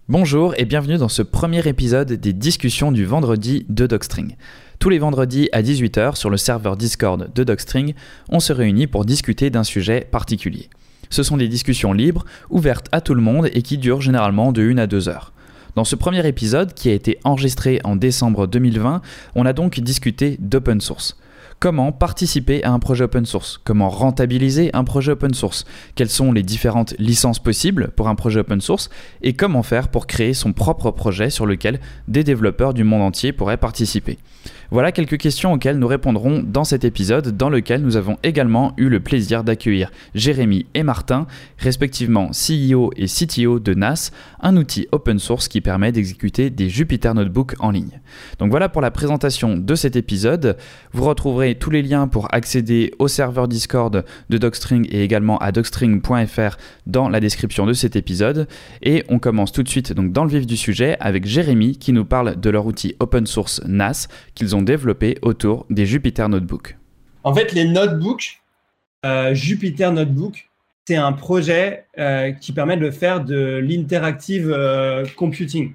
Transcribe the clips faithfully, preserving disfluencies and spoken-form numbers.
Bonjour et bienvenue dans ce premier épisode des discussions du vendredi de Docstring. Tous les vendredis à dix-huit heures sur le serveur Discord de Docstring, on se réunit pour discuter d'un sujet particulier. Ce sont des discussions libres, ouvertes à tout le monde et qui durent généralement de une à deux heures. Dans ce premier épisode, qui a été enregistré en décembre deux mille vingt, on a donc discuté d'open source. Comment participer à un projet open source? Comment rentabiliser un projet open source? Quelles sont les différentes licences possibles pour un projet open source? Et comment faire pour créer son propre projet sur lequel des développeurs du monde entier pourraient participer? Voilà quelques questions auxquelles nous répondrons dans cet épisode, dans lequel nous avons également eu le plaisir d'accueillir Jérémy et Martin, respectivement C E O et C T O de N A S, un outil open source qui permet d'exécuter des Jupyter Notebook en ligne. Donc voilà pour la présentation de cet épisode. Vous retrouverez tous les liens pour accéder au serveur Discord de Docstring et également à docstring point f r dans la description de cet épisode. Et on commence tout de suite donc dans le vif du sujet avec Jérémy qui nous parle de leur outil open source N A S qu'ils ont développé autour des Jupyter Notebook. En fait, les notebooks, euh, Jupyter Notebook, c'est un projet euh, qui permet de faire de l'interactive euh, computing.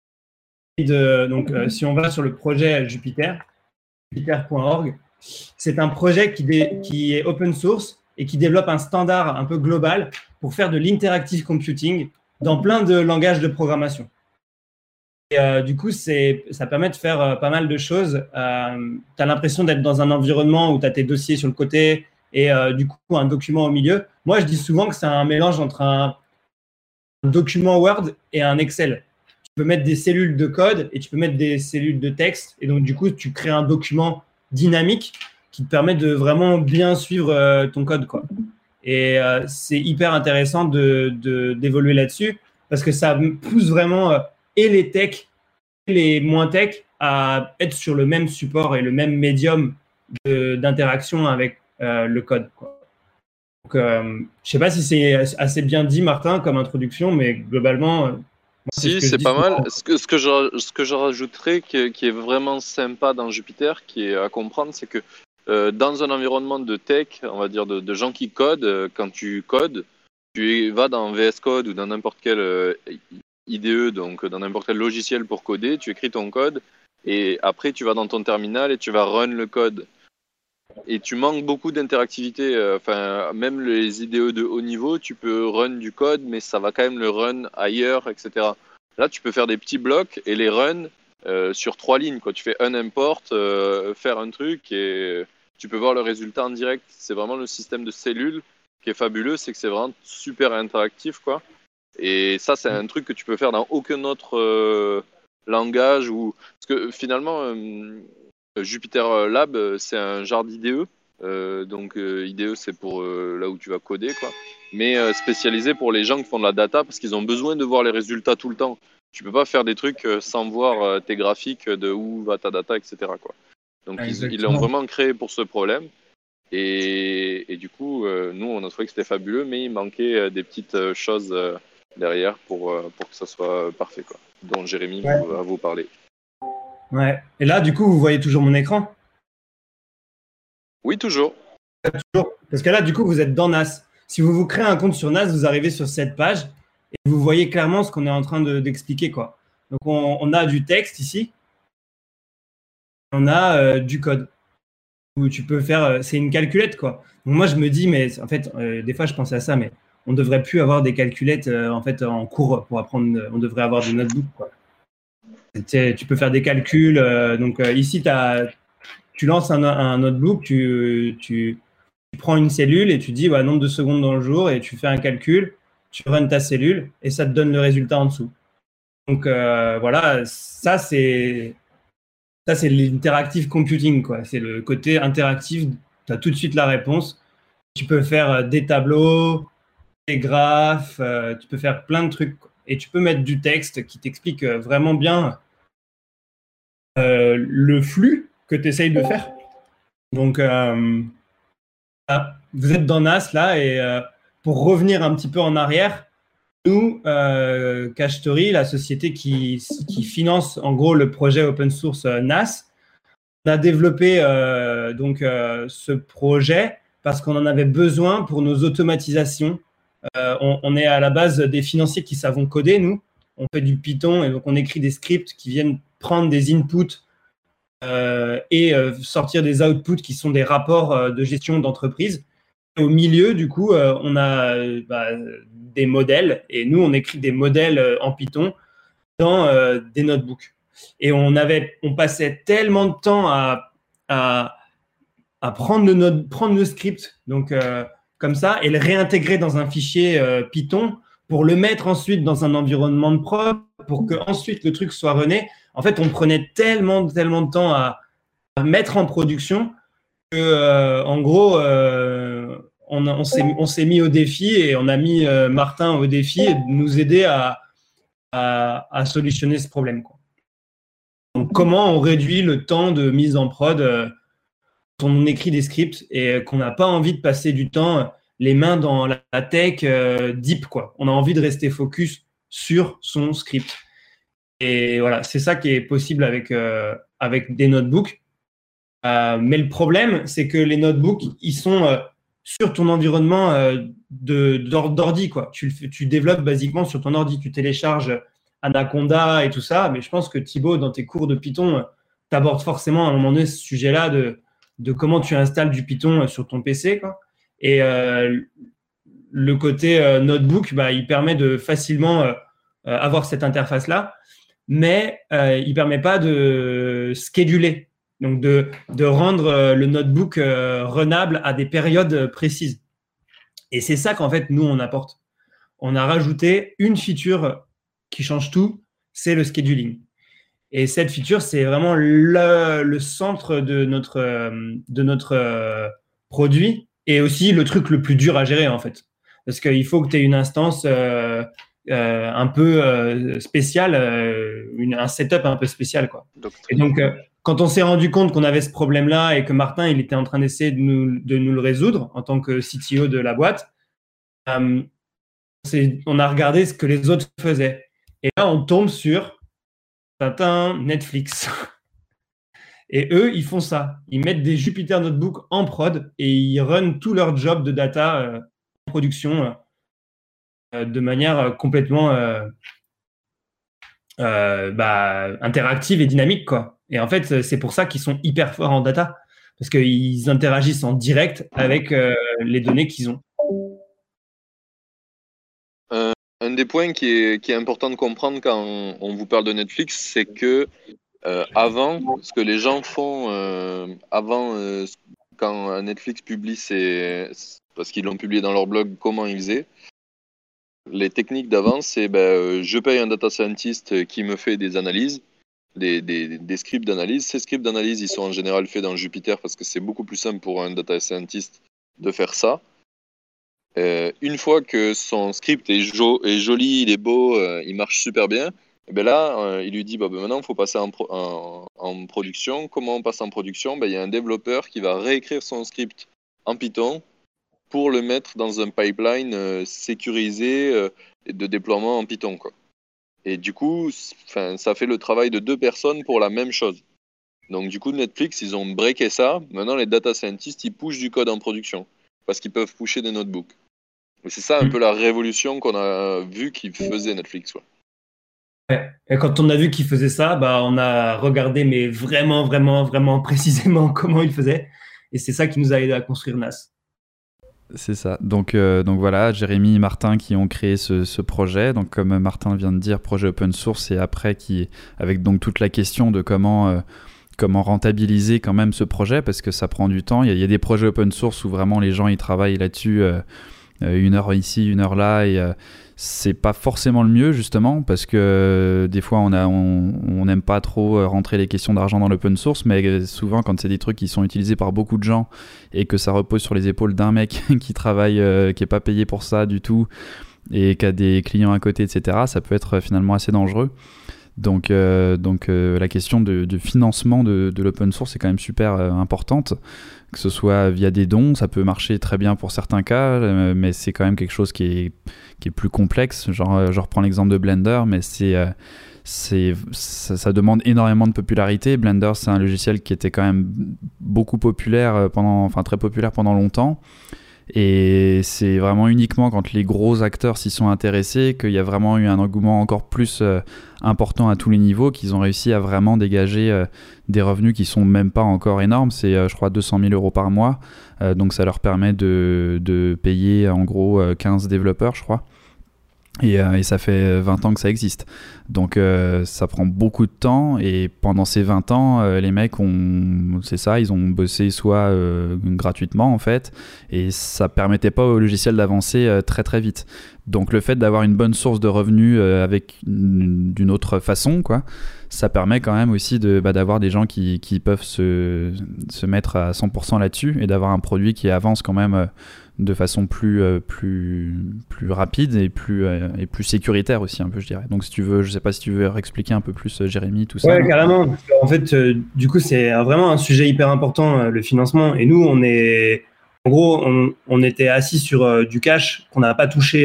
Et de, donc, euh, si on va sur le projet Jupyter, jupyter point org, c'est un projet qui, dé, qui est open source et qui développe un standard un peu global pour faire de l'interactive computing dans plein de langages de programmation. Et euh, du coup, c'est, ça permet de faire euh, pas mal de choses. Euh, tu as l'impression d'être dans un environnement où tu as tes dossiers sur le côté et euh, du coup, un document au milieu. Moi, je dis souvent que c'est un mélange entre un, un document Word et un Excel. Tu peux mettre des cellules de code et tu peux mettre des cellules de texte. Et donc, du coup, tu crées un document dynamique qui te permet de vraiment bien suivre euh, ton code, quoi. Et euh, c'est hyper intéressant de, de, d'évoluer là-dessus parce que ça pousse vraiment... Euh, et les techs et les moins techs à être sur le même support et le même médium de, d'interaction avec euh, le code, quoi. Donc, euh, je ne sais pas si c'est assez bien dit, Martin, comme introduction, mais globalement... Euh, moi, si, c'est, ce c'est pas souvent. mal. Ce que, ce, que je, ce que je rajouterais qui, qui est vraiment sympa dans Jupyter, qui est à comprendre, c'est que euh, dans un environnement de tech, on va dire de, de gens qui codent, euh, quand tu codes, tu vas dans V S Code ou dans n'importe quel... Euh, I D E, donc dans n'importe quel logiciel pour coder, tu écris ton code et après tu vas dans ton terminal et tu vas run le code. Et tu manques beaucoup d'interactivité, euh, enfin même les I D E de haut niveau, tu peux run du code mais ça va quand même le run ailleurs, et cetera. Là tu peux faire des petits blocs et les run euh, sur trois lignes, quoi. Tu fais un import, euh, faire un truc et tu peux voir le résultat en direct. C'est vraiment le système de cellules qui est fabuleux, c'est que c'est vraiment super interactif, quoi. Et ça, c'est un truc que tu peux faire dans aucun autre euh, langage. Ou... Parce que finalement, euh, Jupyter Lab, c'est un genre d'I D E. Euh, donc, euh, I D E, c'est pour euh, là où tu vas coder, quoi. Mais euh, spécialisé pour les gens qui font de la data parce qu'ils ont besoin de voir les résultats tout le temps. Tu peux pas faire des trucs euh, sans voir euh, tes graphiques de où va ta data, et cetera, quoi. Donc, ils, ils l'ont vraiment créé pour ce problème. Et, et du coup, euh, nous, on a trouvé que c'était fabuleux, mais il manquait euh, des petites euh, choses... Euh, derrière pour, euh, pour que ça soit parfait, quoi, dont Jérémy ouais. va vous parler. Ouais. Et là, du coup, vous voyez toujours mon écran? Oui, toujours. Toujours. Parce que là, du coup, vous êtes dans N A S. Si vous vous créez un compte sur N A S, vous arrivez sur cette page et vous voyez clairement ce qu'on est en train de, d'expliquer, quoi. Donc, on, on a du texte ici. On a euh, du code. Où tu peux faire... Euh, c'est une calculette, quoi. Donc, moi, je me dis, mais en fait, euh, des fois, je pensais à ça, mais on ne devrait plus avoir des calculettes euh, en, fait, en cours pour apprendre. On devrait avoir des notebooks, quoi. Tu peux faire des calculs. Euh, donc, euh, ici, t'as, tu lances un, un notebook, tu, tu, tu prends une cellule et tu dis ouais, nombre de secondes dans le jour et tu fais un calcul, tu runs ta cellule et ça te donne le résultat en dessous. Donc, euh, voilà, ça, c'est, ça, c'est l'interactive computing, quoi. C'est le côté interactif. Tu as tout de suite la réponse. Tu peux faire des tableaux, des graphes, euh, tu peux faire plein de trucs et tu peux mettre du texte qui t'explique vraiment bien euh, le flux que tu essayes de faire. Donc, euh, vous êtes dans N A S là et euh, pour revenir un petit peu en arrière, nous, euh, Cachestory, la société qui, qui finance en gros le projet open source euh, N A S, on a développé euh, donc, euh, ce projet parce qu'on en avait besoin pour nos automatisations. Euh, on, on est à la base des financiers qui savons coder, nous. on fait du Python et donc on écrit des scripts qui viennent prendre des inputs euh, et euh, sortir des outputs qui sont des rapports euh, de gestion d'entreprise. Au milieu, du coup, euh, on a euh, bah, des modèles et nous, on écrit des modèles euh, en Python dans euh, des notebooks. Et on, avait, on passait tellement de temps à, à, à prendre, le note, prendre le script donc, euh, comme ça et le réintégrer dans un fichier euh, Python pour le mettre ensuite dans un environnement de prod pour que ensuite le truc soit runné. En fait, on prenait tellement, tellement de temps à, à mettre en production que, euh, en gros, euh, on, on, s'est, on s'est mis au défi et on a mis euh, Martin au défi et de nous aider à, à, à solutionner ce problème, quoi. Donc, comment on réduit le temps de mise en prod euh, quand on écrit des scripts et qu'on n'a pas envie de passer du temps les mains dans la, la tech euh, deep, quoi. On a envie de rester focus sur son script. Et voilà, c'est ça qui est possible avec, euh, avec des notebooks. Euh, mais le problème, c'est que les notebooks, ils sont euh, sur ton environnement euh, de, d'ordi, quoi. Tu, tu développes basiquement sur ton ordi. Tu télécharges Anaconda et tout ça. Mais je pense que Thibaut, dans tes cours de Python, tu abordes forcément à un moment donné ce sujet-là de, de comment tu installes du Python sur ton P C, quoi. Et euh, le côté euh, notebook, bah, il permet de facilement euh, avoir cette interface-là, mais euh, il ne permet pas de scheduler, donc de, de rendre euh, le notebook euh, runnable à des périodes précises. Et c'est ça qu'en fait, nous, on apporte. On a rajouté une feature qui change tout, c'est le scheduling. Et cette feature, c'est vraiment le, le centre de notre, de notre euh, produit et aussi le truc le plus dur à gérer, en fait. Parce qu'il faut que tu aies une instance euh, euh, un peu euh, spéciale, euh, une, un setup un peu spécial, quoi. Et donc, euh, quand on s'est rendu compte qu'on avait ce problème-là et que Martin, il était en train d'essayer de nous, de nous le résoudre en tant que C T O de la boîte, euh, c'est, on a regardé ce que les autres faisaient. Et là, on tombe sur Netflix. Et eux, ils font ça. Ils mettent des Jupyter Notebook en prod et ils run tout leur job de data euh, en production euh, de manière complètement euh, euh, bah, interactive et dynamique, quoi. Et en fait, c'est pour ça qu'ils sont hyper forts en data, parce qu'ils interagissent en direct avec euh, les données qu'ils ont. Euh, un des points qui est, qui est important de comprendre quand on, on vous parle de Netflix, c'est que Euh, avant, ce que les gens font euh, avant, euh, quand Netflix publie ses, parce qu'ils l'ont publié dans leur blog, comment ils faisaient, les techniques d'avant, c'est ben, euh, je paye un data scientist qui me fait des analyses, des, des, des scripts d'analyse. Ces scripts d'analyse, ils sont en général faits dans Jupyter parce que c'est beaucoup plus simple pour un data scientist de faire ça. Euh, une fois que son script est, jo- est joli, il est beau, euh, il marche super bien, et ben là, euh, il lui dit bah, ben maintenant, il faut passer en, pro- en, en production. Comment on passe en production? Ben, il y a un développeur qui va réécrire son script en Python pour le mettre dans un pipeline euh, sécurisé euh, de déploiement en Python, quoi. Et du coup, ça fait le travail de deux personnes pour la même chose. Donc du coup, Netflix, ils ont breaké ça. Maintenant, les data scientists, ils pushent du code en production parce qu'ils peuvent pusher des notebooks. Et c'est ça un peu la révolution qu'on a vu qu'ils faisaient Netflix, ouais. Ouais. Et quand on a vu qu'ils faisaient ça, bah, on a regardé mais vraiment, vraiment, vraiment précisément comment ils faisaient. Et c'est ça qui nous a aidé à construire N A S. C'est ça. Donc, euh, donc voilà, Jérémy et Martin qui ont créé ce, ce projet. Donc comme Martin vient de dire, projet open source, et après qui, avec donc toute la question de comment, euh, comment rentabiliser quand même ce projet, parce que ça prend du temps. Il y a, il y a des projets open source où vraiment les gens ils travaillent là-dessus euh, une heure ici, une heure là, et euh, c'est pas forcément le mieux justement parce que euh, des fois on a on on n'aime pas trop rentrer les questions d'argent dans l'open source, mais souvent quand c'est des trucs qui sont utilisés par beaucoup de gens et que ça repose sur les épaules d'un mec qui travaille euh, qui est pas payé pour ça du tout et qui a des clients à côté, etc., ça peut être finalement assez dangereux. Donc, euh, donc euh, la question de, de financement de, de l'open source est quand même super euh, importante, que ce soit via des dons, ça peut marcher très bien pour certains cas, euh, mais c'est quand même quelque chose qui est, qui est plus complexe. Genre, euh, je reprends l'exemple de Blender, mais c'est, euh, c'est, ça, ça demande énormément de popularité. Blender, c'est un logiciel qui était quand même beaucoup populaire pendant, enfin très populaire pendant longtemps. Et c'est vraiment uniquement quand les gros acteurs s'y sont intéressés qu'il y a vraiment eu un engouement encore plus euh, important à tous les niveaux, qu'ils ont réussi à vraiment dégager euh, des revenus qui sont même pas encore énormes. C'est, euh, je crois, deux cent mille euros par mois. Euh, donc ça leur permet de, de payer en gros euh, quinze développeurs, je crois. Et, euh, et ça fait vingt ans que ça existe. Donc euh, ça prend beaucoup de temps, et pendant ces vingt ans, euh, les mecs ont, c'est ça, ils ont bossé soit euh, gratuitement en fait, et ça permettait pas au logiciel d'avancer euh, très très vite. Donc le fait d'avoir une bonne source de revenus euh, avec une, d'une autre façon, quoi, ça permet quand même aussi de, bah, d'avoir des gens qui, qui peuvent se, se mettre à cent pour cent là-dessus, et d'avoir un produit qui avance quand même euh, de façon plus, euh, plus, plus rapide et plus, euh, et plus sécuritaire aussi un peu, je dirais. Donc si tu veux, je sais pas si tu veux expliquer un peu plus, euh, Jérémy, tout ça. Ouais, carrément. En fait, euh, du coup, c'est euh, vraiment un sujet hyper important, euh, le financement. Et nous, on est, en gros, on, on était assis sur euh, du cash qu'on n'a pas touché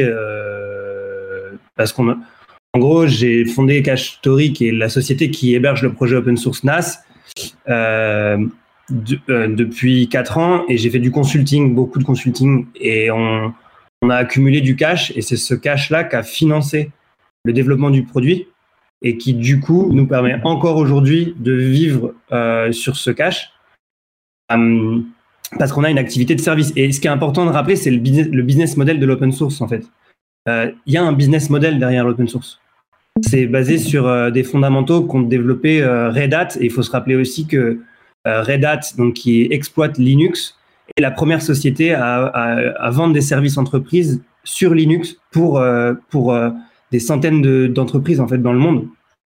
euh, parce qu'on, a- en gros, j'ai fondé Cashtory, qui est la société qui héberge le projet open source N A S, euh, de- euh, depuis quatre ans, et j'ai fait du consulting, beaucoup de consulting, et on, on a accumulé du cash, et c'est ce cash-là qui a financé le développement du produit, et qui du coup nous permet encore aujourd'hui de vivre euh, sur ce cash, euh, parce qu'on a une activité de service. Et ce qui est important de rappeler, c'est le business, le business model de l'open source en fait. Euh, Il y a un business model derrière l'open source. C'est basé sur euh, des fondamentaux qu'ont développé euh, Red Hat, et il faut se rappeler aussi que euh, Red Hat, donc, qui exploite Linux, est la première société à, à, à vendre des services entreprises sur Linux pour, euh, pour euh, des centaines de, d'entreprises en fait dans le monde.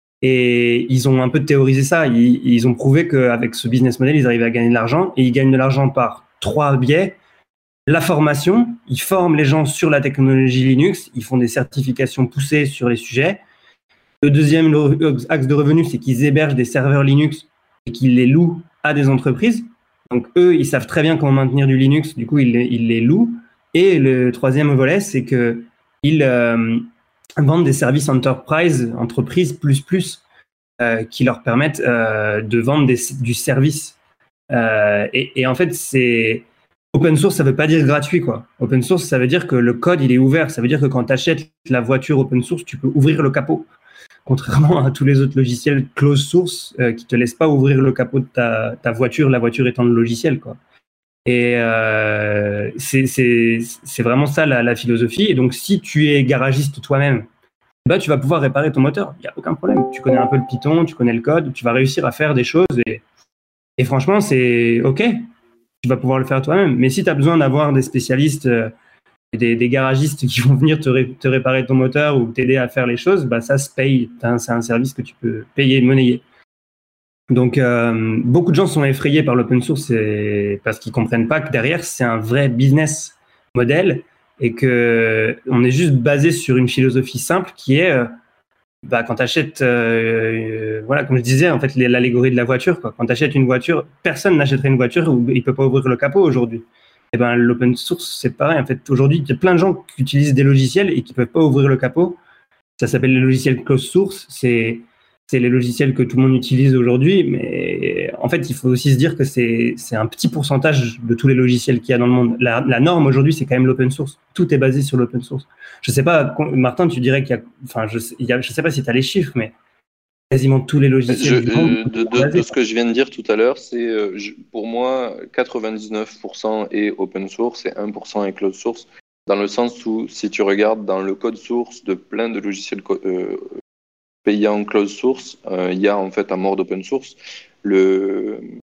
Et ils ont un peu théorisé ça. Ils, ils ont prouvé qu'avec ce business model, ils arrivaient à gagner de l'argent. Et ils gagnent de l'argent par trois biais. La formation, ils forment les gens sur la technologie Linux. Ils font des certifications poussées sur les sujets. Le deuxième axe de revenu, c'est qu'ils hébergent des serveurs Linux et qu'ils les louent à des entreprises. Donc eux, ils savent très bien comment maintenir du Linux. Du coup, ils les, ils les louent. Et le troisième volet, c'est qu'ils euh, vendent des services enterprise, entreprise plus plus, euh, qui leur permettent euh, de vendre des, du service. Euh, et, et en fait, c'est open source, ça veut pas dire gratuit, quoi. Open source, ça veut dire que le code, il est ouvert. Ça veut dire que quand tu achètes la voiture open source, tu peux ouvrir le capot. Contrairement à tous les autres logiciels closed source euh, qui te laissent pas ouvrir le capot de ta, ta voiture, la voiture étant le logiciel, quoi. Et euh, c'est, c'est, c'est vraiment ça la, la philosophie. Et donc, si tu es garagiste toi-même, bah, tu vas pouvoir réparer ton moteur. Il n'y a aucun problème. Tu connais un peu le Python, tu connais le code, tu vas réussir à faire des choses. Et, et franchement, c'est OK. Tu vas pouvoir le faire toi-même. Mais si tu as besoin d'avoir des spécialistes, euh, des, des garagistes qui vont venir te, ré, te réparer ton moteur ou t'aider à faire les choses, bah, ça se paye. C'est un service que tu peux payer et monnayer. Donc, euh, beaucoup de gens sont effrayés par l'open source et parce qu'ils comprennent pas que derrière, c'est un vrai business model et que on est juste basé sur une philosophie simple qui est, euh, bah, quand tu achètes, euh, voilà, comme je disais, en fait, l'allégorie de la voiture, quoi. Quand tu achètes une voiture, personne n'achèterait une voiture où il peut pas ouvrir le capot aujourd'hui. Et ben, l'open source, c'est pareil. En fait, aujourd'hui, il y a plein de gens qui utilisent des logiciels et qui peuvent pas ouvrir le capot. Ça s'appelle les logiciels closed source. C'est C'est les logiciels que tout le monde utilise aujourd'hui, mais en fait, il faut aussi se dire que c'est, c'est un petit pourcentage de tous les logiciels qu'il y a dans le monde. La, la norme aujourd'hui, c'est quand même l'open source. Tout est basé sur l'open source. Je sais pas, Martin, tu dirais qu'il y a, enfin, je, il y a, je sais pas si tu as les chiffres, mais quasiment tous les logiciels Je, du monde. euh, de, de, de ce que je viens de dire tout à l'heure, c'est euh, je- pour moi, quatre-vingt-dix-neuf pour cent est open source et un pour cent est closed source, dans le sens où, si tu regardes dans le code source de plein de logiciels co- euh, payant closed source, euh, il y a en fait un mode open source. Le,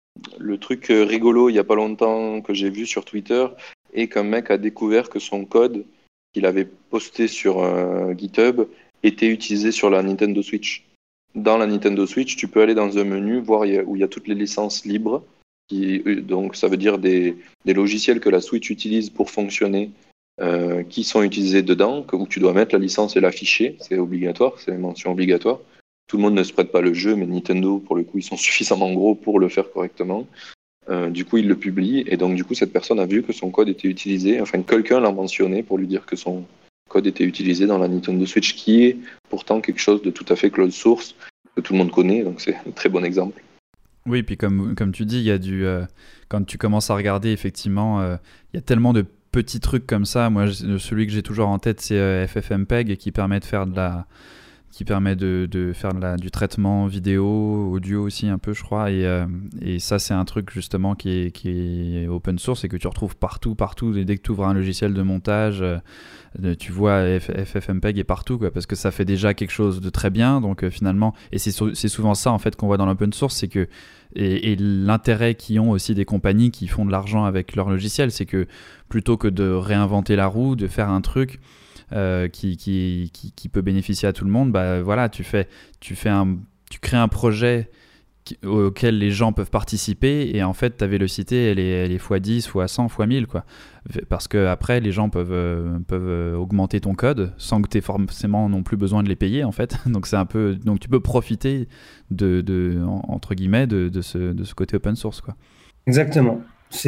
le truc rigolo, il n'y a pas longtemps, que j'ai vu sur Twitter, est qu'un mec a découvert que son code qu'il avait posté sur euh, GitHub était utilisé sur la Nintendo Switch. Dans la Nintendo Switch, tu peux aller dans un menu, voir où il y a toutes les licences libres. Qui, donc ça veut dire des, des logiciels que la Switch utilise pour fonctionner, Euh, qui sont utilisés dedans, que, où tu dois mettre la licence et l'afficher, c'est obligatoire, c'est une mention obligatoire. Tout le monde ne se prête pas le jeu, mais Nintendo, pour le coup, ils sont suffisamment gros pour le faire correctement. Euh, du coup, il le publie, et donc du coup, cette personne a vu que son code était utilisé, enfin, quelqu'un l'a mentionné pour lui dire que son code était utilisé dans la Nintendo Switch, qui est pourtant quelque chose de tout à fait closed source, que tout le monde connaît, donc c'est un très bon exemple. Oui, puis comme, comme tu dis, il y a du, euh, quand tu commences à regarder, effectivement, euh, il y a tellement de petits trucs comme ça. Moi, celui que j'ai toujours en tête, c'est euh, FFmpeg qui permet de faire de la qui permet de, de faire de la, du traitement vidéo, audio aussi un peu, je crois. Et, euh, et ça, c'est un truc justement qui est, qui est open source et que tu retrouves partout, partout. Et dès que tu ouvres un logiciel de montage, euh, tu vois FFmpeg est partout, quoi, parce que ça fait déjà quelque chose de très bien. Donc euh, finalement, et c'est, c'est souvent ça en fait qu'on voit dans l'open source, c'est que et, et l'intérêt qu'ils ont aussi des compagnies qui font de l'argent avec leur logiciel, c'est que plutôt que de réinventer la roue, de faire un truc Euh, qui, qui, qui, qui peut bénéficier à tout le monde, bah voilà, tu fais, tu fais un, tu crées un projet qui, auquel les gens peuvent participer et en fait ta vélocité elle est, elle est fois dix, fois cent, fois mille quoi. Parce que après les gens peuvent, euh, peuvent augmenter ton code sans que tu aies forcément non plus besoin de les payer en fait. Donc c'est un peu, donc tu peux profiter de, de entre guillemets de, de, ce, de ce côté open source quoi. Exactement.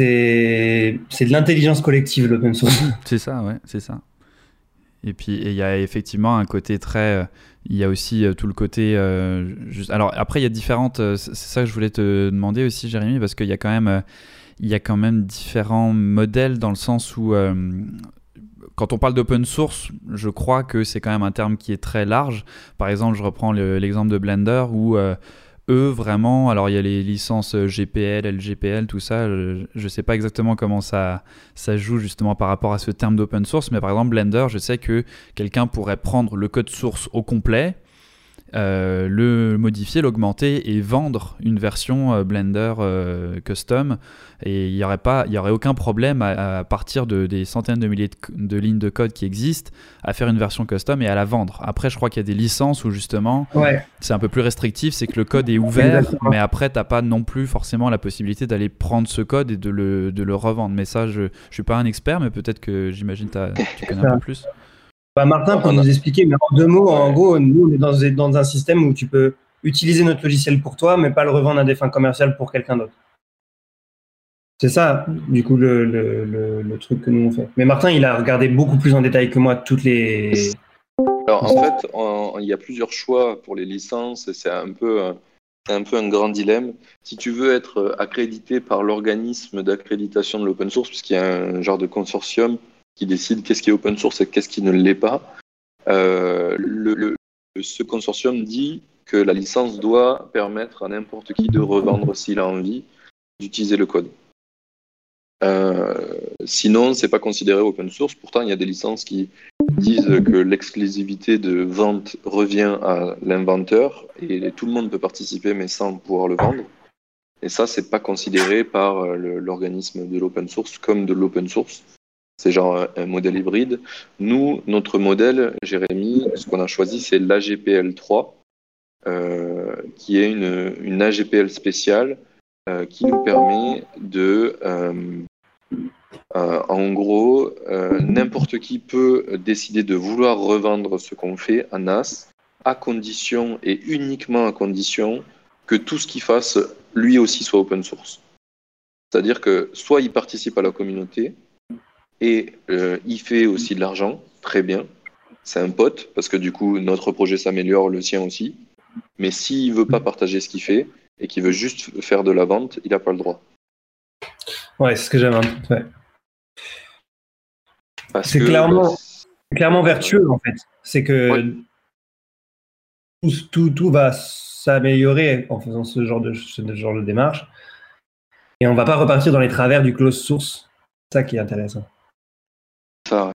C'est, c'est de l'intelligence collective l'open source. C'est ça, ouais, c'est ça. Et puis il y a effectivement un côté très, il y a aussi euh, tout le côté euh, juste, alors après il y a différentes, euh, c'est ça que je voulais te demander aussi Jérémy, parce qu'il y a quand même euh, il y a quand même différents modèles dans le sens où euh, quand on parle d'open source, je crois que c'est quand même un terme qui est très large. Par exemple, je reprends le, l'exemple de Blender où euh, eux vraiment, alors il y a les licences G P L, L G P L, tout ça, je ne sais pas exactement comment ça, ça joue justement par rapport à ce terme d'open source, mais par exemple Blender, je sais que quelqu'un pourrait prendre le code source au complet, euh, le modifier, l'augmenter et vendre une version euh, Blender euh, custom, et il n'y aurait, pas, il y aurait aucun problème à, à partir de, des centaines de milliers de, de lignes de code qui existent à faire une version custom et à la vendre. Après je crois qu'il y a des licences où justement ouais. c'est un peu plus restrictif, c'est que le code est ouvert, exactement. Mais après tu n'as pas non plus forcément la possibilité d'aller prendre ce code et de le, de le revendre. Mais ça je ne suis pas un expert, mais peut-être que j'imagine que tu connais un peu plus. Bah Martin peut nous expliquer, mais en deux mots, en gros, nous on est dans, dans un système où tu peux utiliser notre logiciel pour toi, mais pas le revendre à des fins commerciales pour quelqu'un d'autre. C'est ça, du coup, le, le, le, le truc que nous on fait. Mais Martin, il a regardé beaucoup plus en détail que moi toutes les... Alors en fait, on, il y a plusieurs choix pour les licences et c'est un peu, c'est un peu un grand dilemme. Si tu veux être accrédité par l'organisme d'accréditation de l'open source, puisqu'il y a un genre de consortium qui décide qu'est-ce qui est open source et qu'est-ce qui ne l'est pas, euh, le, le, ce consortium dit que la licence doit permettre à n'importe qui de revendre s'il a envie d'utiliser le code. Euh, sinon, c'est pas considéré open source. Pourtant, il y a des licences qui disent que l'exclusivité de vente revient à l'inventeur et tout le monde peut participer, mais sans pouvoir le vendre. Et ça, c'est pas considéré par le, l'organisme de l'open source comme de l'open source. C'est genre un modèle hybride. Nous, notre modèle, Jérémy, ce qu'on a choisi, c'est l'A G P L trois, euh, qui est une, une A G P L spéciale euh, qui nous permet de... Euh, euh, en gros, euh, n'importe qui peut décider de vouloir revendre ce qu'on fait à N A S, à condition et uniquement à condition que tout ce qu'il fasse, lui aussi, soit open source. C'est-à-dire que soit il participe à la communauté, et euh, il fait aussi de l'argent, très bien, c'est un pote, parce que du coup notre projet s'améliore, le sien aussi, mais s'il ne veut pas partager ce qu'il fait, et qu'il veut juste faire de la vente, il n'a pas le droit. Ouais, c'est ce que j'avais un peu fait. Parce c'est que, clairement, bah, c'est clairement vertueux en fait, c'est que ouais. tout, tout, tout va s'améliorer en faisant ce genre de, ce genre de démarche, et on ne va pas repartir dans les travers du close source, c'est ça qui est intéressant. Ça.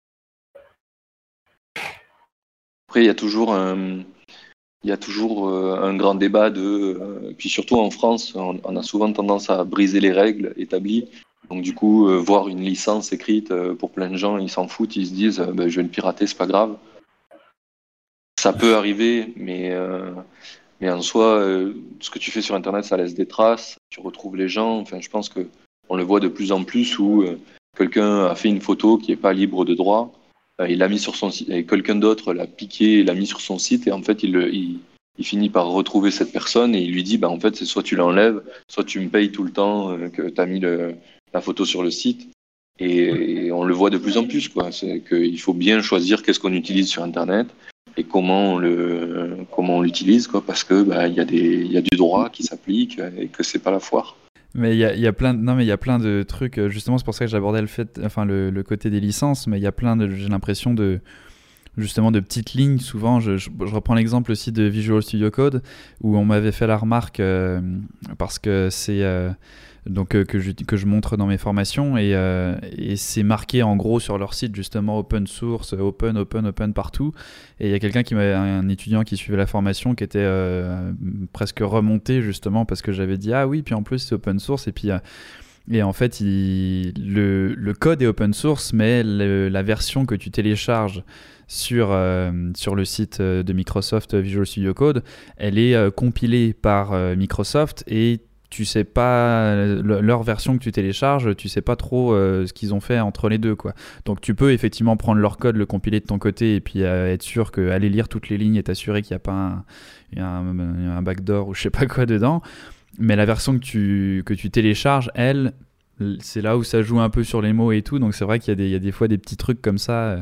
Après, il y a toujours un, il y a toujours euh, un grand débat de, euh, puis surtout en France, on, on a souvent tendance à briser les règles établies. Donc du coup, euh, voir une licence écrite euh, pour plein de gens, ils s'en foutent, ils se disent, euh, ben, je vais le pirater, c'est pas grave. Ça peut arriver, mais euh, mais en soi, euh, ce que tu fais sur Internet, ça laisse des traces. Tu retrouves les gens. Enfin, je pense que on le voit de plus en plus où euh, quelqu'un a fait une photo qui n'est pas libre de droit, euh, il l'a mis sur son site, et quelqu'un d'autre l'a piqué, l'a mis sur son site, et en fait, il, il, il finit par retrouver cette personne et il lui dit, bah, en fait, c'est soit tu l'enlèves, soit tu me payes tout le temps euh, que tu as mis le, la photo sur le site. Et, et on le voit de plus en plus, quoi. C'est qu'il faut bien choisir qu'est-ce qu'on utilise sur Internet et comment on le, comment on l'utilise, quoi, parce que bah, y a des, y a du droit qui s'applique et que c'est pas la foire. Mais il y a, il y a plein de, non mais il y a plein de trucs, euh, justement c'est pour ça que j'abordais le fait, enfin le, le côté des licences, mais il y a plein de, j'ai l'impression de, justement de petites lignes, souvent je, je, je reprends l'exemple aussi de Visual Studio Code, où on m'avait fait la remarque, euh, parce que c'est, euh, donc euh, que, je, que je montre dans mes formations, et, euh, et c'est marqué en gros sur leur site justement open source, open, open, open partout, et il y a quelqu'un qui m'a, un étudiant qui suivait la formation qui était euh, presque remonté justement parce que j'avais dit ah oui, puis en plus c'est open source, et puis euh, et en fait il, le, le code est open source, mais le, la version que tu télécharges sur, euh, sur le site de Microsoft Visual Studio Code, elle est euh, compilée par euh, Microsoft, et tu sais pas, leur version que tu télécharges, tu sais pas trop euh, ce qu'ils ont fait entre les deux, quoi. Donc tu peux effectivement prendre leur code, le compiler de ton côté, et puis euh, être sûr qu'aller lire toutes les lignes et t'assurer qu'il n'y a pas un, il y a un, un backdoor ou je sais pas quoi dedans. Mais la version que tu, que tu télécharges, elle, c'est là où ça joue un peu sur les mots et tout. Donc c'est vrai qu'il y a des, il y a des fois des petits trucs comme ça euh,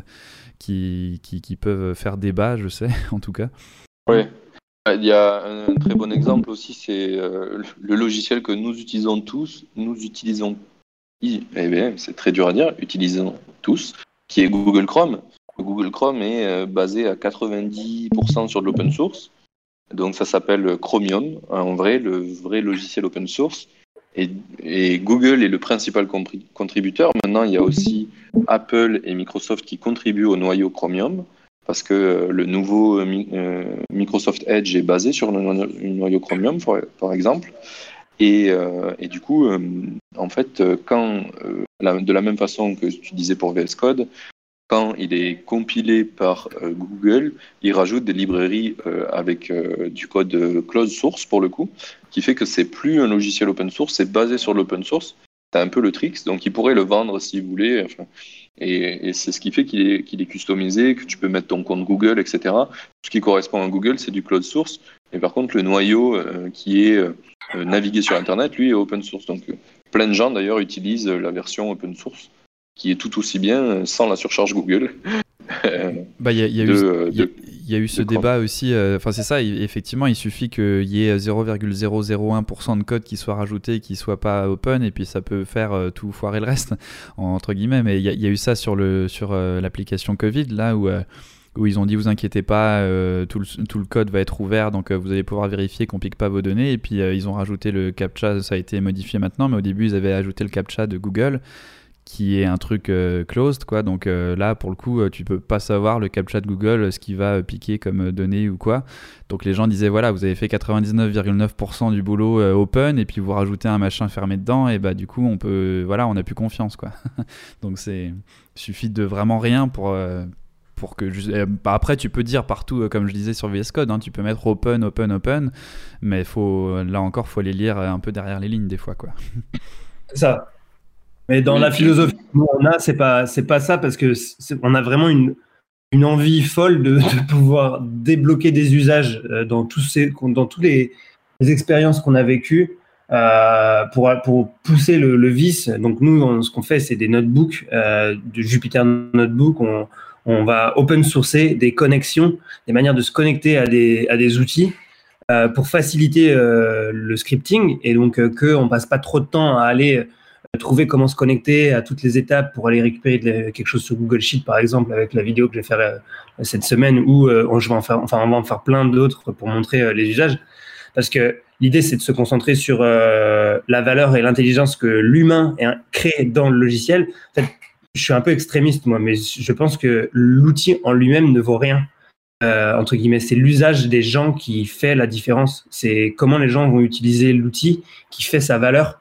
qui, qui, qui peuvent faire débat, je sais, en tout cas. Oui. Il y a un très bon exemple aussi, c'est euh, le logiciel que nous utilisons tous, nous utilisons, eh bien, c'est très dur à dire, utilisons tous, qui est Google Chrome. Google Chrome est euh, basé à quatre-vingt-dix pour cent sur de l'open source, donc ça s'appelle Chromium, en vrai, le vrai logiciel open source, et, et Google est le principal compri- contributeur. Maintenant, il y a aussi Apple et Microsoft qui contribuent au noyau Chromium, parce que euh, le nouveau euh, Microsoft Edge est basé sur le noyau Chromium, par, par exemple. Et, euh, et du coup, euh, en fait, quand, euh, la, de la même façon que tu disais pour V S Code, quand il est compilé par euh, Google, il rajoute des librairies euh, avec euh, du code closed source, pour le coup, qui fait que c'est plus un logiciel open source, c'est basé sur l'open source. C'est un peu le tricks, donc il pourrait le vendre s'il voulait. Enfin, Et, et c'est ce qui fait qu'il est, qu'il est customisé, que tu peux mettre ton compte Google, et cetera. Tout ce qui correspond à Google, c'est du cloud source. Et par contre, le noyau euh, qui est euh, navigué sur Internet, lui, est open source. Donc, euh, plein de gens, d'ailleurs, utilisent la version open source, qui est tout aussi bien euh, sans la surcharge Google. Bah, il y a, y a de, eu, de, y a eu ce débat aussi. Enfin, euh, c'est ça. Il, effectivement, il suffit qu'il y ait zéro virgule zéro zéro un pour cent de code qui soit rajouté, qui soit pas open, et puis ça peut faire euh, tout foirer le reste, entre guillemets. Mais il y, y a eu ça sur le sur euh, l'application Covid, là où euh, où ils ont dit vous inquiétez pas, euh, tout, le, tout le code va être ouvert, donc euh, vous allez pouvoir vérifier qu'on pique pas vos données. Et puis euh, ils ont rajouté le captcha. Ça a été modifié maintenant, mais au début ils avaient ajouté le captcha de Google, qui est un truc euh, closed, quoi. Donc euh, là, pour le coup, euh, tu peux pas savoir le captcha de Google, ce qui va euh, piquer comme euh, données ou quoi. Donc les gens disaient, voilà, vous avez fait quatre-vingt-dix-neuf virgule neuf pour cent du boulot euh, open, et puis vous rajoutez un machin fermé dedans, et bah du coup, on peut, voilà, on n'a plus confiance, quoi. Donc c'est, suffit de vraiment rien pour... Euh, pour que euh, bah après tu peux dire partout, euh, comme je disais sur V S Code, hein, tu peux mettre open, open, open, mais faut, là encore, faut les lire un peu derrière les lignes des fois, quoi. C'est ça. Mais dans oui, la philosophie qu'on a, c'est pas c'est pas ça, parce que c'est, on a vraiment une une envie folle de, de pouvoir débloquer des usages euh, dans tous ces dans tous les, les expériences qu'on a vécues euh, pour pour pousser le, le vice. Donc nous, on, ce qu'on fait, c'est des notebooks, euh, de Jupyter Notebook. On on va open sourcer des connexions, des manières de se connecter à des à des outils euh, pour faciliter euh, le scripting, et donc euh, que on passe pas trop de temps à aller trouver comment se connecter à toutes les étapes pour aller récupérer de, quelque chose sur Google Sheet, par exemple, avec la vidéo que je vais faire euh, cette semaine, ou euh, je vais en faire, enfin, on va en faire plein d'autres pour montrer euh, les usages. Parce que l'idée, c'est de se concentrer sur euh, la valeur et l'intelligence que l'humain crée dans le logiciel. En fait, je suis un peu extrémiste, moi, mais je pense que l'outil en lui-même ne vaut rien. Euh, entre guillemets, c'est l'usage des gens qui fait la différence. C'est comment les gens vont utiliser l'outil qui fait sa valeur.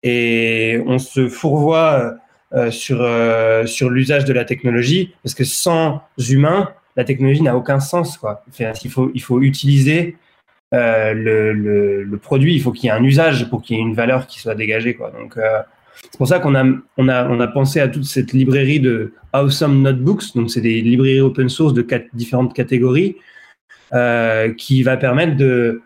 Et on se fourvoie euh, sur, euh, sur l'usage de la technologie, parce que sans humains, la technologie n'a aucun sens, quoi. Enfin, il faut, il faut utiliser euh, le, le, le produit, il faut qu'il y ait un usage pour qu'il y ait une valeur qui soit dégagée, quoi. Donc, euh, c'est pour ça qu'on a, on a, on a pensé à toute cette librairie de Awesome Notebooks. Donc, c'est des librairies open source de quatre différentes catégories euh, qui va permettre de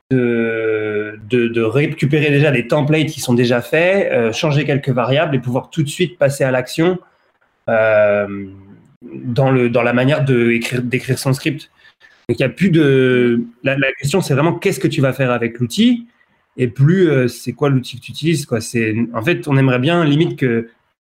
De, de, de récupérer déjà les templates qui sont déjà faits, euh, changer quelques variables et pouvoir tout de suite passer à l'action euh, dans, le, dans la manière de écrire, d'écrire son script. Donc, il y a plus de... La, la question, c'est vraiment qu'est-ce que tu vas faire avec l'outil, et plus euh, c'est quoi l'outil que tu utilises, quoi. C'est, en fait, on aimerait bien, limite, que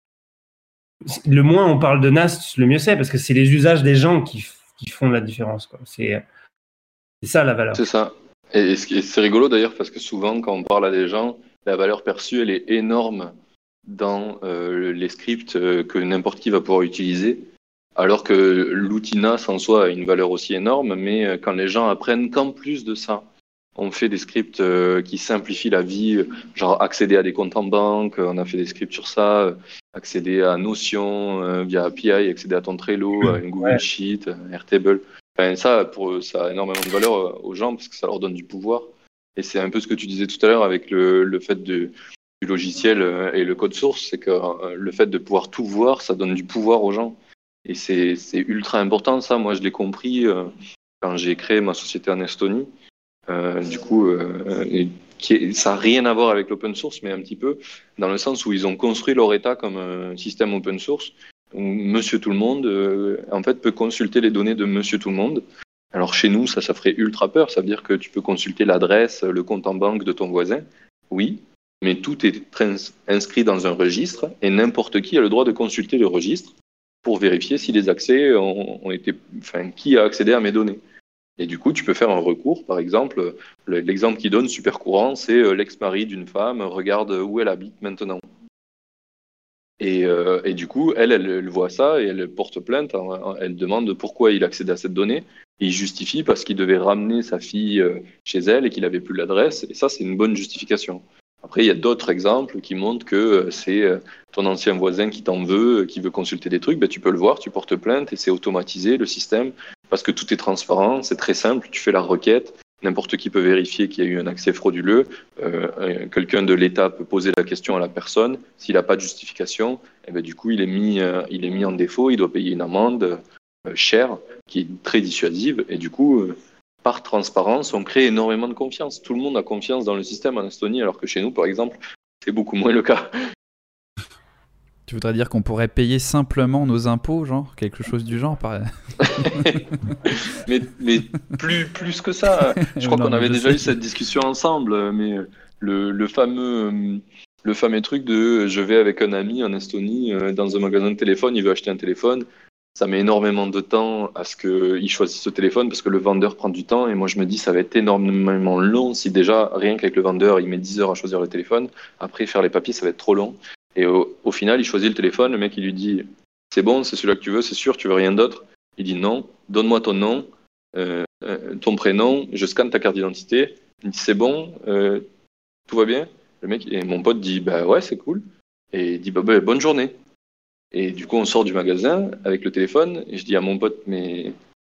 le moins on parle de N A S, le mieux c'est, parce que c'est les usages des gens qui, qui font la différence, quoi. C'est, c'est ça la valeur. C'est ça. Et, et c'est rigolo d'ailleurs parce que souvent quand on parle à des gens, la valeur perçue elle est énorme dans euh, les scripts euh, que n'importe qui va pouvoir utiliser, alors que l'outil N A S en soi a une valeur aussi énorme, mais euh, quand les gens apprennent qu'en plus de ça, on fait des scripts euh, qui simplifient la vie, euh, genre accéder à des comptes en banque, on a fait des scripts sur ça, euh, accéder à Notion euh, via A P I, accéder à ton Trello, à une Google Ouais. Sheet, un Airtable. Enfin, ça, pour, ça a énormément de valeur euh, aux gens parce que ça leur donne du pouvoir. Et c'est un peu ce que tu disais tout à l'heure avec le, le fait de, du logiciel euh, et le code source, c'est que euh, le fait de pouvoir tout voir, ça donne du pouvoir aux gens. Et c'est, c'est ultra important, ça. Moi, je l'ai compris euh, quand j'ai créé ma société en Estonie. Euh, du coup, euh, et, qui est, ça n'a rien à voir avec l'open source, mais un petit peu, dans le sens où ils ont construit leur État comme un système open source, où Monsieur Tout le Monde, euh, en fait, peut consulter les données de Monsieur Tout le Monde. Alors chez nous, ça, ça ferait ultra peur. Ça veut dire que tu peux consulter l'adresse, le compte en banque de ton voisin. Oui, mais tout est inscrit dans un registre et n'importe qui a le droit de consulter le registre pour vérifier si les accès ont, ont été, enfin, qui a accédé à mes données. Et du coup, tu peux faire un recours. Par exemple, l'exemple qu'il donne super courant, c'est l'ex-mari d'une femme regarde où elle habite maintenant. Et, euh, et du coup, elle, elle, elle voit ça et elle porte plainte. Elle demande pourquoi il accède à cette donnée. Et il justifie parce qu'il devait ramener sa fille chez elle et qu'il n'avait plus l'adresse. Et ça, c'est une bonne justification. Après, il y a d'autres exemples qui montrent que c'est ton ancien voisin qui t'en veut, qui veut consulter des trucs. Ben, tu peux le voir, tu portes plainte et c'est automatisé, le système, parce que tout est transparent, c'est très simple. Tu fais la requête, n'importe qui peut vérifier qu'il y a eu un accès frauduleux. Euh, quelqu'un de l'État peut poser la question à la personne. S'il n'a pas de justification, eh ben, du coup, il est, mis, euh, il est mis en défaut, il doit payer une amende euh, chère, qui est très dissuasive. Et du coup, euh, par transparence, on crée énormément de confiance. Tout le monde a confiance dans le système en Estonie, alors que chez nous, par exemple, c'est beaucoup moins le cas. Tu voudrais dire qu'on pourrait payer simplement nos impôts, genre quelque chose du genre par... mais, mais plus, plus que ça. Je crois non, qu'on avait je déjà sais. eu cette discussion ensemble, mais le, le, fameux, le fameux truc de je vais avec un ami en Estonie dans un magasin de téléphone, il veut acheter un téléphone. Ça met énormément de temps à ce qu'il choisisse ce téléphone parce que le vendeur prend du temps et moi je me dis ça va être énormément long si déjà rien qu'avec le vendeur il met dix heures à choisir le téléphone, après faire les papiers ça va être trop long et au, au final il choisit le téléphone, le mec il lui dit c'est bon, c'est celui-là que tu veux, c'est sûr, tu veux rien d'autre, il dit non, donne-moi ton nom, euh, ton prénom, je scanne ta carte d'identité, il dit c'est bon, euh, tout va bien, le mec et mon pote dit bah ouais c'est cool et il dit bah, bah bonne journée. Et du coup, on sort du magasin avec le téléphone et je dis à mon pote, mais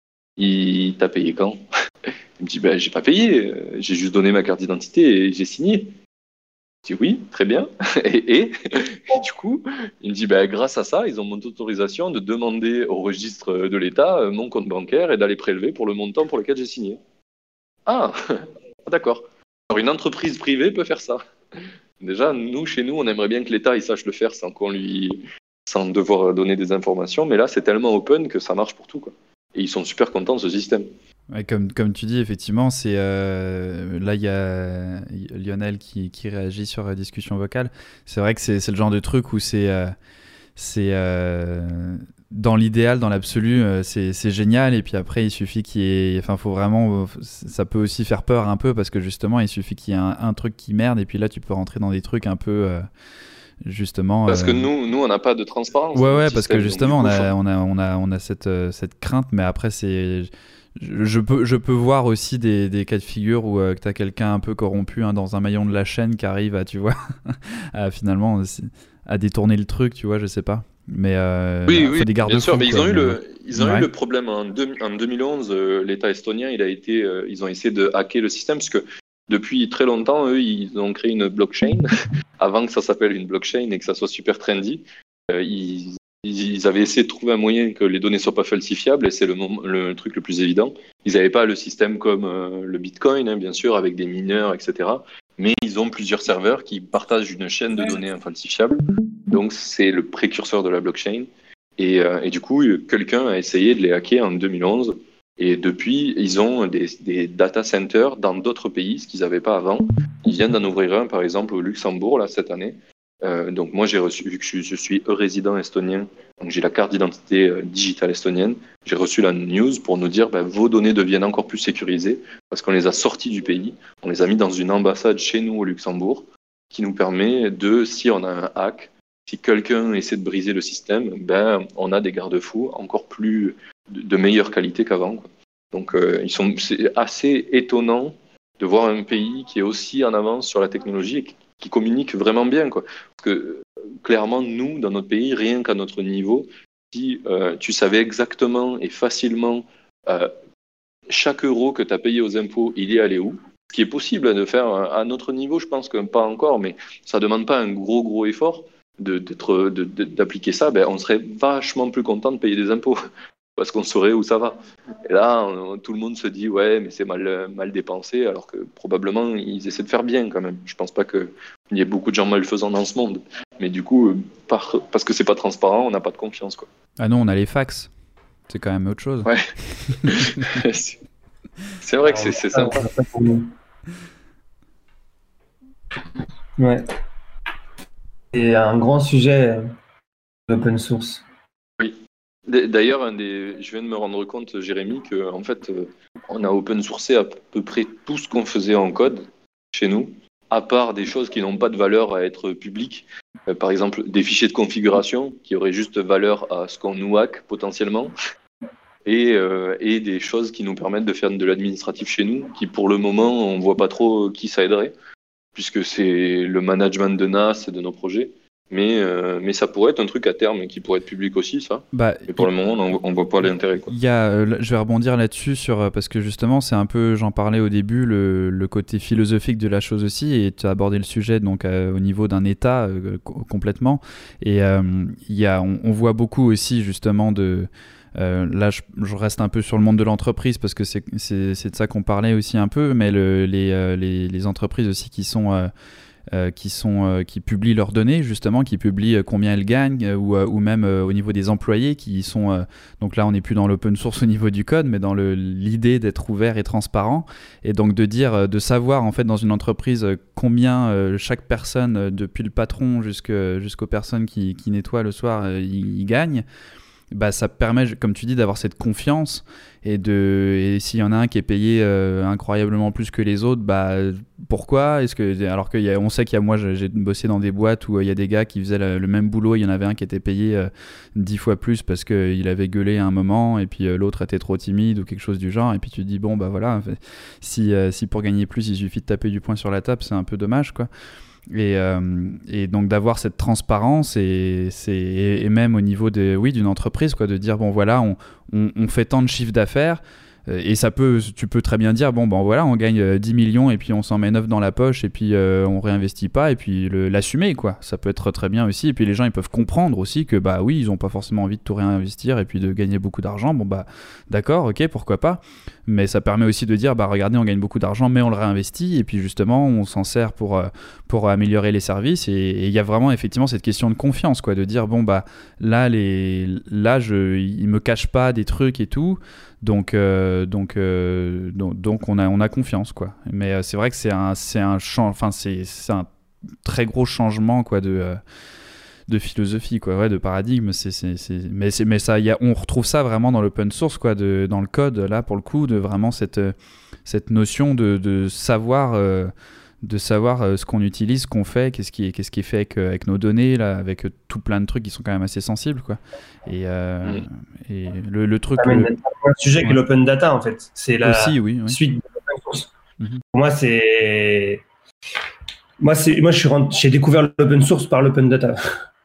il t'a payé quand? Il me dit, ben, j'ai pas payé, j'ai juste donné ma carte d'identité et j'ai signé. Je dis, oui, très bien. Et, et, et du coup, il me dit, ben, grâce à ça, ils ont mon autorisation de demander au registre de l'État mon compte bancaire et d'aller prélever pour le montant pour lequel j'ai signé. Ah, d'accord. Alors, une entreprise privée peut faire ça. Déjà, nous, chez nous, on aimerait bien que l'État il sache le faire sans qu'on lui... sans devoir donner des informations, mais là c'est tellement open que ça marche pour tout, quoi. Et ils sont super contents de ce système. Ouais, comme, comme tu dis, effectivement, c'est euh, là il y a Lionel qui, qui réagit sur la discussion vocale. C'est vrai que c'est, c'est le genre de truc où c'est, euh, c'est euh, dans l'idéal, dans l'absolu, euh, c'est, c'est génial. Et puis après, il suffit qu'il y ait, enfin, faut vraiment, ça peut aussi faire peur un peu parce que justement, il suffit qu'il y ait un, un truc qui merde et puis là, tu peux rentrer dans des trucs un peu. Euh, justement parce euh... que nous nous on n'a pas de transparence ouais ouais parce que justement coup, on a on a on a on a cette euh, cette crainte, mais après c'est je, je peux je peux voir aussi des des cas de figure où euh, que t'as quelqu'un un peu corrompu hein, dans un maillon de la chaîne qui arrive à tu vois à finalement à détourner le truc, tu vois, je sais pas, mais euh, oui, faut oui, des garde-fous, bien sûr, mais ils quoi, ont eu mais... le ils ont ouais. eu le problème en, deux, en deux mille onze, euh, l'État estonien il a été euh, ils ont essayé de hacker le système parce que depuis très longtemps, eux, ils ont créé une blockchain avant que ça s'appelle une blockchain et que ça soit super trendy. Euh, ils, ils avaient essayé de trouver un moyen que les données soient pas falsifiables et c'est le, le truc le plus évident. Ils n'avaient pas le système comme euh, le Bitcoin, hein, bien sûr, avec des mineurs, et cetera. Mais ils ont plusieurs serveurs qui partagent une chaîne de données infalsifiables. Donc, c'est le précurseur de la blockchain. Et, euh, et du coup, quelqu'un a essayé de les hacker en deux mille onze. Et depuis, ils ont des, des data centers dans d'autres pays, ce qu'ils n'avaient pas avant. Ils vient d'en ouvrir un, par exemple, au Luxembourg, là, cette année. Euh, donc moi, j'ai reçu, vu que je, je suis résident estonien, donc j'ai la carte d'identité euh, digitale estonienne, j'ai reçu la news pour nous dire ben, vos données deviennent encore plus sécurisées parce qu'on les a sorties du pays, on les a mis dans une ambassade chez nous au Luxembourg qui nous permet de, si on a un hack, si quelqu'un essaie de briser le système, ben, on a des garde-fous encore plus de, de meilleure qualité qu'avant, quoi. Donc euh, ils sont, c'est assez étonnant de voir un pays qui est aussi en avance sur la technologie et qui, qui communique vraiment bien, quoi. Parce que clairement, nous, dans notre pays, rien qu'à notre niveau, si euh, tu savais exactement et facilement euh, chaque euro que tu as payé aux impôts, il est allé où, ce qui est possible de faire à notre niveau, je pense que pas encore, mais ça demande pas un gros gros effort de, d'être, de, de, d'appliquer ça, ben, on serait vachement plus content de payer des impôts parce qu'on saurait où ça va. Et là, on, tout le monde se dit ouais, mais c'est mal, mal dépensé, alors que probablement ils essaient de faire bien quand même. Je pense pas qu'il y ait beaucoup de gens malfaisants dans ce monde, mais du coup, par, parce que c'est pas transparent, on n'a pas de confiance, quoi. Ah non, on a les fax. C'est quand même autre chose. Ouais. c'est, c'est vrai que c'est, c'est sympa. Ouais. C'est un grand sujet, l'open source. Oui. D'ailleurs, un des... je viens de me rendre compte, Jérémy, qu'en fait, on a open sourcé à peu près tout ce qu'on faisait en code chez nous, à part des choses qui n'ont pas de valeur à être publiques. Par exemple, des fichiers de configuration qui auraient juste valeur à ce qu'on nous hack potentiellement. Et, euh, et des choses qui nous permettent de faire de l'administratif chez nous, qui pour le moment, on ne voit pas trop qui ça aiderait, puisque c'est le management de N A S et de nos projets. Mais, euh, mais ça pourrait être un truc à terme qui pourrait être public aussi, ça. Bah, et pour le moment, on ne voit pas l'intérêt, quoi. Il y a, euh, je vais rebondir là-dessus, sur, parce que justement, c'est un peu, j'en parlais au début, le, le côté philosophique de la chose aussi, et tu as abordé le sujet donc, euh, au niveau d'un État euh, complètement. Et euh, il y a, on, on voit beaucoup aussi justement de... Euh, là, je, je reste un peu sur le monde de l'entreprise parce que c'est, c'est, c'est de ça qu'on parlait aussi un peu, mais le, les, euh, les, les entreprises aussi qui sont... Euh, Euh, qui, sont, euh, qui publient leurs données, justement, qui publient euh, combien elles gagnent, euh, ou, euh, ou même euh, au niveau des employés qui sont... Euh, donc là, on n'est plus dans l'open source au niveau du code, mais dans le, l'idée d'être ouvert et transparent, et donc de dire, euh, de savoir, en fait, dans une entreprise, euh, combien euh, chaque personne, euh, depuis le patron jusqu'à, jusqu'aux personnes qui, qui nettoient le soir, euh, y, y gagnent. Bah, ça permet, comme tu dis, d'avoir cette confiance, et, de, et s'il y en a un qui est payé euh, incroyablement plus que les autres, bah, pourquoi est-ce que, alors qu'on sait qu'il y a, moi j'ai bossé dans des boîtes où il y a des gars qui faisaient le, le même boulot, il y en avait un qui était payé euh, dix fois plus parce qu'il avait gueulé à un moment, et puis euh, l'autre était trop timide ou quelque chose du genre, et puis tu te dis bon bah voilà, si, euh, si pour gagner plus il suffit de taper du poing sur la table, c'est un peu dommage, quoi. Et, euh, et donc d'avoir cette transparence, et, c'est, et même au niveau de, oui, d'une entreprise, quoi, de dire bon voilà, on, on, on fait tant de chiffre d'affaires, et ça peut, tu peux très bien dire bon ben voilà, on gagne dix millions et puis on s'en met neuf dans la poche et puis euh, on réinvestit pas, et puis le, l'assumer, quoi. Ça peut être très bien aussi, et puis les gens ils peuvent comprendre aussi que bah oui, ils ont pas forcément envie de tout réinvestir et puis de gagner beaucoup d'argent, bon bah d'accord, ok, pourquoi pas, mais ça permet aussi de dire bah regardez, on gagne beaucoup d'argent mais on le réinvestit, et puis justement on s'en sert pour, pour améliorer les services, et il y a vraiment effectivement cette question de confiance, quoi, de dire bon bah là, les, là je, ils me cachent pas des trucs et tout. Donc, euh, donc, euh, donc, donc on a, on a confiance, quoi. Mais euh, c'est vrai que c'est un, c'est un, champ, enfin, c'est, c'est un très gros changement, quoi, de, euh, de philosophie, quoi, ouais, de paradigme. C'est, c'est, c'est, mais, c'est, mais ça, y a, on retrouve ça vraiment dans l'open source, quoi, de, dans le code, là, pour le coup, de vraiment cette, cette notion de, de savoir... Euh, de savoir euh, ce qu'on utilise, ce qu'on fait, qu'est-ce qui est, qu'est-ce qui est fait avec, euh, avec nos données, là, avec euh, tout plein de trucs qui sont quand même assez sensibles, quoi. Et, euh, mmh. et le, le truc... Ah, le... un sujet ouais. qui est l'open data, en fait. C'est la Aussi, oui, oui. suite de l'open source. Mmh. Pour moi, c'est... Moi, c'est... moi je suis rent... j'ai découvert l'open source par l'open data.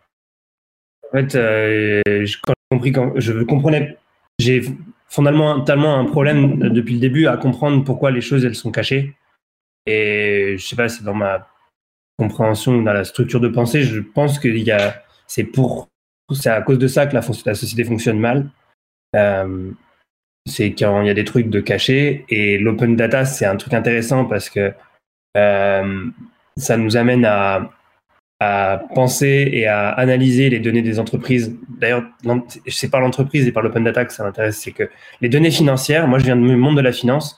En fait, euh, quand j'ai compris, quand je comprenais... J'ai fondamentalement un problème depuis le début à comprendre pourquoi les choses, elles sont cachées. Et je sais pas, c'est dans ma compréhension, dans la structure de pensée, je pense que il y a, c'est pour, c'est à cause de ça que la, la société fonctionne mal. Euh, c'est quand il y a des trucs de cachés, et l'open data, c'est un truc intéressant parce que euh, ça nous amène à, à penser et à analyser les données des entreprises. D'ailleurs, c'est par l'entreprise et par l'open data que ça m'intéresse, c'est que les données financières, moi je viens du monde de la finance,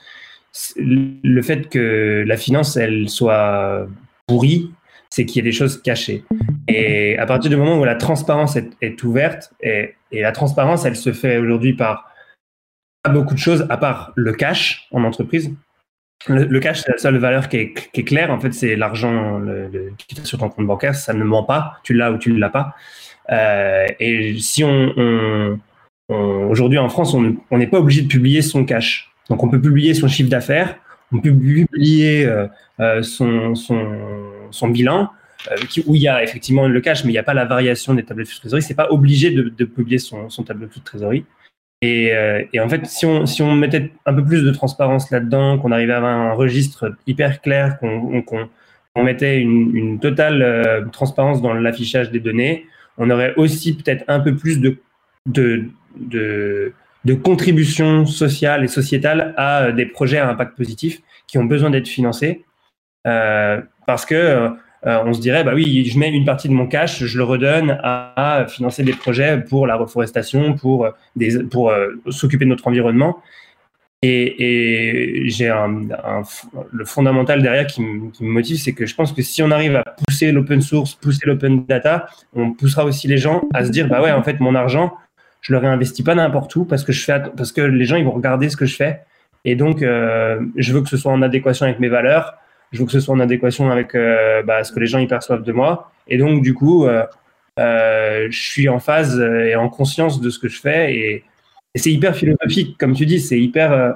le fait que la finance, elle soit pourrie, c'est qu'il y a des choses cachées. Et à partir du moment où la transparence est, est ouverte, et, et la transparence, elle se fait aujourd'hui par pas beaucoup de choses, à part le cash en entreprise. Le, le cash, c'est la seule valeur qui est, qui est claire. En fait, c'est l'argent le, le, qui est sur ton compte bancaire. Ça ne ment pas. Tu l'as ou tu ne l'as pas. Euh, et si on, on, on aujourd'hui en France, on n'est pas obligé de publier son cash. Donc, on peut publier son chiffre d'affaires, on peut publier euh, son, son, son bilan, euh, qui, où il y a effectivement le cash, mais il n'y a pas la variation des tableaux de flux de trésorerie. C'est pas obligé de, de publier son, son tableau de flux de trésorerie. Et, euh, et en fait, si on, si on mettait un peu plus de transparence là-dedans, qu'on arrivait à avoir un registre hyper clair, qu'on, qu'on, qu'on mettait une, une totale euh, transparence dans l'affichage des données, on aurait aussi peut-être un peu plus de, de, de, de contribution sociale et sociétale à des projets à impact positif qui ont besoin d'être financés. Euh, parce que euh, on se dirait, bah oui, je mets une partie de mon cash, je le redonne à, à financer des projets pour la reforestation, pour, des, pour euh, s'occuper de notre environnement. Et, et j'ai un, un, le fondamental derrière qui me, qui me motive, c'est que je pense que si on arrive à pousser l'open source, pousser l'open data, on poussera aussi les gens à se dire, bah ouais, en fait, mon argent, je le réinvestis pas n'importe où parce que je fais, parce que les gens, ils vont regarder ce que je fais. Et donc, euh, je veux que ce soit en adéquation avec mes valeurs. Je veux que ce soit en adéquation avec euh, bah, ce que les gens y perçoivent de moi. Et donc, du coup, euh, euh, je suis en phase et en conscience de ce que je fais. Et, et c'est hyper philosophique, comme tu dis. C'est hyper... Euh,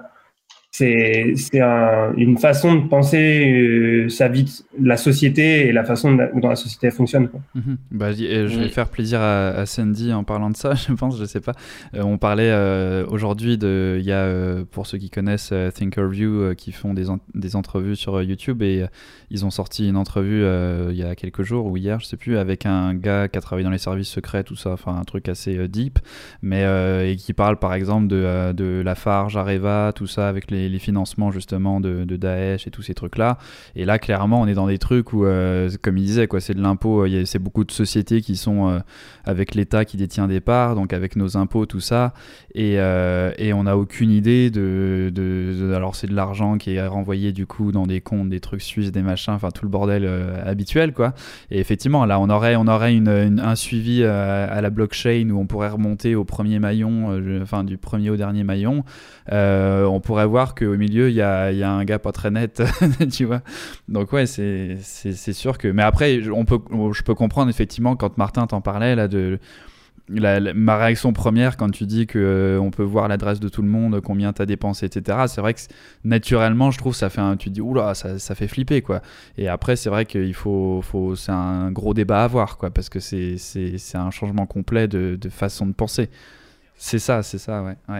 c'est c'est un, une façon de penser euh, sa vie, la société et la façon dont la société fonctionne, quoi. Mmh. Bah, je vais Oui. faire plaisir à, à Sandy en parlant de ça, je pense, je sais pas. Euh, on parlait euh, aujourd'hui de, il y a euh, pour ceux qui connaissent euh, Thinkerview euh, qui font des, en, des entrevues sur euh, YouTube et euh, ils ont sorti une entrevue euh, il y a quelques jours ou hier, je sais plus, avec un gars qui a travaillé dans les services secrets, tout ça, enfin un truc assez euh, deep, mais euh, et qui parle par exemple de, euh, de Lafarge, Areva, tout ça avec les les financements justement de, de Daesh et tous ces trucs là, et là clairement on est dans des trucs où euh, comme il disait quoi, c'est de l'impôt, y a, c'est beaucoup de sociétés qui sont euh, avec l'État qui détient des parts, donc avec nos impôts tout ça, et, euh, et on n'a aucune idée de, de, de alors c'est de l'argent qui est renvoyé du coup dans des comptes, des trucs suisses, des machins, enfin tout le bordel euh, habituel quoi, et effectivement là on aurait, on aurait une, une, un suivi euh, à la blockchain où on pourrait remonter au premier maillon, euh, enfin du premier au dernier maillon, euh, on pourrait voir qu'au milieu il y a, y a un gars pas très net tu vois, donc ouais c'est, c'est, c'est sûr que, mais après on peut, je peux comprendre effectivement quand Martin t'en parlait là de la, la, ma réaction première quand tu dis que euh, on peut voir l'adresse de tout le monde, combien t'as dépensé, etc. C'est vrai que naturellement je trouve ça fait un, tu te dis oula ça, ça fait flipper quoi, et après c'est vrai qu'il faut, faut c'est un gros débat à avoir quoi, parce que c'est, c'est, c'est un changement complet de, de façon de penser, c'est ça c'est ça ouais ouais.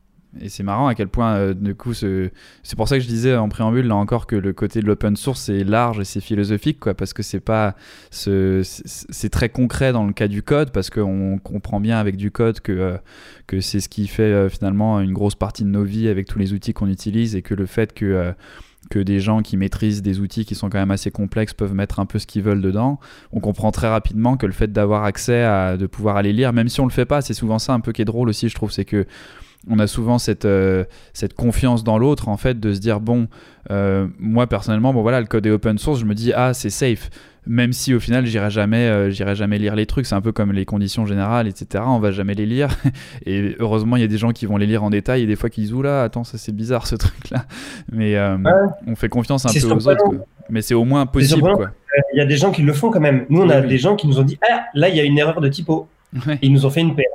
Et c'est marrant à quel point, euh, du coup, ce... c'est pour ça que je disais en préambule, là encore, que le côté de l'open source, c'est large et c'est philosophique, quoi, parce que c'est pas... Ce... C'est très concret dans le cas du code, parce qu'on comprend bien avec du code que, euh, que c'est ce qui fait euh, finalement une grosse partie de nos vies avec tous les outils qu'on utilise, et que le fait que... Euh, que des gens qui maîtrisent des outils qui sont quand même assez complexes peuvent mettre un peu ce qu'ils veulent dedans, on comprend très rapidement que le fait d'avoir accès à... de pouvoir aller lire, même si on le fait pas, c'est souvent ça un peu qui est drôle aussi, je trouve, c'est que on a souvent cette, euh, cette confiance dans l'autre, en fait, de se dire bon, euh, moi personnellement, bon voilà, le code est open source, je me dis ah c'est safe, même si au final j'irai jamais, euh, j'irai jamais lire les trucs, c'est un peu comme les conditions générales, et cetera. On va jamais les lire, et heureusement il y a des gens qui vont les lire en détail, et des fois qui disent oula, attends ça c'est bizarre ce truc là, mais euh, ouais. On fait confiance un c'est peu aux autres, quoi. Mais c'est au moins possible quoi. Il y a des gens qui le font quand même. Nous on oui, a oui. des gens qui nous ont dit ah là il y a une erreur de typo, ouais. Et ils nous ont fait une paire.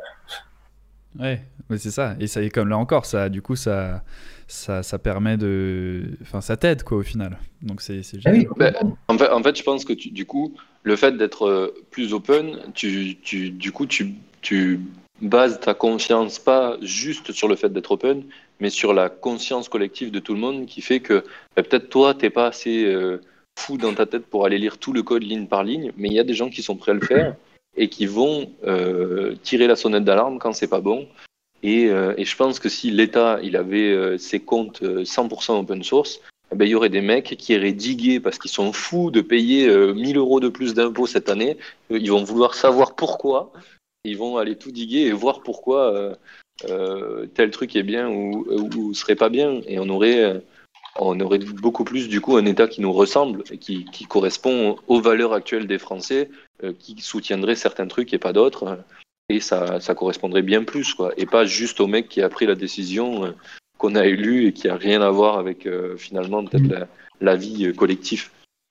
Ouais, mais c'est ça. Et ça est comme là encore, ça, du coup, ça, ça, ça permet de, enfin, ça t'aide quoi au final. Donc c'est, c'est ah oui. ben, en fait, en fait, je pense que tu, du coup, le fait d'être plus open, tu, tu, du coup, tu, tu bases ta confiance pas juste sur le fait d'être open, mais sur la conscience collective de tout le monde, qui fait que ben, peut-être toi, t'es pas assez euh, fou dans ta tête pour aller lire tout le code ligne par ligne, mais il y a des gens qui sont prêts à le faire. Et qui vont euh, tirer la sonnette d'alarme quand c'est pas bon. Et, euh, et je pense que si l'État il avait euh, ses comptes cent pour cent open source, eh ben, il y aurait des mecs qui iraient diguer parce qu'ils sont fous de payer euh, mille euros de plus d'impôts cette année. Ils vont vouloir savoir pourquoi. Ils vont aller tout diguer et voir pourquoi euh, euh, tel truc est bien ou, ou serait pas bien. Et on aurait... Euh, on aurait beaucoup plus du coup un État qui nous ressemble et qui, qui correspond aux valeurs actuelles des Français, euh, qui soutiendrait certains trucs et pas d'autres, euh, et ça, ça correspondrait bien plus, quoi, et pas juste au mec qui a pris la décision euh, qu'on a élue et qui a rien à voir avec euh, finalement peut-être la, la vie euh, collective.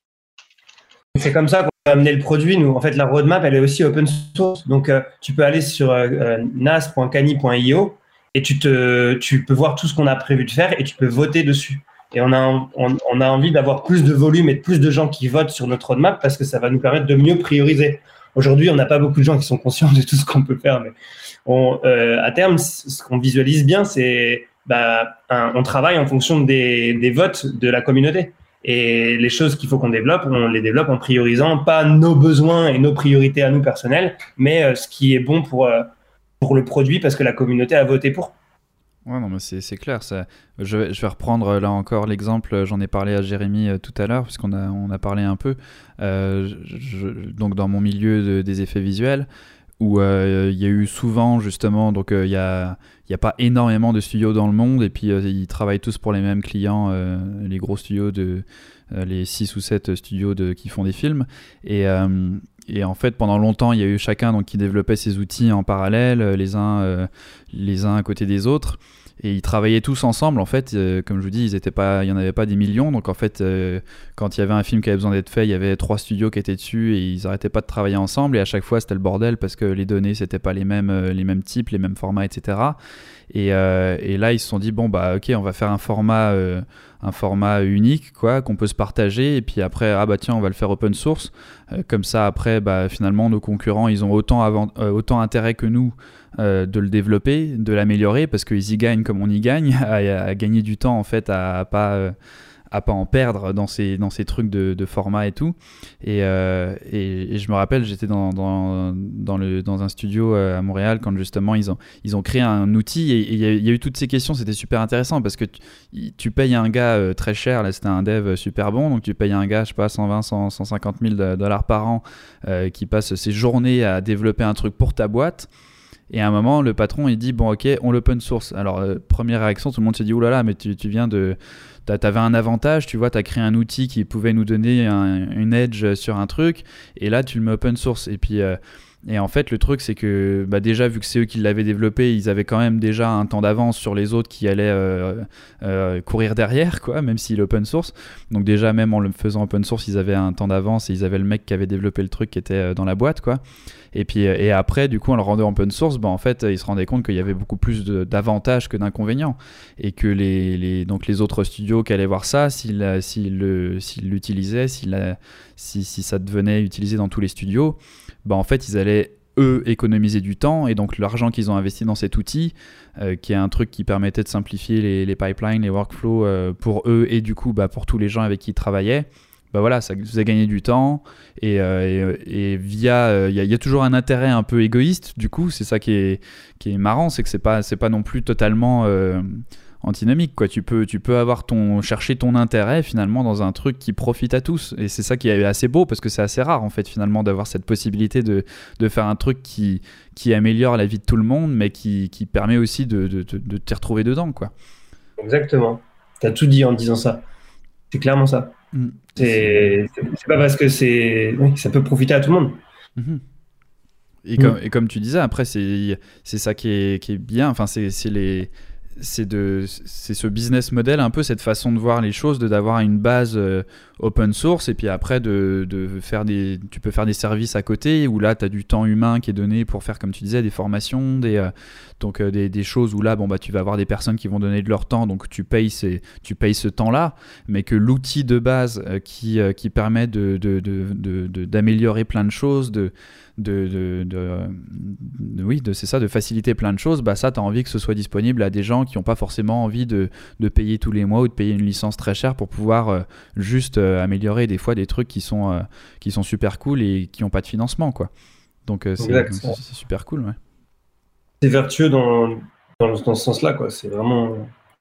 C'est comme ça qu'on a amené le produit. Nous, en fait, la roadmap, elle est aussi open source. Donc, euh, tu peux aller sur euh, nas point cani point io et tu, te, tu peux voir tout ce qu'on a prévu de faire et tu peux voter dessus. Et on a, on, on a envie d'avoir plus de volume et de plus de gens qui votent sur notre roadmap parce que ça va nous permettre de mieux prioriser. Aujourd'hui, on n'a pas beaucoup de gens qui sont conscients de tout ce qu'on peut faire. Mais on, euh, à terme, ce qu'on visualise bien, c'est bah, un, on travaille en fonction des, des votes de la communauté. Et les choses qu'il faut qu'on développe, on les développe en priorisant pas nos besoins et nos priorités à nous personnels, mais euh, ce qui est bon pour, euh, pour le produit parce que la communauté a voté pour. Ouais, non, mais c'est, c'est clair. Ça. Je, vais, je vais reprendre là encore l'exemple, j'en ai parlé à Jérémy euh, tout à l'heure, puisqu'on a, on a parlé un peu. Euh, je, donc, dans mon milieu de, des effets visuels, où il euh, y a eu souvent, justement, donc il euh, n'y a, y a pas énormément de studios dans le monde, et puis euh, ils travaillent tous pour les mêmes clients, euh, les gros studios, de, euh, les six ou sept studios de, qui font des films. Et. Euh, Et en fait, pendant longtemps, il y a eu chacun donc, qui développait ses outils en parallèle, les uns, euh, les uns à côté des autres. Et ils travaillaient tous ensemble, en fait. Euh, comme je vous dis, ils étaient pas, il n'y en avait pas des millions. Donc, en fait, euh, quand il y avait un film qui avait besoin d'être fait, il y avait trois studios qui étaient dessus et ils n'arrêtaient pas de travailler ensemble. Et à chaque fois, c'était le bordel parce que les données, c'était pas les mêmes, euh, les mêmes types, les mêmes formats, et cetera. Et, euh, et là, ils se sont dit, bon, bah, ok, on va faire un format... Euh, un format unique quoi, qu'on peut se partager et puis après ah bah tiens on va le faire open source euh, comme ça après bah finalement nos concurrents ils ont autant, avant, euh, autant intérêt que nous euh, de le développer, de l'améliorer parce qu'ils y gagnent comme on y gagne à, à gagner du temps en fait à, à pas euh, à pas en perdre dans ces, dans ces trucs de, de format et tout. Et, euh, et, et je me rappelle, j'étais dans, dans, dans, le, dans un studio à Montréal quand justement ils ont, ils ont créé un outil et il y, y a eu toutes ces questions, c'était super intéressant parce que tu, tu payes un gars euh, très cher, là c'était un dev super bon, donc tu payes un gars, je sais pas, cent vingt, cent, cent cinquante mille dollars par an euh, qui passe ses journées à développer un truc pour ta boîte. Et à un moment, le patron, il dit, bon, ok, on l'open source. Alors, euh, première réaction, tout le monde se dit, oulala, mais tu, tu viens de... T'avais un avantage, tu vois, t'as créé un outil qui pouvait nous donner un, une edge sur un truc, et là, tu le mets open source. Et puis... Euh, Et en fait, le truc, c'est que bah déjà, vu que c'est eux qui l'avaient développé, ils avaient quand même déjà un temps d'avance sur les autres qui allaient euh, euh, courir derrière, quoi, même s'il est open source. Donc déjà, même en le faisant open source, ils avaient un temps d'avance et ils avaient le mec qui avait développé le truc qui était dans la boîte, quoi. Et puis et après, du coup, en le rendant open source, bah, en fait, ils se rendaient compte qu'il y avait beaucoup plus de, d'avantages que d'inconvénients. Et que les, les, donc les autres studios qui allaient voir ça, s'ils, s'ils, le, s'ils l'utilisaient, s'ils, si, si ça devenait utilisé dans tous les studios, bah en fait ils allaient eux économiser du temps et donc l'argent qu'ils ont investi dans cet outil euh, qui est un truc qui permettait de simplifier les, les pipelines, les workflows euh, pour eux et du coup bah, pour tous les gens avec qui ils travaillaient, bah voilà, ça vous a gagné du temps et, euh, et, et via il euh, y, y a toujours un intérêt un peu égoïste du coup, c'est ça qui est, qui est marrant, c'est que c'est pas, c'est pas non plus totalement euh, antinomique quoi. Tu peux tu peux avoir ton chercher ton intérêt finalement dans un truc qui profite à tous et c'est ça qui est assez beau parce que c'est assez rare en fait finalement d'avoir cette possibilité de de faire un truc qui qui améliore la vie de tout le monde mais qui qui permet aussi de de de, de t'y retrouver dedans quoi. Exactement. T'as tout dit en disant ça. C'est clairement ça. Mmh. C'est c'est, c'est pas parce que c'est oui, ça peut profiter à tout le monde. Mmh. Et, mmh. comme, et comme tu disais après c'est c'est ça qui est qui est bien enfin c'est c'est les c'est de c'est ce business model un peu cette façon de voir les choses de d'avoir une base euh, open source et puis après de de faire des tu peux faire des services à côté où là tu as du temps humain qui est donné pour faire comme tu disais des formations des euh, donc euh, des des choses où là bon bah tu vas avoir des personnes qui vont donner de leur temps donc tu payes ces tu payes ce temps-là mais que l'outil de base euh, qui euh, qui permet de de, de de de d'améliorer plein de choses de De, de, de, de oui de c'est ça de faciliter plein de choses bah ça t'as envie que ce soit disponible à des gens qui n'ont pas forcément envie de, de payer tous les mois ou de payer une licence très chère pour pouvoir euh, juste euh, améliorer des fois des trucs qui sont euh, qui sont super cool et qui n'ont pas de financement quoi donc euh, c'est, c'est, c'est super cool ouais. C'est vertueux dans, dans, dans ce sens là quoi, c'est vraiment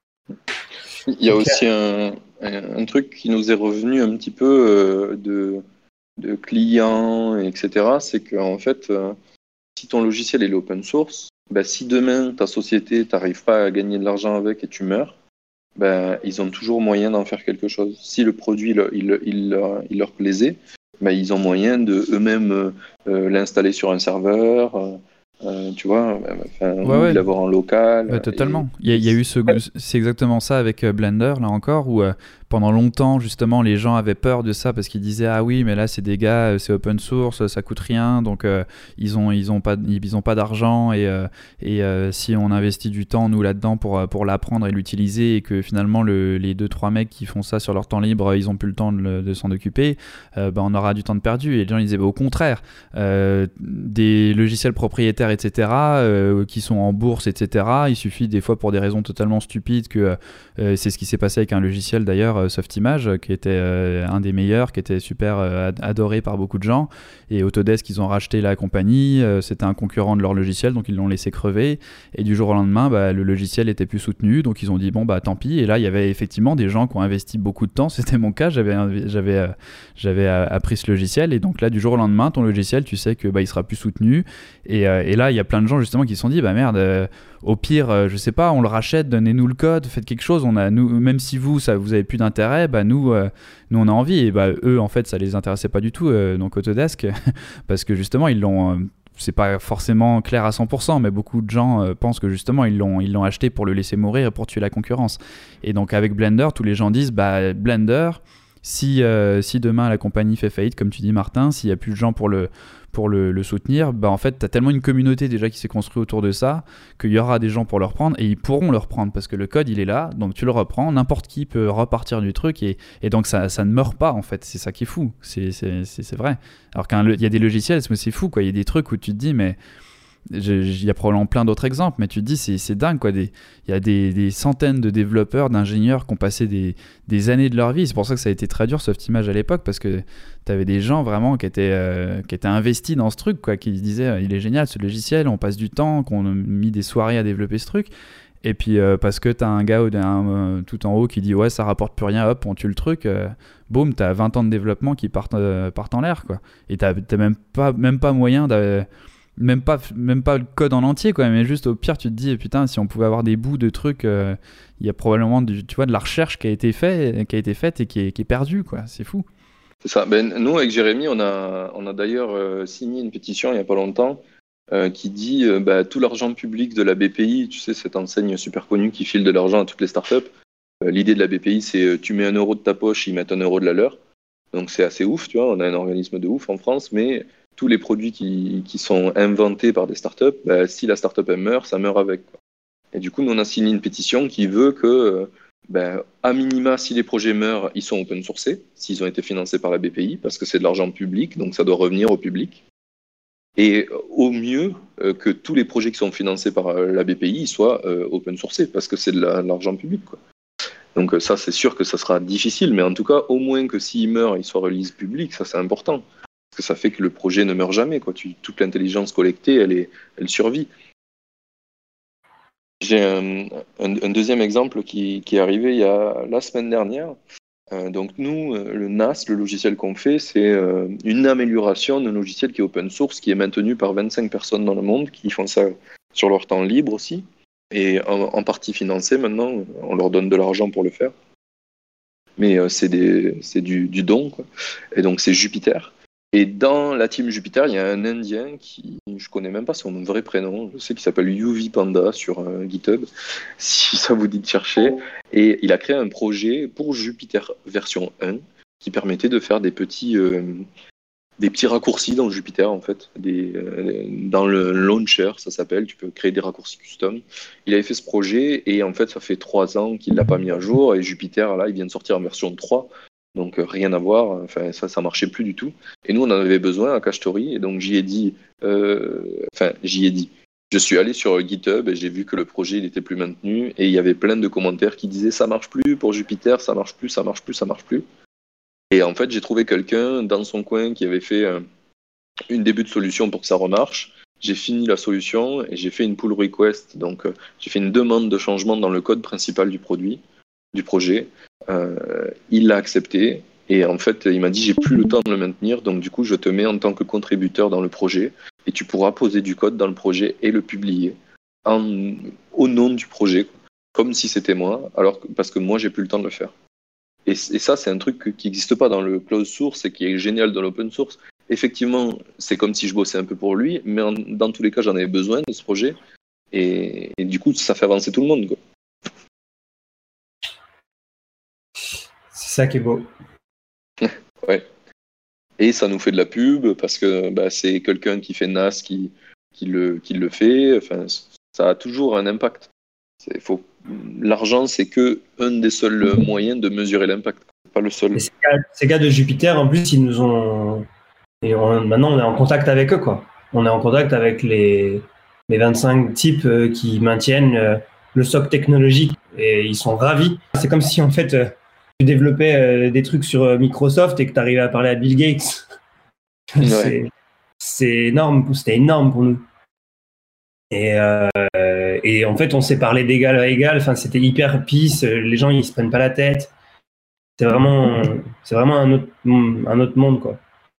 il y a aussi un, un truc qui nous est revenu un petit peu euh, de de clients, et cetera, c'est que en fait, euh, si ton logiciel est open source, bah, si demain ta société t'arrives pas à gagner de l'argent avec et tu meurs, ben, ils ont toujours moyen d'en faire quelque chose. Si le produit il, il, il, il leur plaisait, ben, ils ont moyen de eux-mêmes euh, l'installer sur un serveur, euh, euh, tu vois, enfin, Ouais, ou ouais. de l'avoir en local. Bah, totalement. Et, Il y a, il y a eu ce, c'est exactement ça avec euh, Blender là encore où euh, pendant longtemps justement les gens avaient peur de ça parce qu'ils disaient ah oui mais là c'est des gars euh, c'est open source ça coûte rien donc euh, ils ont ils ont pas ils ont pas d'argent et euh, et euh, si on investit du temps nous là-dedans pour pour l'apprendre et l'utiliser et que finalement le, les deux trois mecs qui font ça sur leur temps libre ils ont plus le temps de, le, de s'en occuper euh, bah, on aura du temps de perdu et les gens ils disaient bah, au contraire euh, des logiciels propriétaires etc euh, qui sont en bourse etc il suffit des fois pour des raisons totalement stupides que euh, c'est ce qui s'est passé avec un logiciel d'ailleurs euh, Softimage qui était euh, un des meilleurs qui était super euh, adoré par beaucoup de gens et Autodesk ils ont racheté la compagnie euh, c'était un concurrent de leur logiciel donc ils l'ont laissé crever et du jour au lendemain bah, le logiciel était plus soutenu donc ils ont dit bon bah tant pis et là il y avait effectivement des gens qui ont investi beaucoup de temps c'était mon cas j'avais, j'avais, euh, j'avais appris ce logiciel et donc là du jour au lendemain ton logiciel tu sais que bah, il sera plus soutenu et, euh, et là il y a plein de gens justement qui se sont dit bah merde euh, au pire, euh, je sais pas, on le rachète, donnez-nous le code, faites quelque chose. On a, nous, même si vous, ça vous avez plus d'intérêt, bah nous, euh, nous on a envie. Et bah eux, en fait, ça les intéressait pas du tout, euh, donc Autodesk, parce que justement, ils l'ont. Euh, c'est pas forcément clair à cent pour cent, mais beaucoup de gens euh, pensent que justement ils l'ont, ils l'ont acheté pour le laisser mourir et pour tuer la concurrence. Et donc avec Blender, tous les gens disent bah Blender, si euh, si demain la compagnie fait faillite, comme tu dis Martin, s'il y a plus de gens pour le pour le, le soutenir, bah en fait, tu as tellement une communauté déjà qui s'est construite autour de ça qu'il y aura des gens pour le reprendre et ils pourront le reprendre parce que le code, il est là, donc tu le reprends, n'importe qui peut repartir du truc et, et donc ça, ça ne meurt pas en fait, c'est ça qui est fou, c'est, c'est, c'est, c'est vrai. Alors qu'il y a des logiciels, c'est fou, quoi. Il y a des trucs où tu te dis, mais il y a probablement plein d'autres exemples, mais tu te dis, c'est, c'est dingue, quoi. Il y a des, des centaines de développeurs, d'ingénieurs qui ont passé des, des années de leur vie. C'est pour ça que ça a été très dur, Softimage, à l'époque, parce que tu avais des gens vraiment qui étaient, euh, qui étaient investis dans ce truc, quoi, qui se disaient, il est génial ce logiciel, on passe du temps, qu'on a mis des soirées à développer ce truc. Et puis, euh, parce que tu as un gars un, euh, tout en haut qui dit, ouais, ça rapporte plus rien, hop, on tue le truc, euh, boum, tu as vingt ans de développement qui partent, euh, partent en l'air, quoi. Et tu n'as même pas, même pas moyen de... Même pas, même pas le code en entier, quoi, mais juste au pire tu te dis putain si on pouvait avoir des bouts de trucs, il euh, y a probablement du, tu vois, de la recherche qui a été fait, qui a été faite et qui est, qui est perdue, quoi. C'est fou. C'est ça. Ben, nous avec Jérémy on a, on a d'ailleurs euh, signé une pétition il n'y a pas longtemps euh, qui dit euh, bah, tout l'argent public de la B P I, tu sais cette enseigne super connue qui file de l'argent à toutes les startups, euh, l'idée de la B P I c'est euh, tu mets un euro de ta poche, ils mettent un euro de la leur, donc c'est assez ouf, tu vois, on a un organisme de ouf en France, mais tous les produits qui, qui sont inventés par des startups, bah, si la startup elle meurt, ça meurt avec, quoi. Et du coup, nous, on a signé une pétition qui veut que, bah, à minima, si les projets meurent, ils sont open sourcés, s'ils ont été financés par la B P I, parce que c'est de l'argent public, donc ça doit revenir au public. Et au mieux, euh, que tous les projets qui sont financés par euh, la B P I soient euh, open sourcés, parce que c'est de, la, de l'argent public, quoi. Donc ça, c'est sûr que ça sera difficile, mais en tout cas, au moins que s'ils meurent, ils soient release public, ça c'est important. Parce que ça fait que le projet ne meurt jamais, quoi. Tu, toute l'intelligence collectée, elle, est, elle survit. J'ai un, un, un deuxième exemple qui, qui est arrivé il y a la semaine dernière. Euh, donc nous, le N A S, le logiciel qu'on fait, c'est euh, une amélioration d'un logiciel qui est open source, qui est maintenu par vingt-cinq personnes dans le monde, qui font ça sur leur temps libre aussi, et en, en partie financé maintenant, on leur donne de l'argent pour le faire. Mais euh, c'est, des, c'est du, du don, quoi. Et donc c'est Jupyter. Et dans la team Jupyter, il y a un Indien qui, je connais même pas son vrai prénom, je sais qu'il s'appelle UviPanda sur euh, GitHub, si ça vous dit de chercher. Et il a créé un projet pour Jupyter version un qui permettait de faire des petits, euh, des petits raccourcis dans Jupyter, en fait. Des, euh, dans le launcher, ça s'appelle, tu peux créer des raccourcis custom. Il avait fait ce projet et en fait, ça fait trois ans qu'il l'a pas mis à jour et Jupyter, là, il vient de sortir en version trois. Donc euh, rien à voir, enfin ça ça marchait plus du tout. Et nous on en avait besoin à Cachetori et donc j'y ai dit, euh, enfin j'y ai dit. Je suis allé sur GitHub et j'ai vu que le projet il était plus maintenu et il y avait plein de commentaires qui disaient ça marche plus pour Jupyter, ça marche plus, ça marche plus, ça marche plus. Et en fait j'ai trouvé quelqu'un dans son coin qui avait fait un, une début de solution pour que ça remarche. J'ai fini la solution et j'ai fait une pull request, donc euh, j'ai fait une demande de changement dans le code principal du produit, du projet. Euh, il l'a accepté et en fait il m'a dit j'ai plus le temps de le maintenir donc du coup je te mets en tant que contributeur dans le projet et tu pourras poser du code dans le projet et le publier en, au nom du projet. comme si c'était moi, alors que, parce que moi, j'ai plus le temps de le faire. Et, et ça, c'est un truc qui n'existe pas dans le closed source et qui est génial dans l'open source. Effectivement, c'est comme si je bossais un peu pour lui, mais en, dans tous les cas, j'en avais besoin de ce projet. Et, et du coup, ça fait avancer tout le monde, quoi. C'est ça qui est beau. Ouais. Et ça nous fait de la pub parce que bah, c'est quelqu'un qui fait N A S qui, qui, le, qui le fait. Enfin, ça a toujours un impact. C'est, faut... L'argent, c'est que un des seuls moyens de mesurer l'impact, pas le seul. Et ces gars, ces gars de Jupiter, en plus, ils nous ont. Et on, maintenant, on est en contact avec eux, quoi. On est en contact avec les, les vingt-cinq types euh, qui maintiennent euh, le socle technologique et ils sont ravis. C'est comme si, en fait, euh, tu développais euh, des trucs sur euh, Microsoft et que tu arrivais à parler à Bill Gates. Ouais. c'est, c'est énorme, c'était énorme pour nous. Et, euh, et en fait, on s'est parlé d'égal à égal. Enfin, c'était hyper peace. Les gens, ils se prennent pas la tête. C'est vraiment, c'est vraiment un autre, un autre monde, quoi.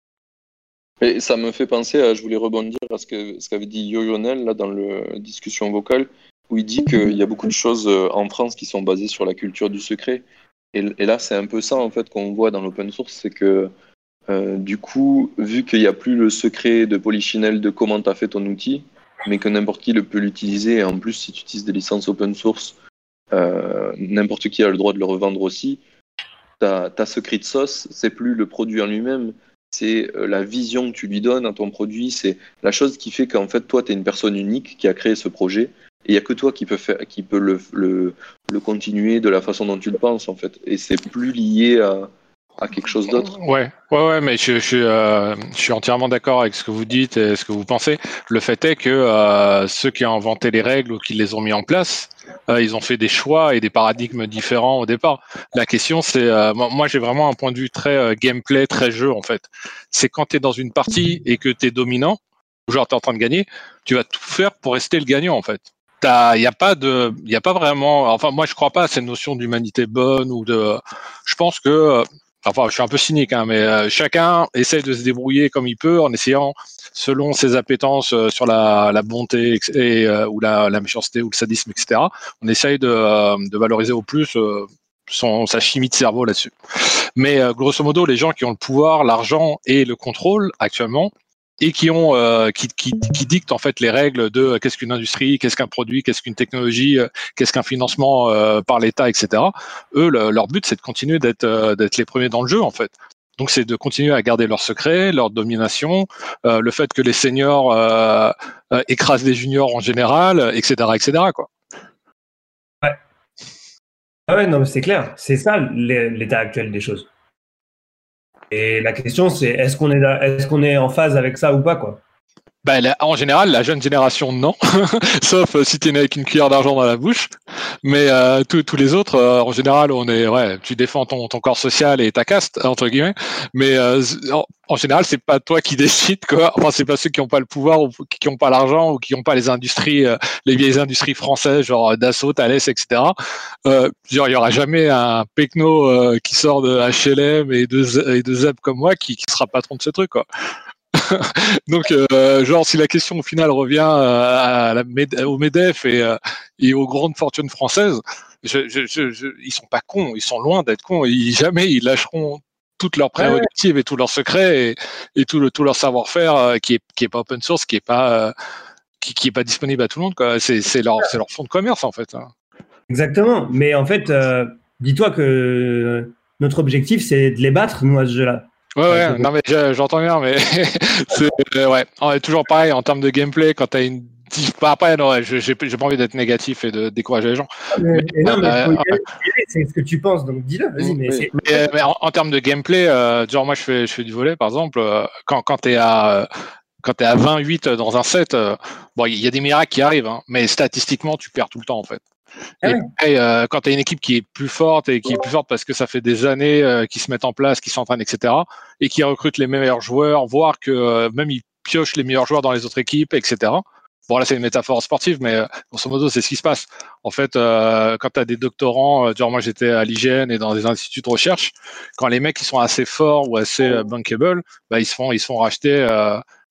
Et ça me fait penser à, je voulais rebondir à ce que ce qu'avait dit Yo-Yonel là dans la discussion vocale, où il dit qu'il y a beaucoup de choses en France qui sont basées sur la culture du secret. Et, et là, c'est un peu ça en fait qu'on voit dans l'open source, c'est que euh, du coup, vu qu'il n'y a plus le secret de Polichinelle de comment tu as fait ton outil, mais que n'importe qui le peut l'utiliser, et en plus, si tu utilises des licences open source, euh, n'importe qui a le droit de le revendre aussi. Ta, ta secret sauce, c'est plus le produit en lui-même, c'est la vision que tu lui donnes à ton produit, c'est la chose qui fait qu'en fait, toi, tu es une personne unique qui a créé ce projet, et il n'y a que toi qui peut, faire, qui peut le, le, le continuer de la façon dont tu le penses, en fait. Et c'est plus lié à, à quelque chose d'autre. Ouais, ouais, ouais, mais je, je, euh, je suis entièrement d'accord avec ce que vous dites et ce que vous pensez. Le fait est que euh, ceux qui ont inventé les règles ou qui les ont mis en place, euh, ils ont fait des choix et des paradigmes différents au départ. La question, c'est, euh, moi, j'ai vraiment un point de vue très euh, gameplay, très jeu, en fait. C'est quand tu es dans une partie et que tu es dominant, genre tu es en train de gagner, tu vas tout faire pour rester le gagnant, en fait. Il n'y a pas de, il y a pas vraiment, enfin, moi, je crois pas à cette notion d'humanité bonne ou de, je pense que, enfin, je suis un peu cynique, hein, mais euh, chacun essaie de se débrouiller comme il peut en essayant, selon ses appétences euh, sur la, la bonté et, euh, ou la, la méchanceté ou le sadisme, et cetera. On essaye de, euh, de valoriser au plus euh, son, sa chimie de cerveau là-dessus. Mais euh, grosso modo, les gens qui ont le pouvoir, l'argent et le contrôle actuellement, et qui ont euh, qui, qui, qui dictent en fait les règles de euh, qu'est-ce qu'une industrie, qu'est-ce qu'un produit, qu'est-ce qu'une technologie, euh, qu'est-ce qu'un financement euh, par l'État, et cetera. Eux, le, leur but, c'est de continuer d'être euh, d'être les premiers dans le jeu en fait. Donc, c'est de continuer à garder leur secret, leur domination, euh, le fait que les seniors euh, euh, écrasent les juniors en général, et cetera, et cetera quoi. Ouais. Ah ouais, non, mais c'est clair. C'est ça l'état actuel des choses. Et la question, c'est est-ce qu'on est, est-ce qu'on est en phase avec ça ou pas, quoi? Ben, la, en général, la jeune génération, non. Sauf euh, si tu es né avec une cuillère d'argent dans la bouche. Mais euh, tous les autres, euh, en général, on est, ouais, tu défends ton, ton corps social et ta caste, entre guillemets. Mais euh, en, en général, c'est pas toi qui décides, quoi. Enfin, c'est pas ceux qui n'ont pas le pouvoir ou qui n'ont pas l'argent ou qui n'ont pas les industries, euh, les vieilles industries françaises, genre Dassault, Thales, et cetera. Euh, genre, il y aura jamais un pecno euh, qui sort de H L M et de, et de Z E P comme moi qui, qui sera patron de ce truc, quoi. Donc, euh, genre, si la question au final revient à la, au MEDEF et, euh, et aux grandes fortunes françaises, je, je, je, je, ils sont pas cons, ils sont loin d'être cons. Ils, jamais ils lâcheront toutes leurs prérogatives et tous leurs secrets et, et tout, le, tout leur savoir-faire euh, qui est, qui est pas open source, qui est pas, euh, qui, qui est pas disponible à tout le monde, quoi. C'est, c'est leur, c'est leur fonds de commerce, en fait. Exactement. Mais en fait, euh, dis-toi que notre objectif, c'est de les battre, nous, à ce jeu-là. Ouais, ouais, non, mais j'entends bien, mais c'est, euh, ouais, on toujours pareil en termes de gameplay, quand t'as une. Après, non, j'ai, j'ai pas envie d'être négatif et de décourager les gens. Mais, mais, non, mais euh, ouais. C'est ce que tu penses, donc dis-le, vas-y. Mais, oui. mais, mais en, en termes de gameplay, euh, genre, moi, je fais, je fais du volley, par exemple, euh, quand, quand t'es à. Quand t'es à vingt-huit dans un set, euh, bon, il y a des miracles qui arrivent, hein, mais statistiquement, tu perds tout le temps, en fait. Et, ah ouais. et euh, quand tu as une équipe qui est plus forte et qui est plus forte parce que ça fait des années euh, qu'ils se mettent en place, qu'ils s'entraînent, et cetera, et qui recrutent les meilleurs joueurs, voire que euh, même ils piochent les meilleurs joueurs dans les autres équipes, et cetera. Bon, là, c'est une métaphore sportive, mais euh, grosso modo, c'est ce qui se passe. En fait, euh, quand tu as des doctorants, euh, genre moi j'étais à l'I G N et dans des instituts de recherche, quand les mecs ils sont assez forts ou assez euh, bankable, bah, ils se font, ils se font racheter. Euh,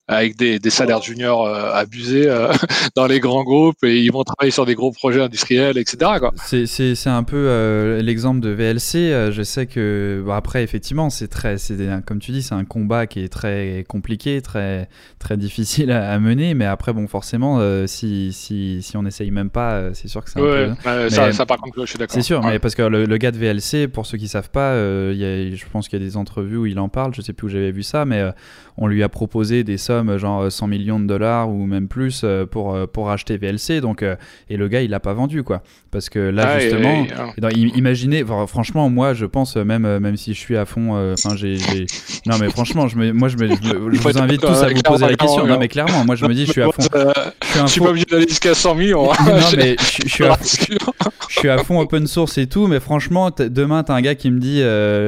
avec des, des salaires juniors euh, abusés euh, dans les grands groupes, et ils vont travailler sur des gros projets industriels, et cetera quoi. C'est, c'est, c'est un peu euh, l'exemple de V L C. Euh, je sais que bon, après effectivement c'est très, c'est des, comme tu dis, c'est un combat qui est très compliqué, très très difficile à, à mener. Mais après bon forcément euh, si si si on n'essaye même pas, euh, c'est sûr que c'est un ouais, peu. Euh, ça, ça par contre je suis d'accord. C'est sûr, ouais. mais parce que le, le gars de V L C, pour ceux qui savent pas, euh, y a, je pense qu'il y a des entrevues où il en parle. Je sais plus où j'avais vu ça, mais euh, on lui a proposé des sommes genre cent millions de dollars ou même plus euh, pour pour acheter V L C. Donc euh, et le gars il l'a pas vendu quoi. Parce que là, ah, justement, et, et, et... Dans, imaginez, franchement, moi, je pense, même, même si je suis à fond, enfin, euh, j'ai, j'ai... Non, mais franchement, je me, moi, je, me, je, me, je vous invite tous à vous poser la question. Non, mais clairement, moi, je me dis, je suis à fond. Je suis, je suis pas obligé d'aller jusqu'à cent millions. Non, mais je, je, suis à fond, je suis à fond open source et tout, mais franchement, t- demain, t'as un gars qui me dit,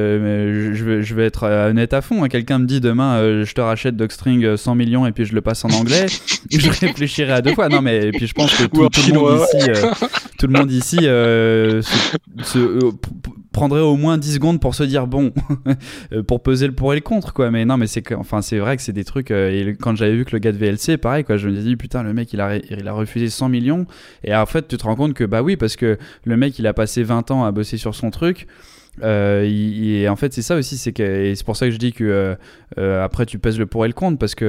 euh, je, vais, je vais être honnête à fond, hein, quelqu'un me dit, demain, euh, je te rachète Docstring cent millions et puis je le passe en anglais, je réfléchirai à deux fois. Non, mais et puis je pense que tout, tout le monde ici, euh, tout le monde ici euh, se, se, euh, p- prendrait au moins dix secondes pour se dire bon pour peser le pour et le contre quoi. Mais non mais c'est que, enfin c'est vrai que c'est des trucs euh, et quand j'avais vu que le gars de V L C pareil quoi, je me dis putain le mec il a, il a refusé cent millions et en fait tu te rends compte que bah oui parce que le mec il a passé vingt ans à bosser sur son truc. Euh, et en fait c'est ça aussi, c'est que, et c'est pour ça que je dis que euh, euh, après tu pèses le pour et le contre parce que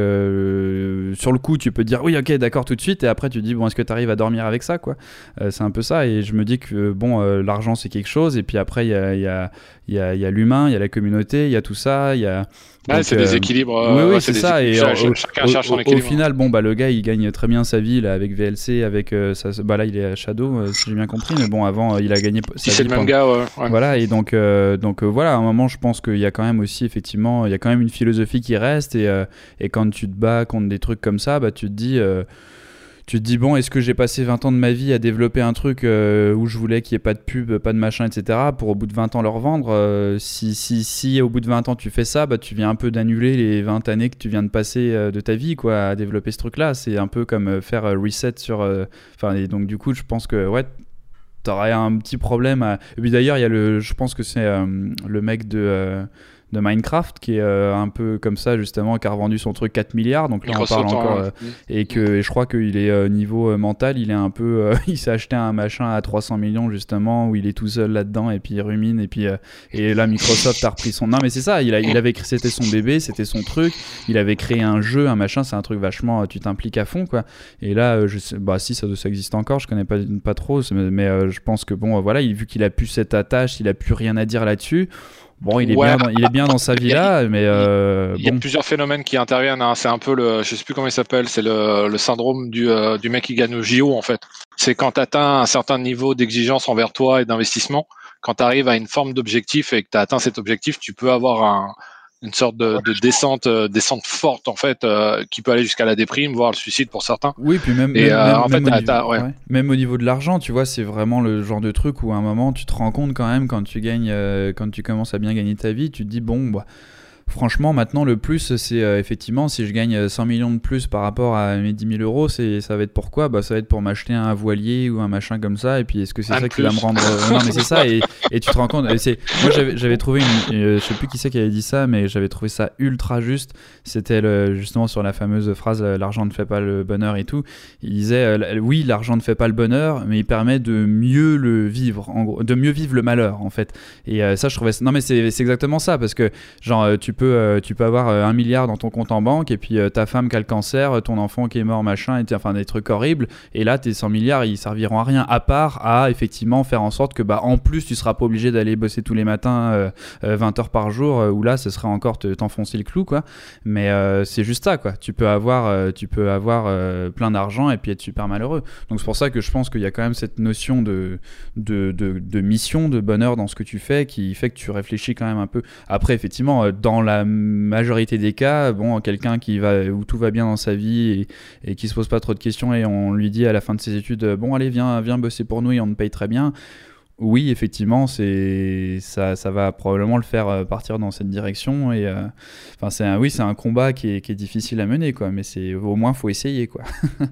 euh, sur le coup tu peux dire oui ok d'accord tout de suite et après tu te dis bon est-ce que tu arrives à dormir avec ça quoi. Euh, c'est un peu ça et je me dis que bon euh, l'argent c'est quelque chose et puis après il y a, y, a, y, a, y a l'humain, il y a la communauté, il y a tout ça, il y a ouais, donc, c'est euh, des équilibres. Euh, oui, oui, ouais, c'est, c'est ça. Des... Et Chacun, au, chacun au, cherche son au, équilibre. Au final, bon, bah, le gars, il gagne très bien sa vie là, avec V L C, avec euh, ça, bah là, il est à Shadow, euh, si j'ai bien compris. Mais bon, avant, euh, il a gagné. Si c'est le même pendant... gars, ouais. ouais. Voilà, et donc, euh, donc euh, voilà, à un moment, je pense qu'il y a quand même aussi, effectivement, il y a quand même une philosophie qui reste. Et, euh, et quand tu te bats contre des trucs comme ça, bah, tu te dis. Euh, Tu te dis, bon, est-ce que j'ai passé vingt ans de ma vie à développer un truc euh, où je voulais qu'il n'y ait pas de pub, pas de machin, et cetera, pour au bout de vingt ans le revendre euh, si, si, si au bout de vingt ans tu fais ça, bah, tu viens un peu d'annuler les vingt années que tu viens de passer euh, de ta vie quoi, à développer ce truc-là. C'est un peu comme euh, faire euh, reset sur... Enfin, euh, et donc du coup, je pense que, ouais, t'aurais un petit problème. À... Et puis d'ailleurs, il y a le... Je pense que c'est euh, le mec de... Euh, de Minecraft qui est euh, un peu comme ça justement, qui a revendu son truc quatre milliards, donc là on parle encore euh, et que et je crois qu'il est euh, niveau euh, mental il est un peu euh, il s'est acheté un machin à trois cents millions justement où il est tout seul là-dedans et puis il rumine et puis euh, et là Microsoft a repris son non mais c'est ça, il, a, il avait c'était son bébé, c'était son truc, il avait créé un jeu, un machin, c'est un truc vachement, tu t'impliques à fond quoi, et là euh, je sais, bah si ça, ça existe encore, je connais pas, pas trop mais, mais euh, je pense que bon euh, voilà, il, vu qu'il a plus cette attache, il a plus rien à dire là-dessus. Bon, il est, ouais. bien dans, il est bien dans sa vie là, mais euh, il y a bon. plusieurs phénomènes qui interviennent. Hein. C'est un peu le, je sais plus comment il s'appelle, c'est le, le syndrome du, euh, du mec qui gagne au J O en fait. C'est quand tu atteins un certain niveau d'exigence envers toi et d'investissement, quand tu arrives à une forme d'objectif et que tu as atteint cet objectif, tu peux avoir un, une sorte de, de descente, euh, descente forte en fait, euh, qui peut aller jusqu'à la déprime, voire le suicide pour certains. Oui, puis même, et, même, euh, même, en même, fait, au niveau, ouais. Ouais. même au niveau de l'argent, tu vois, c'est vraiment le genre de truc où à un moment tu te rends compte quand même quand tu gagnes, euh, quand tu commences à bien gagner ta vie, tu te dis bon, bah. Franchement, maintenant, le plus, c'est euh, effectivement, si je gagne cent millions de plus par rapport à mes dix mille euros, c'est, ça va être pour quoi ? Bah, ça va être pour m'acheter un voilier ou un machin comme ça. Et puis, est-ce que c'est un ça plus. Qui va me rendre. Euh, non, mais c'est ça. Et, et tu te rends compte. C'est... Moi, j'avais, j'avais trouvé une. Euh, je sais plus qui c'est qui avait dit ça, mais j'avais trouvé ça ultra juste. C'était le, justement sur la fameuse phrase euh, l'argent ne fait pas le bonheur et tout. Il disait euh, oui, l'argent ne fait pas le bonheur, mais il permet de mieux le vivre, en gros, de mieux vivre le malheur, en fait. Et euh, ça, je trouvais. Non, mais c'est, c'est exactement ça. Parce que, genre, euh, tu Peux, euh, tu peux avoir euh, un milliard dans ton compte en banque et puis euh, ta femme qui a le cancer, ton enfant qui est mort, machin, et enfin des trucs horribles, et là tes cent milliards ils serviront à rien à part à effectivement faire en sorte que bah en plus tu seras pas obligé d'aller bosser tous les matins euh, euh, vingt heures par jour euh, où là ce serait encore te, t'enfoncer le clou quoi, mais euh, c'est juste ça quoi, tu peux avoir, euh, tu peux avoir euh, plein d'argent et puis être super malheureux, donc c'est pour ça que je pense qu'il y a quand même cette notion de, de, de, de mission, de bonheur dans ce que tu fais qui fait que tu réfléchis quand même un peu. Après effectivement euh, dans la majorité des cas, bon, quelqu'un qui va, où tout va bien dans sa vie et, et qui se pose pas trop de questions et on lui dit à la fin de ses études, bon allez viens, viens bosser pour nous et on te paye très bien. Oui, effectivement, c'est ça, ça va probablement le faire partir dans cette direction et euh, enfin c'est un, oui, c'est un combat qui est, qui est difficile à mener quoi, mais c'est au moins faut essayer quoi.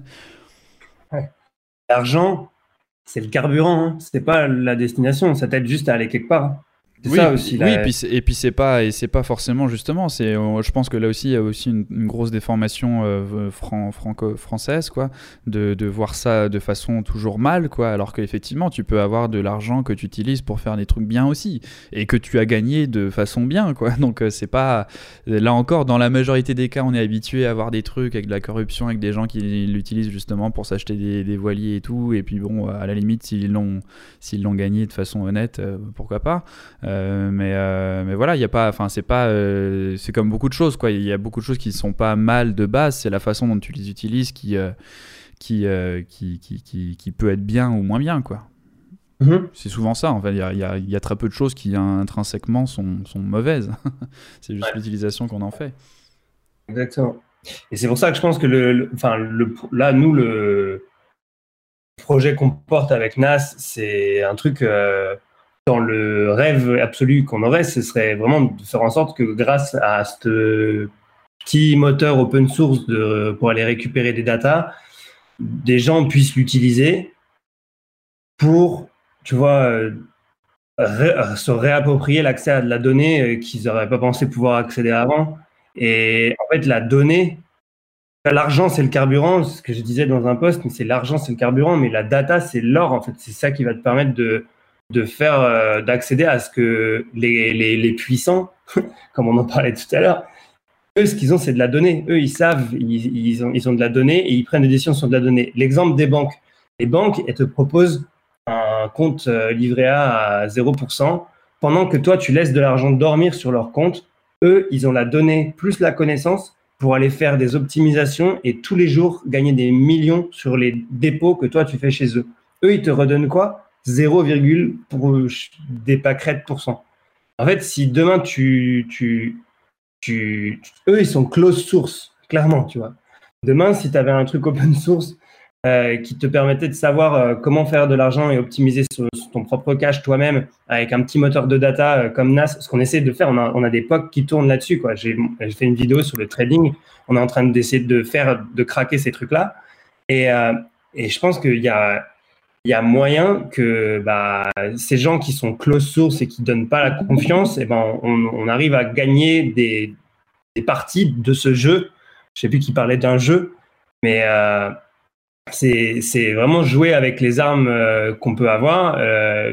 Ouais. L'argent, c'est le carburant, hein. C'est pas la destination, ça t'aide juste à aller quelque part. C'est oui, ça et aussi. puis, La... oui, et puis c'est, et puis c'est pas et c'est pas forcément justement. C'est, euh, je pense que là aussi il y a aussi une, une grosse déformation euh, fran- franco-française, quoi, de, de voir ça de façon toujours mal, quoi. Alors qu'effectivement tu peux avoir de l'argent que tu utilises pour faire des trucs bien aussi et que tu as gagné de façon bien, quoi. Donc euh, c'est pas là encore dans la majorité des cas on est habitué à avoir des trucs avec de la corruption, avec des gens qui l'utilisent justement pour s'acheter des, des voiliers et tout. Et puis bon, à la limite s'ils l'ont s'ils l'ont gagné de façon honnête, euh, pourquoi pas. Euh, mais, euh, mais voilà, il y a pas, enfin c'est pas, euh, c'est comme beaucoup de choses, quoi. Il y a beaucoup de choses qui sont pas mal de base. C'est la façon dont tu les utilises qui, euh, qui, euh, qui, qui, qui, qui peut être bien ou moins bien, quoi. Mm-hmm. C'est souvent ça. En fait, il y a, il y a, il y a très peu de choses qui intrinsèquement sont, sont mauvaises. C'est juste Ouais. l'utilisation qu'on en fait. Exactement. Et c'est pour ça que je pense que le, le, enfin le, là nous le projet qu'on porte avec N A S, c'est un truc. Euh, Dans le rêve absolu qu'on aurait, ce serait vraiment de faire en sorte que grâce à ce petit moteur open source de, pour aller récupérer des datas, des gens puissent l'utiliser pour, tu vois, ré, se réapproprier l'accès à de la donnée qu'ils n'auraient pas pensé pouvoir accéder avant. Et en fait, la donnée, l'argent, c'est le carburant, ce que je disais dans un post, mais c'est l'argent, c'est le carburant, mais la data, c'est l'or, en fait. C'est ça qui va te permettre de de faire, euh, d'accéder à ce que les, les, les puissants, comme on en parlait tout à l'heure, eux, ce qu'ils ont, c'est de la donnée. Eux, ils savent, ils, ils, ont, ils ont de la donnée et ils prennent des décisions sur de la donnée. L'exemple des banques. Les banques, elles te proposent un compte euh, livret A à zéro pour cent pendant que toi, tu laisses de l'argent dormir sur leur compte. Eux, ils ont la donnée plus la connaissance pour aller faire des optimisations et tous les jours gagner des millions sur les dépôts que toi, tu fais chez eux. Eux, ils te redonnent quoi ? zéro, pour des pâquerettes pour cent. En fait, si demain tu, tu, tu, tu, eux, ils sont close source, clairement, tu vois. Demain, si tu avais un truc open source euh, qui te permettait de savoir euh, comment faire de l'argent et optimiser sur, sur ton propre cache toi-même avec un petit moteur de data euh, comme N A S, ce qu'on essaie de faire, on a, on a des P O C qui tournent là-dessus, quoi. J'ai, j'ai fait une vidéo sur le trading, on est en train d'essayer de faire, de craquer ces trucs-là. Et, euh, et je pense qu'il y a il y a moyen que bah, ces gens qui sont close source et qui ne donnent pas la confiance, eh ben, on, on arrive à gagner des, des parties de ce jeu. Je ne sais plus qui parlait d'un jeu, mais euh, c'est, c'est vraiment jouer avec les armes euh, qu'on peut avoir, euh,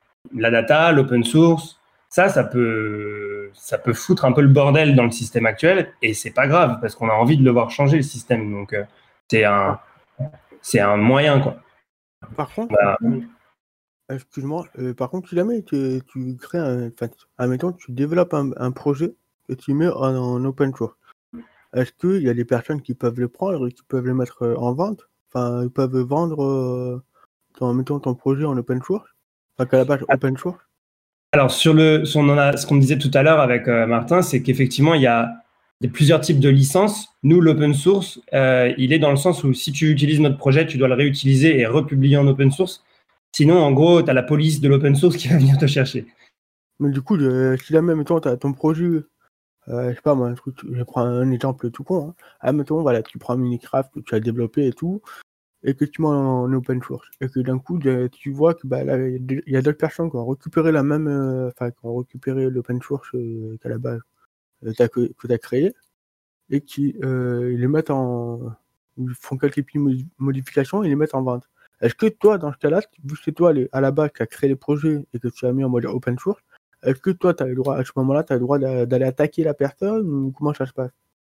la data, l'open source. Ça, ça peut, ça peut foutre un peu le bordel dans le système actuel et c'est pas grave parce qu'on a envie de le voir changer, le système. Donc, euh, c'est un, c'est un moyen, quoi. Par contre, Bah, excuse-moi, euh, par contre, si jamais tu, tu crées un, enfin, admettons, tu développes un, un projet et tu mets en, en open source, est-ce qu'il y a des personnes qui peuvent le prendre et qui peuvent le mettre en vente? Enfin, ils peuvent vendre, euh, ton, mettons, ton projet en open source? Enfin, qu'à la base, open source? Alors, sur le, sur on en a, ce qu'on disait tout à l'heure avec euh, Martin, c'est qu'effectivement, il y a, il y a plusieurs types de licences. Nous, l'open source, euh, il est dans le sens où si tu utilises notre projet, tu dois le réutiliser et republier en open source. Sinon, en gros, tu as la police de l'open source qui va venir te chercher. Mais du coup, euh, si jamais, mettons, tu as ton projet, euh, je sais pas moi, un truc, je prends un exemple tout con, hein. Ah, mettons, voilà, tu prends Minecraft que tu as développé et tout, et que tu mets en open source, et que d'un coup, tu vois que bah, là, il y a d'autres personnes qui ont récupéré la même, enfin, euh, qui ont récupéré l'open source euh, qu'à la base euh, que tu as créé, et qui euh, ils les mettent en, ils font quelques petites modifications et les mettent en vente. Est-ce que toi, dans ce cas-là, vu que c'est toi les, à la base qui as créé les projets et que tu as mis en mode open source, est-ce que toi, tu as le droit, à ce moment-là, tu as le droit d'aller attaquer la personne ou comment ça se passe?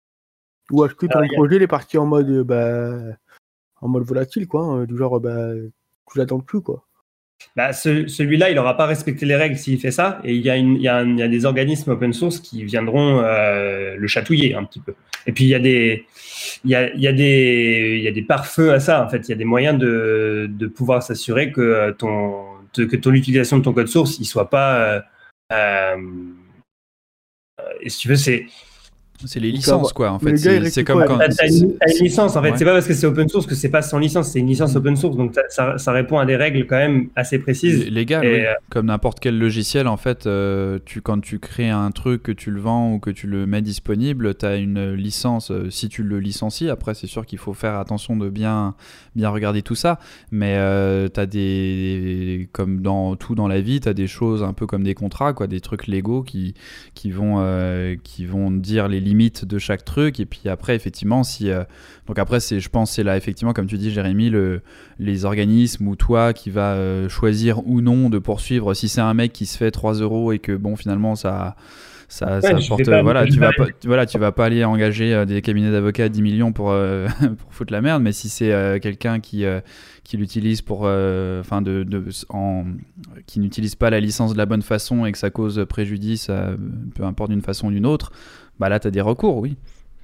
Ou est-ce que ton ah, projet a... est parti en mode, bah, en mode volatile, quoi, hein, du genre, bah, tu l'attends plus, quoi? Bah, ce, celui-là, il n'aura pas respecté les règles s'il fait ça. Et il y, a une, il, y a un, il y a des organismes open source qui viendront euh, le chatouiller un petit peu. Et puis, il y a des, il y a, il y a des, il y a des pare-feux à ça. En fait, il y a des moyens de, de pouvoir s'assurer que ton, que ton utilisation de ton code source, il soit pas. Euh, euh, et si tu veux, c'est. C'est les Donc, licences, ça, quoi, en mais fait. les gars, C'est, ils c'est récupèrent comme quoi, quand. T'as, t'as une, t'as une licence, en fait. Ouais. C'est pas parce que c'est open source que c'est pas sans licence. C'est une licence Mm. open source, donc t'as- ça, ça répond à des règles quand même assez précises. Lé- Légal, Et, oui. euh, Comme n'importe quel logiciel, en fait, euh, tu, quand tu crées un truc, que tu le vends ou que tu le mets disponible, tu as une licence. euh, Si tu le licencies, après, c'est sûr qu'il faut faire attention de bien, bien regarder tout ça. Mais euh, tu as des. Comme dans tout dans la vie, tu as des choses un peu comme des contrats, quoi, des trucs légaux qui, qui, vont, euh, qui vont dire les limites de chaque truc. Et puis après, effectivement, si. euh, donc après, c'est, je pense, c'est là, effectivement, comme tu dis, Jérémy, le, les organismes ou toi qui va euh, choisir ou non de poursuivre. Si c'est un mec qui se fait trois euros et que bon, finalement, ça. Ça, Ouais, ça je porte, vais pas- voilà, je tu vais vas pas- pas, tu- voilà, tu vas pas aller engager euh, des cabinets d'avocats à dix millions pour, euh, pour foutre la merde, mais si c'est euh, quelqu'un qui, euh, qui l'utilise pour, euh, enfin, de, de, en, qui n'utilise pas la licence de la bonne façon et que ça cause préjudice, euh, peu importe d'une façon ou d'une autre, bah là, tu as des recours, oui.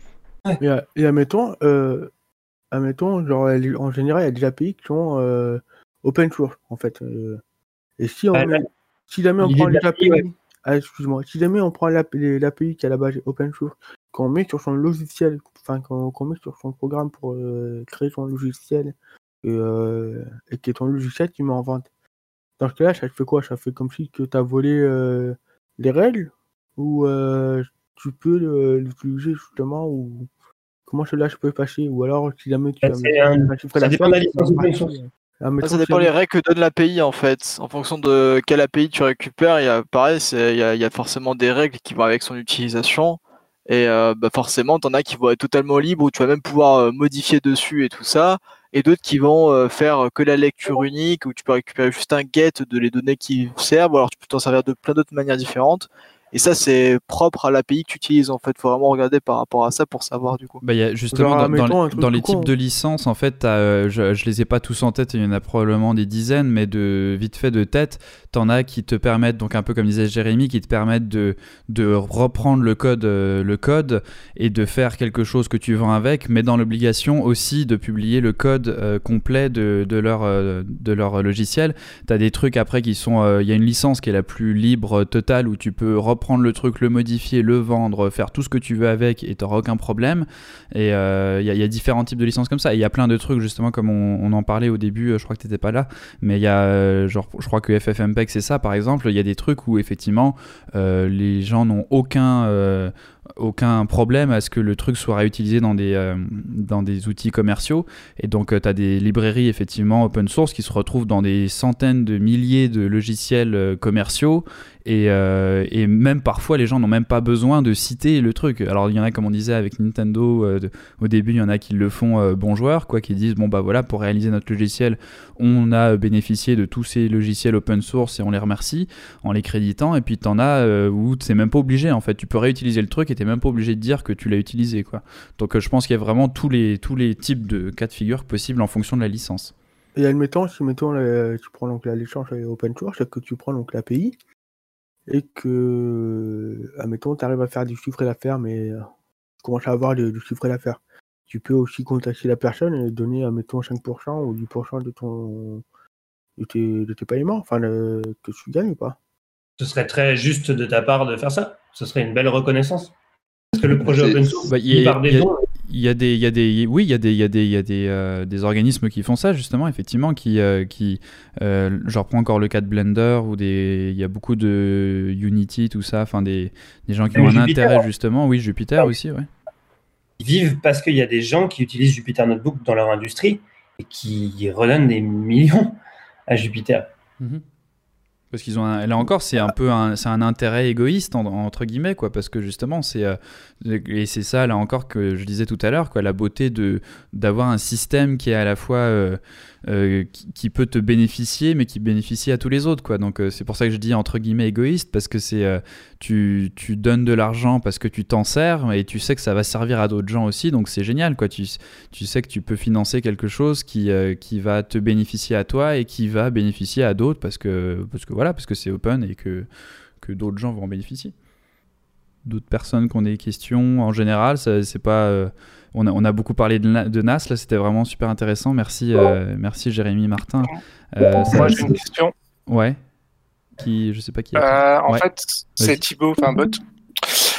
Et, euh, et admettons, euh, admettons, genre, elle- en général, il y a des A P I qui sont euh, open source, en fait. euh. Et si on Ouais, met, si jamais on l'idée prend de les l'A P I, A P I, ouais. ah, excuse-moi, si jamais on prend l'A P I l'A P I qui à la base est open source, qu'on met sur son logiciel, enfin, qu'on qu'on met sur son programme pour euh, créer son logiciel, et, euh, et qui est ton logiciel qui met en vente. Dans ce cas-là, ça fait quoi? Ça fait comme si tu as volé euh, les règles, ou euh, tu peux le- l'utiliser justement, ou comment cela je peux passer, ou alors si jamais tu Bah, as c'est un- un chiffre ça dépend de la d'affaires, licence tu open vas source. partir, euh, Ah, admettons ça que dépend c'est- les règles que donne l'A P I en fait. En fonction de quelle A P I tu récupères, il y a pareil, c'est- il y a, il y a forcément des règles qui vont avec son utilisation. Et euh, bah forcément, t'en as qui vont être totalement libres, où tu vas même pouvoir euh, modifier dessus et tout ça. Et d'autres qui vont euh, faire que la lecture unique, où tu peux récupérer juste un get de les données qui servent, ou alors tu peux t'en servir de plein d'autres manières différentes. Et ça, c'est propre à l'A P I que tu utilises en fait. Faut vraiment regarder par rapport à ça pour savoir du coup. Bah, y a justement, Genre, dans, dans admettons, un les, truc dans les tout con, types de licences, en fait, t'as, euh, je, je les ai pas tous en tête, il y en a probablement des dizaines, mais de vite fait de tête, t'en as qui te permettent, donc un peu comme disait Jérémy, qui te permettent de, de reprendre le code, euh, le code et de faire quelque chose que tu vends avec, mais dans l'obligation aussi de publier le code euh, complet de, de, leur, euh, de leur logiciel. T'as des trucs après qui sont, il euh, y a une licence qui est la plus libre totale où tu peux reprendre le truc, le modifier, le vendre, faire tout ce que tu veux avec et t'auras aucun problème. Et il euh, y, y a différents types de licences comme ça. Et il y a plein de trucs, justement, comme on, on en parlait au début, je crois que t'étais pas là, mais il y a, euh, genre, je crois que F F M P E G c'est ça, par exemple. Il y a des trucs où, effectivement, euh, les gens n'ont aucun... Euh, aucun problème à ce que le truc soit réutilisé dans des, euh, dans des outils commerciaux. Et donc, euh, tu as des librairies, effectivement, open source qui se retrouvent dans des centaines de milliers de logiciels euh, commerciaux. Et, euh, et même parfois, les gens n'ont même pas besoin de citer le truc. Alors, il y en a, comme on disait avec Nintendo, euh, de, au début, il y en a qui le font euh, bon joueur, quoi, qui disent, bon, bah voilà, pour réaliser notre logiciel, on a bénéficié de tous ces logiciels open source et on les remercie en les créditant. Et puis, tu en as euh, où c'est même pas obligé, en fait. Tu peux réutiliser le truc et t'es même pas obligé de dire que tu l'as utilisé, quoi. Donc, euh, je pense qu'il y a vraiment tous les, tous les types de cas de figure possibles en fonction de la licence. Et admettons, si mettons, la- tu prends donc la licence open source, c'est que tu prends donc l'A P I, et que, admettons, tu arrives à faire du chiffre d'affaires, mais euh, tu commences à avoir du, du chiffre d'affaires. Tu peux aussi contacter la personne et donner, admettons, cinq pour cent ou dix pour cent de, ton, de, tes, de tes paiements, enfin, le, que tu gagnes ou pas. Ce serait très juste de ta part de faire ça. Ce serait une belle reconnaissance. Parce que le projet C'est- open source, Bah, il y il a- part des il y a- dons. Il y a des, il y a des, oui, il y a des, il y a des, il y a des, euh, des organismes qui font ça justement, effectivement, qui, euh, qui, euh, je reprends encore le cas de Blender ou des, il y a beaucoup de Unity, tout ça, enfin des, des gens qui Même ont un Jupyter. intérêt justement, oui, Jupyter aussi, ouais. Ils vivent parce qu'il y a des gens qui utilisent Jupyter Notebook dans leur industrie et qui redonnent des millions à Jupyter. Mhm. Parce qu'ils ont, un, là encore, c'est un peu un, c'est un intérêt égoïste en- entre guillemets, quoi, parce que justement, c'est euh, et c'est ça là encore que je disais tout à l'heure, quoi, la beauté de d'avoir un système qui est à la fois euh, euh, qui, qui peut te bénéficier, mais qui bénéficie à tous les autres, quoi. Donc euh, c'est pour ça que je dis entre guillemets égoïste, parce que c'est euh, tu tu donnes de l'argent parce que tu t'en sers et tu sais que ça va servir à d'autres gens aussi, donc c'est génial, quoi. Tu tu sais que tu peux financer quelque chose qui euh, qui va te bénéficier à toi et qui va bénéficier à d'autres parce que parce que voilà, parce que c'est open et que, que d'autres gens vont en bénéficier. D'autres personnes qui ont des questions, en général, ça, c'est pas, euh, on, a, on a beaucoup parlé de, Na- de N A S, là c'était vraiment super intéressant. Merci, euh, merci Jérémy Martin. Euh, ça- Moi j'ai une question. Ouais. Qui, je sais pas qui. Euh, en Ouais. fait, c'est Vas-y. Thibaut, enfin bot.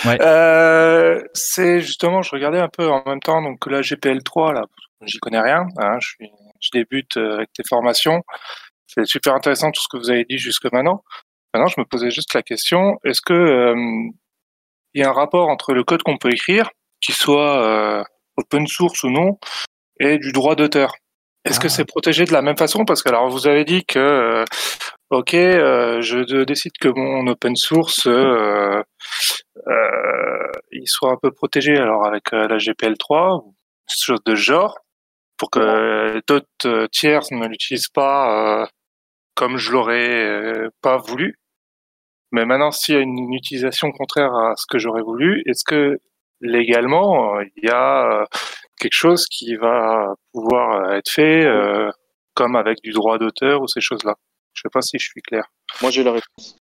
Ouais. Euh, c'est justement, je regardais un peu en même temps, donc la G P L trois, là, j'y connais rien, hein, je, suis, je débute avec tes formations. C'est super intéressant tout ce que vous avez dit jusque maintenant. Maintenant, je me posais juste la question, est-ce que euh, il y a un rapport entre le code qu'on peut écrire, qu'il soit euh, open source ou non, et du droit d'auteur? Est-ce Ah. que c'est protégé de la même façon? Parce que alors vous avez dit que euh, ok, euh, je décide que mon open source euh, euh, il soit un peu protégé. Alors avec euh, la G P L trois, chose de ce genre, pour que d'autres euh, tiers ne l'utilisent pas euh, comme je l'aurais euh, pas voulu. Mais maintenant, s'il y a une utilisation contraire à ce que j'aurais voulu, est-ce que légalement il y a euh, quelque chose qui va pouvoir être fait, euh, comme avec du droit d'auteur ou ces choses-là? Je sais pas si je suis clair. Moi, j'ai la réponse.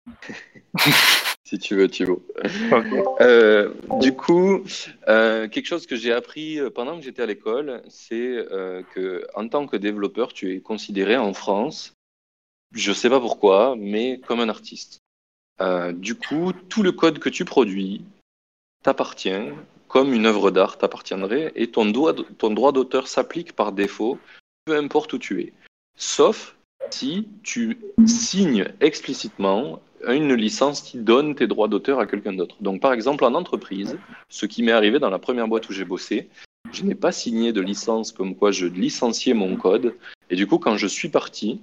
Si tu veux, Thibaut. Okay. Euh, du coup, euh, quelque chose que j'ai appris pendant que j'étais à l'école, c'est euh, que en tant que développeur, tu es considéré en France, je sais pas pourquoi, mais comme un artiste. Euh, du coup, tout le code que tu produis t'appartient, comme une œuvre d'art t'appartiendrait, et ton droit, ton droit d'auteur s'applique par défaut, peu importe où tu es. Sauf si tu signes explicitement une licence qui donne tes droits d'auteur à quelqu'un d'autre. Donc, par exemple, en entreprise, ce qui m'est arrivé dans la première boîte où j'ai bossé, je n'ai pas signé de licence comme quoi je licenciais mon code. Et du coup, quand je suis parti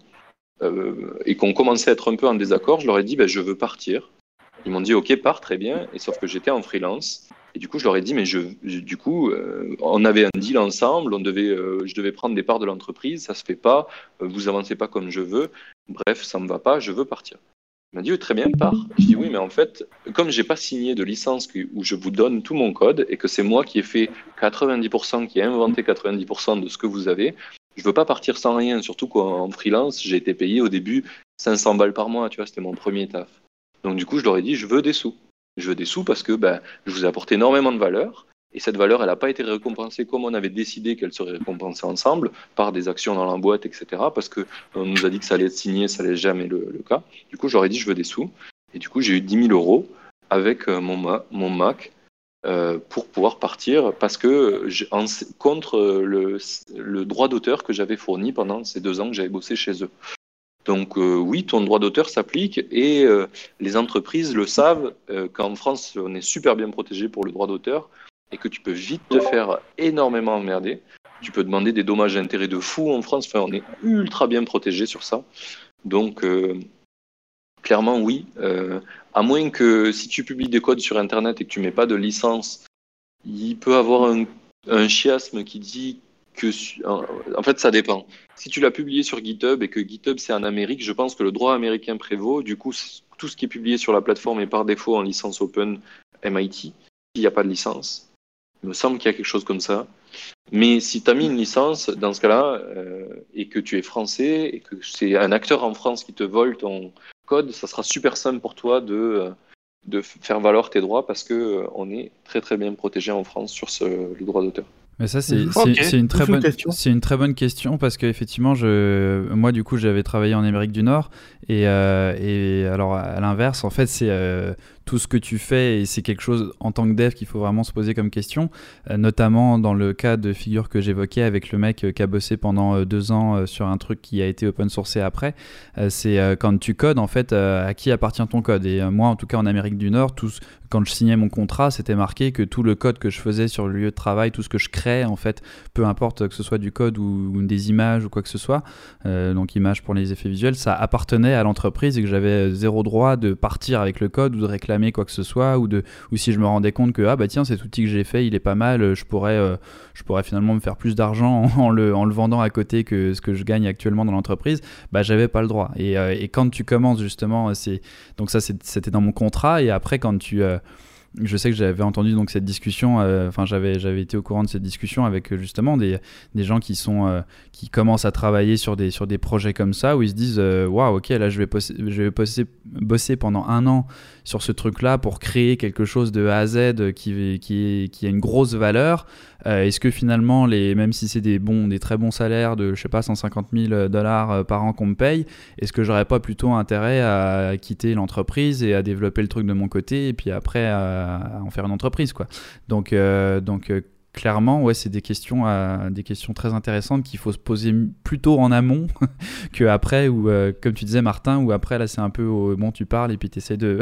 euh, et qu'on commençait à être un peu en désaccord, je leur ai dit ben, je veux partir. Ils m'ont dit ok, pars, très bien. Et sauf que j'étais en freelance. Et du coup, je leur ai dit mais je, je du coup, euh, on avait un deal ensemble, on devait, euh, je devais prendre des parts de l'entreprise, ça se fait pas, euh, vous avancez pas comme je veux. Bref, ça me va pas, je veux partir. Il m'a dit, très bien, pars. Je dis, oui, mais en fait, comme j'ai pas signé de licence où je vous donne tout mon code et que c'est moi qui ai fait quatre-vingt-dix pour cent, qui ai inventé quatre-vingt-dix pour cent de ce que vous avez, je veux pas partir sans rien. Surtout qu'en freelance, j'ai été payé au début cinq cents balles par mois, tu vois, c'était mon premier taf. Donc du coup, je leur ai dit, je veux des sous. Je veux des sous parce que ben, je vous ai apporté énormément de valeur. Et cette valeur, elle n'a pas été récompensée comme on avait décidé qu'elle serait récompensée ensemble, par des actions dans la boîte, et cetera. Parce qu'on nous a dit que ça allait être signé, ça n'allait jamais le, le cas. Du coup, j'aurais dit, je veux des sous. Et du coup, j'ai eu dix mille euros avec euh, mon, ma- mon Mac euh, pour pouvoir partir, parce que j'ai, en, contre le, le droit d'auteur que j'avais fourni pendant ces deux ans que j'avais bossé chez eux. Donc euh, oui, ton droit d'auteur s'applique et euh, les entreprises le savent euh, qu'en France, on est super bien protégé pour le droit d'auteur, et que tu peux vite te faire énormément emmerder. Tu peux demander des dommages et intérêts de fou en France. Enfin, on est ultra bien protégé sur ça. Donc, euh, clairement, oui. Euh, à moins que si tu publies des codes sur Internet et que tu mets pas de licence, il peut avoir un, un chiasme qui dit que... En fait, ça dépend. Si tu l'as publié sur GitHub et que GitHub, c'est en Amérique, je pense que le droit américain prévaut. Du coup, tout ce qui est publié sur la plateforme est par défaut en licence open M I T. Il n'y a pas de licence. Il me semble qu'il y a quelque chose comme ça. Mais si tu as mis une licence, dans ce cas-là, euh, et que tu es français, et que c'est un acteur en France qui te vole ton code, ça sera super simple pour toi de, de faire valoir tes droits, parce qu'on est très très bien protégé en France sur ce, le droit d'auteur. Mais ça, c'est, c'est, okay. c'est, une très bonne, question. c'est une très bonne question, parce qu'effectivement, je, moi, du coup, j'avais travaillé en Amérique du Nord. Et, euh, et alors, à l'inverse, en fait, c'est euh, tout ce que tu fais, et c'est quelque chose en tant que dev qu'il faut vraiment se poser comme question, euh, notamment dans le cas de figure que j'évoquais avec le mec euh, qui a bossé pendant euh, deux ans euh, sur un truc qui a été open sourcé après. Euh, c'est euh, quand tu codes, en fait, euh, à qui appartient ton code. Et euh, moi, en tout cas, en Amérique du Nord, tout, quand je signais mon contrat, c'était marqué que tout le code que je faisais sur le lieu de travail, tout ce que je crée, en fait, peu importe que ce soit du code ou, ou des images ou quoi que ce soit, euh, donc images pour les effets visuels, ça appartenait à l'entreprise et que j'avais zéro droit de partir avec le code ou de réclamer quoi que ce soit, ou, de, ou si je me rendais compte que ah bah tiens, cet outil que j'ai fait, il est pas mal, je pourrais, euh, je pourrais finalement me faire plus d'argent en, en, le, en le vendant à côté que ce que je gagne actuellement dans l'entreprise, bah j'avais pas le droit. Et, euh, et quand tu commences justement, c'est, donc ça c'est, c'était dans mon contrat, et après quand tu... Euh, je sais que j'avais entendu donc cette discussion, enfin euh, j'avais j'avais été au courant de cette discussion avec justement des des gens qui sont euh, qui commencent à travailler sur des sur des projets comme ça, où ils se disent waouh wow, ok, là je vais posser, je vais posser, bosser pendant un an sur ce truc-là pour créer quelque chose de A à Z qui, qui, qui a une grosse valeur, euh, est-ce que finalement, les, même si c'est des, bons, des très bons salaires de, je sais pas, cent cinquante mille dollars par an qu'on me paye, est-ce que j'aurais pas plutôt intérêt à quitter l'entreprise et à développer le truc de mon côté et puis après à, à en faire une entreprise, quoi. Donc, euh, donc euh, clairement, ouais, c'est des questions, euh, des questions très intéressantes qu'il faut se poser plutôt en amont qu'après, ou euh, comme tu disais Martin, ou après là c'est un peu au, bon tu parles et puis tu essaies de...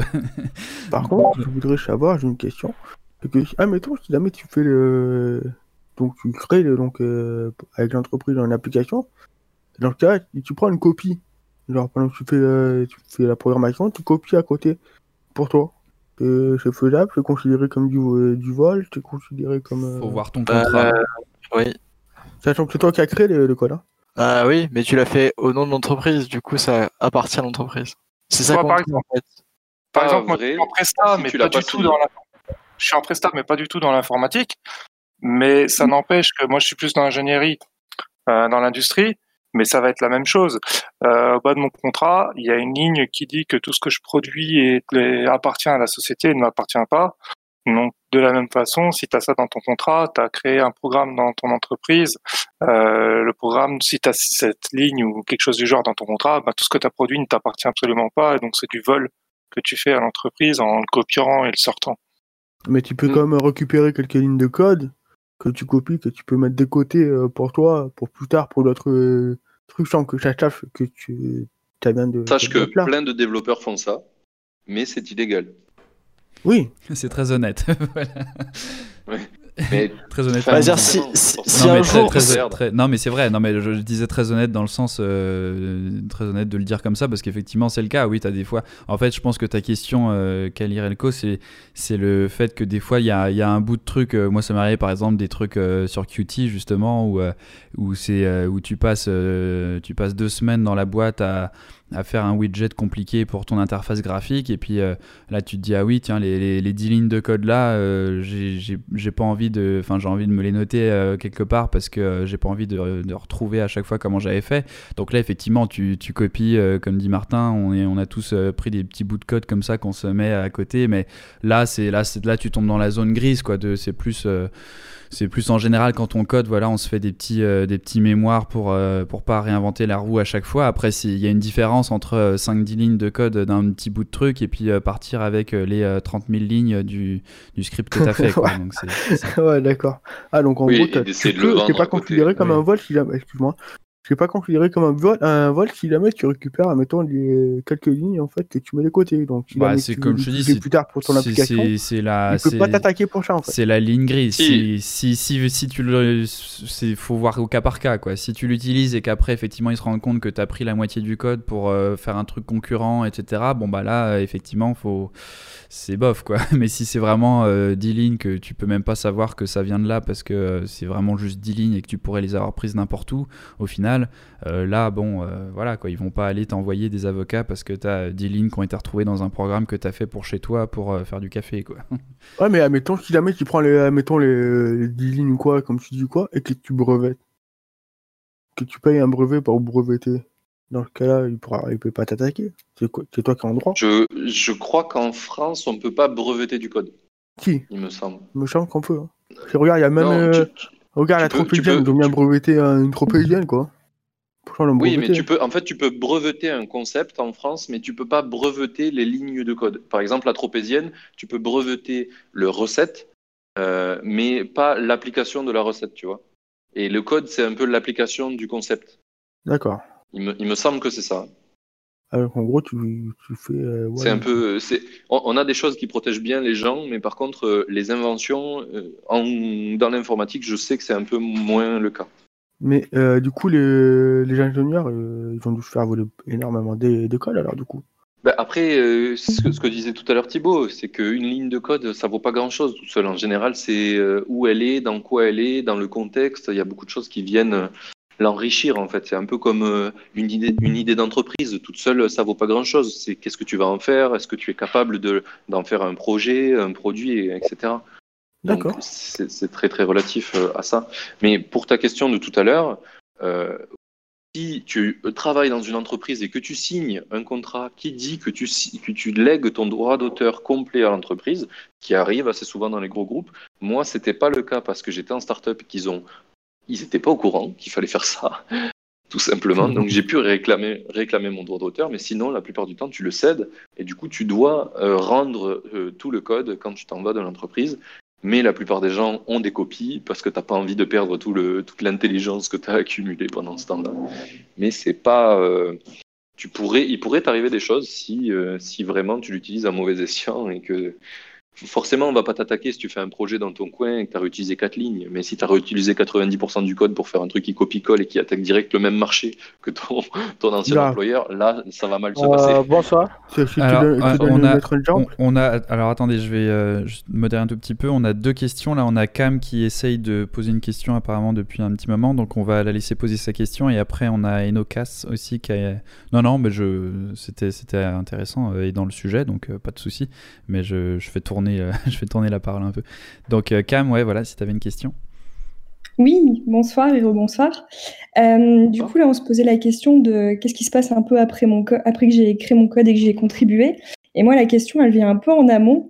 Par contre, je voudrais savoir, j'ai une question. C'est que, ah, mettons, si jamais tu fais le... Donc tu crées le, donc, euh, avec l'entreprise une application, dans ce cas, tu prends une copie. Genre pendant que tu fais, euh, tu fais la programmation, tu copies à côté pour toi. Et c'est faisable, c'est considéré comme du, euh, du vol, c'est considéré comme... Euh... Faut voir ton contrat. Euh, oui. Sachant que c'est toi qui as créé le, le code. Hein. Ah oui, mais tu l'as fait au nom de l'entreprise, du coup ça appartient à l'entreprise. C'est ça Ouais, qu'on par dit, exemple. en fait. Par Pas exemple, moi, vrai, je suis en presta, si mais tu pas l'as pas du tout signé. dans la... Je suis en presta, mais pas du tout dans l'informatique. Mais ça n'empêche que moi, je suis plus dans l'ingénierie, euh, dans l'industrie. Mais ça va être la même chose. Euh, au bas de mon contrat, il y a une ligne qui dit que tout ce que je produis est, est- appartient à la société et ne m'appartient pas. Donc, de la même façon, si tu as ça dans ton contrat, tu as créé un programme dans ton entreprise, euh, le programme, si tu as cette ligne ou quelque chose du genre dans ton contrat, bah, tout ce que tu as produit ne t'appartient absolument pas, et donc c'est du vol que tu fais à l'entreprise en le copiant et le sortant. Mais tu peux Mm. quand même récupérer quelques lignes de code que tu copies, que tu peux mettre de côté euh, pour toi, pour plus tard, pour d'autres euh, trucs, sans que ça sache que tu as bien de... Sache que là. plein de développeurs font ça, mais c'est illégal. Oui, C'est très honnête. Voilà. Ouais. Mais Très honnête. On va dire, forcément, si- si- forcément. si non, un mais très, jour- très- c'est- très- non mais c'est vrai, non mais je, je disais très honnête dans le sens euh, très honnête de le dire comme ça parce qu'effectivement c'est le cas. Oui, t'as des fois, en fait je pense que ta question euh, Kalir Elko, c'est c'est le fait que des fois il y a, il y a un bout de truc, euh, moi ça m'est arrivé par exemple des trucs euh, sur Qt justement où, euh, où, c'est, euh, où tu, passes, euh, tu passes deux semaines dans la boîte à à faire un widget compliqué pour ton interface graphique et puis euh, là tu te dis ah oui tiens les, les, les dix lignes de code là euh, j'ai, j'ai, j'ai pas envie de enfin j'ai envie de me les noter euh, quelque part parce que euh, j'ai pas envie de, de retrouver à chaque fois comment j'avais fait. Donc là effectivement tu, tu copies euh, comme dit Martin, on, est, on a tous euh, pris des petits bouts de code comme ça qu'on se met à côté, mais là c'est là, c'est, là tu tombes dans la zone grise quoi, de, c'est plus euh, c'est plus en général quand on code, voilà, on se fait des petits, euh, des petits mémoires pour, euh, pour pas réinventer la roue à chaque fois. Après, il y a une différence entre euh, cinq dix lignes de code d'un petit bout de truc et puis euh, partir avec euh, les euh, trente mille lignes du, du script que tu as fait. Quoi. Ouais. Donc, c'est, c'est... ouais, d'accord. Ah, donc en Oui, gros, et t'as- d'essayer tu de le peux, vendre c'est pas à côté. considéré comme Oui. un vol si jamais, excuse-moi, c'est pas considéré comme un vol, un vol si jamais tu récupères, admettons, les quelques lignes en fait que tu mets de côté. Donc, si Bah, jamais c'est tu comme veux je te dis, l'utiliser c'est- plus tard pour ton c'est, application, c'est, c'est la, il peut c'est- pas t'attaquer pour ça en fait. C'est la ligne grise. Si. Si, si, si, si tu le. Il faut voir au cas par cas. Quoi. Si tu l'utilises et qu'après, effectivement, ils se rendent compte que tu as pris la moitié du code pour euh, faire un truc concurrent, et cetera, bon, bah là, euh, effectivement, faut... c'est bof. Quoi. Mais si c'est vraiment euh, dix lignes que tu peux même pas savoir que ça vient de là parce que euh, c'est vraiment juste dix lignes et que tu pourrais les avoir prises n'importe où, au final, euh, là, bon, euh, voilà, quoi. Ils vont pas aller t'envoyer des avocats parce que tu as dix lignes qui ont été retrouvées dans un programme que tu as fait pour chez toi pour euh, faire du café. Quoi. Ouais, mais admettons, si jamais tu prends les, admettons, les, les dix lignes ou quoi, comme tu dis quoi, et que tu brevettes, que tu payes un brevet pour brevetter, dans ce cas-là, il pourra, il peut pas t'attaquer. C'est, quoi, c'est toi qui as en droit. Je, je crois qu'en France, on peut pas breveter du code, Qui il me semble. Il me semble qu'on peut. Hein. Et regarde, il y a même. Non, euh, tu- tu- regarde tu la peux- tu tropézienne, peux- ils ont bien tu- breveté un- une tropézienne, quoi. Pourquoi on l'a Oui, mais breveté tu peux, en fait, tu peux breveter un concept en France, mais tu peux pas breveter les lignes de code. Par exemple, la tropézienne, tu peux breveter le recette, euh, mais pas l'application de la recette, tu vois. Et le code, c'est un peu l'application du concept. D'accord. Il me, il me semble que c'est ça. Alors en gros, tu, tu fais. euh, ouais, C'est un peu, c'est, on, on a des choses qui protègent bien les gens, mais par contre, euh, les inventions, euh, en, dans l'informatique, je sais que c'est un peu moins le cas. Mais euh, du coup, les, les ingénieurs, euh, ils ont dû se faire voler énormément d'é- d'écoles, alors du coup. Ben après, euh, ce, que, ce que disait tout à l'heure Thibaut, c'est qu'une ligne de code, ça vaut pas grand-chose tout seul. En général, c'est euh, où elle est, dans quoi elle est, dans le contexte. Il y a beaucoup de choses qui viennent euh, l'enrichir, en fait. C'est un peu comme euh, une idée, une idée d'entreprise. Toute seule, ça vaut pas grand-chose. C'est qu'est-ce que tu vas en faire? Est-ce que tu es capable de, d'en faire un projet, un produit, et cetera. Donc, D'accord. c'est, c'est très, très relatif euh, à ça. Mais pour ta question de tout à l'heure, euh, si tu travailles dans une entreprise et que tu signes un contrat qui dit que tu, que tu lègues ton droit d'auteur complet à l'entreprise, qui arrive assez souvent dans les gros groupes, moi, c'était pas le cas parce que j'étais en start-up et qu'ils ont, ils n'étaient pas au courant qu'il fallait faire ça, tout simplement. Donc, j'ai pu réclamer, réclamer mon droit d'auteur, mais sinon, la plupart du temps, tu le cèdes et du coup, tu dois euh, rendre euh, tout le code quand tu t'en vas de l'entreprise. Mais la plupart des gens ont des copies parce que tu n'as pas envie de perdre tout le, toute l'intelligence que tu as accumulée pendant ce temps-là. Mais c'est pas. Euh, tu pourrais, il pourrait t'arriver des choses si, euh, si vraiment tu l'utilises à mauvais escient et que. Forcément, on ne va pas t'attaquer si tu fais un projet dans ton coin et que tu as réutilisé quatre lignes. Mais si tu as réutilisé quatre-vingt-dix pour cent du code pour faire un truc qui copie-colle et qui attaque direct le même marché que ton, ton ancien Là. employeur, là, ça va mal se Euh, passer. bonsoir. Si tu Alors, donnes- tu euh, donnes on nous a, mettre un on, exemple. on a, alors attendez, je vais euh, juste modérer un tout petit peu. On a deux questions. Là, on a Cam qui essaye de poser une question apparemment depuis un petit moment, donc on va la laisser poser sa question. Et après, on a Enokas aussi qui a. Non, non, mais je, c'était, c'était intéressant euh, et dans le sujet, donc euh, pas de souci. Mais je, je fais tourner, euh, je fais tourner la parole un peu. Donc euh, Cam, ouais, voilà, si tu avais une question. Oui, bonsoir et rebonsoir. Euh, du coup, là, on se posait la question de qu'est-ce qui se passe un peu après, mon co- après que j'ai créé mon code et que j'ai contribué. Et moi, la question, elle vient un peu en amont.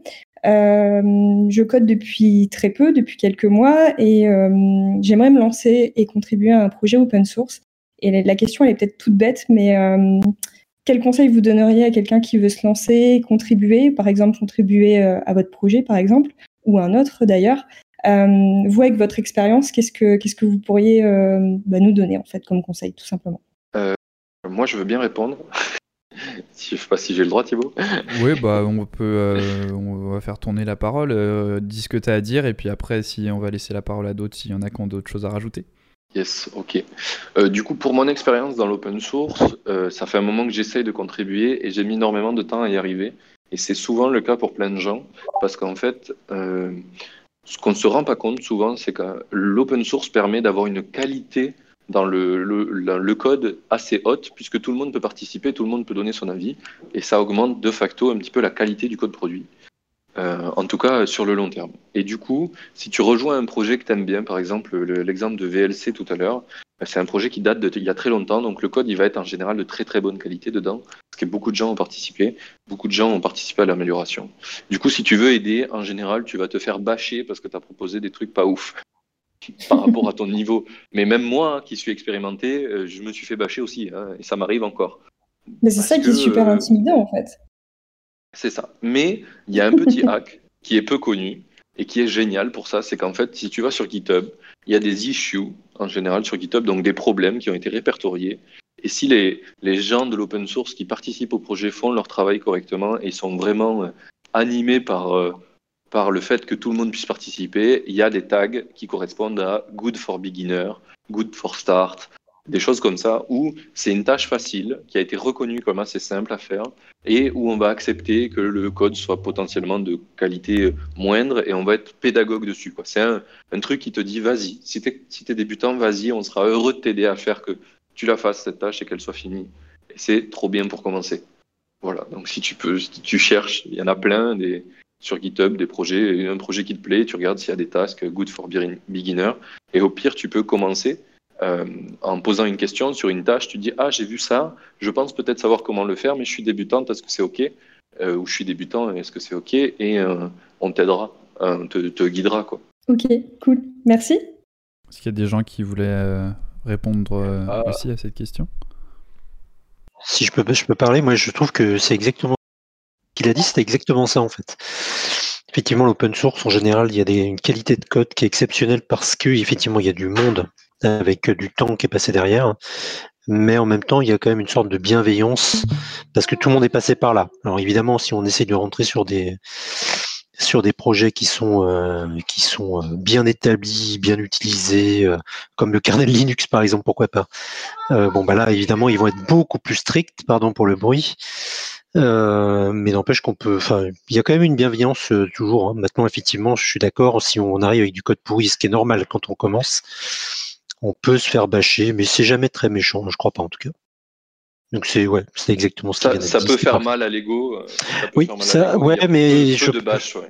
Euh, je code depuis très peu, depuis quelques mois, et euh, j'aimerais me lancer et contribuer à un projet open source. Et la, la question, elle est peut-être toute bête, mais euh, quel conseil vous donneriez à quelqu'un qui veut se lancer, contribuer, par exemple, contribuer euh, à votre projet, par exemple, ou un autre d'ailleurs. Euh, vous, avec votre expérience, qu'est-ce que, qu'est-ce que vous pourriez euh, bah, nous donner en fait comme conseil, tout simplement? Euh, moi, je veux bien répondre. Si- Je sais pas si j'ai le droit, Thibaut. Oui, bah on peut, euh, on va faire tourner la parole. Euh, dis ce que tu as à dire et puis après, si on va laisser la parole à d'autres, s'il y en a qui ont d'autres choses à rajouter. Yes, ok. Euh, du coup, pour mon expérience dans l'open source, euh, ça fait un moment que j'essaye de contribuer et j'ai mis énormément de temps à y arriver. Et c'est souvent le cas pour plein de gens parce qu'en fait, euh, ce qu'on ne se rend pas compte souvent, c'est que l'open source permet d'avoir une qualité dans le, le, le- le code assez haute puisque tout le monde peut participer, tout le monde peut donner son avis et ça augmente de facto un petit peu la qualité du code produit. Euh, en tout cas, sur le long terme. Et du coup, si tu rejoins un projet que tu aimes bien, par exemple le- l'exemple de V L C tout à l'heure, bah, c'est un projet qui date d'il y a très longtemps, donc le code il va être en général de très très bonne qualité dedans, parce que beaucoup de gens ont participé, beaucoup de gens ont participé à l'amélioration. Du coup, si tu veux aider, en général, tu vas te faire bâcher parce que tu as proposé des trucs pas ouf par rapport à ton niveau. Mais même moi, hein, qui suis expérimenté, euh, je me suis fait bâcher aussi, hein, et ça m'arrive encore. Mais c'est Parce ça qui est que, super euh, intimidant en fait. C'est ça. Mais il y a un petit hack qui est peu connu et qui est génial pour ça, c'est qu'en fait, si tu vas sur GitHub, il y a des issues en général sur GitHub, donc des problèmes qui ont été répertoriés. Et si les, les gens de l'open source qui participent au projet font leur travail correctement et sont vraiment euh, animés par, euh, par le fait que tout le monde puisse participer, il y a des tags qui correspondent à Good for Beginner, Good for Start, des choses comme ça, où c'est une tâche facile qui a été reconnue comme assez simple à faire et où on va accepter que le code soit potentiellement de qualité moindre et on va être pédagogue dessus, quoi. C'est un, un truc qui te dit vas-y, si t'es si t'es débutant, vas-y, on sera heureux de t'aider à faire que tu la fasses cette tâche et qu'elle soit finie. Et c'est trop bien pour commencer. Voilà, donc si tu peux, si tu cherches, il y en a plein des, sur GitHub, des projets, un projet qui te plaît, tu regardes s'il y a des tasks good for beginner et au pire, tu peux commencer Euh, en posant une question sur une tâche, tu dis ah j'ai vu ça, je pense peut-être savoir comment le faire, mais je suis débutante, est-ce que c'est ok euh, ou je suis débutant, est-ce que c'est ok et euh, on t'aidera, euh, on te, te guidera quoi. Ok, cool, merci. Est-ce qu'il y a des gens qui voulaient euh, répondre euh, Ah. aussi à cette question? Si je peux, je peux parler, moi je trouve que c'est exactement ce qu'il a dit, c'était exactement ça en fait. Effectivement, l'open source en général, il y a des, une qualité de code qui est exceptionnelle parce que effectivement il y a du monde avec du temps qui est passé derrière, mais en même temps il y a quand même une sorte de bienveillance parce que tout le monde est passé par là. Alors évidemment, si on essaie de rentrer sur des sur des projets qui sont euh, qui sont bien établis, bien utilisés, euh, comme le kernel Linux par exemple, pourquoi pas. Euh, bon bah là évidemment ils vont être beaucoup plus stricts, pardon pour le bruit. Euh, mais n'empêche qu'on peut, enfin, il y a quand même une bienveillance euh, toujours. Hein. Maintenant, effectivement, je suis d'accord. Si on arrive avec du code pourri, ce qui est normal quand on commence, on peut se faire bâcher, mais c'est jamais très méchant. Je crois pas en tout cas. Donc c'est ouais, c'est exactement ce qu'il Ça, vient de ça dire. peut C'est faire parfait. mal à l'ego. euh, Ça peut Oui, faire mal ça, à l'ego. ouais, Il y a mais peu, je peu de bâches, ouais.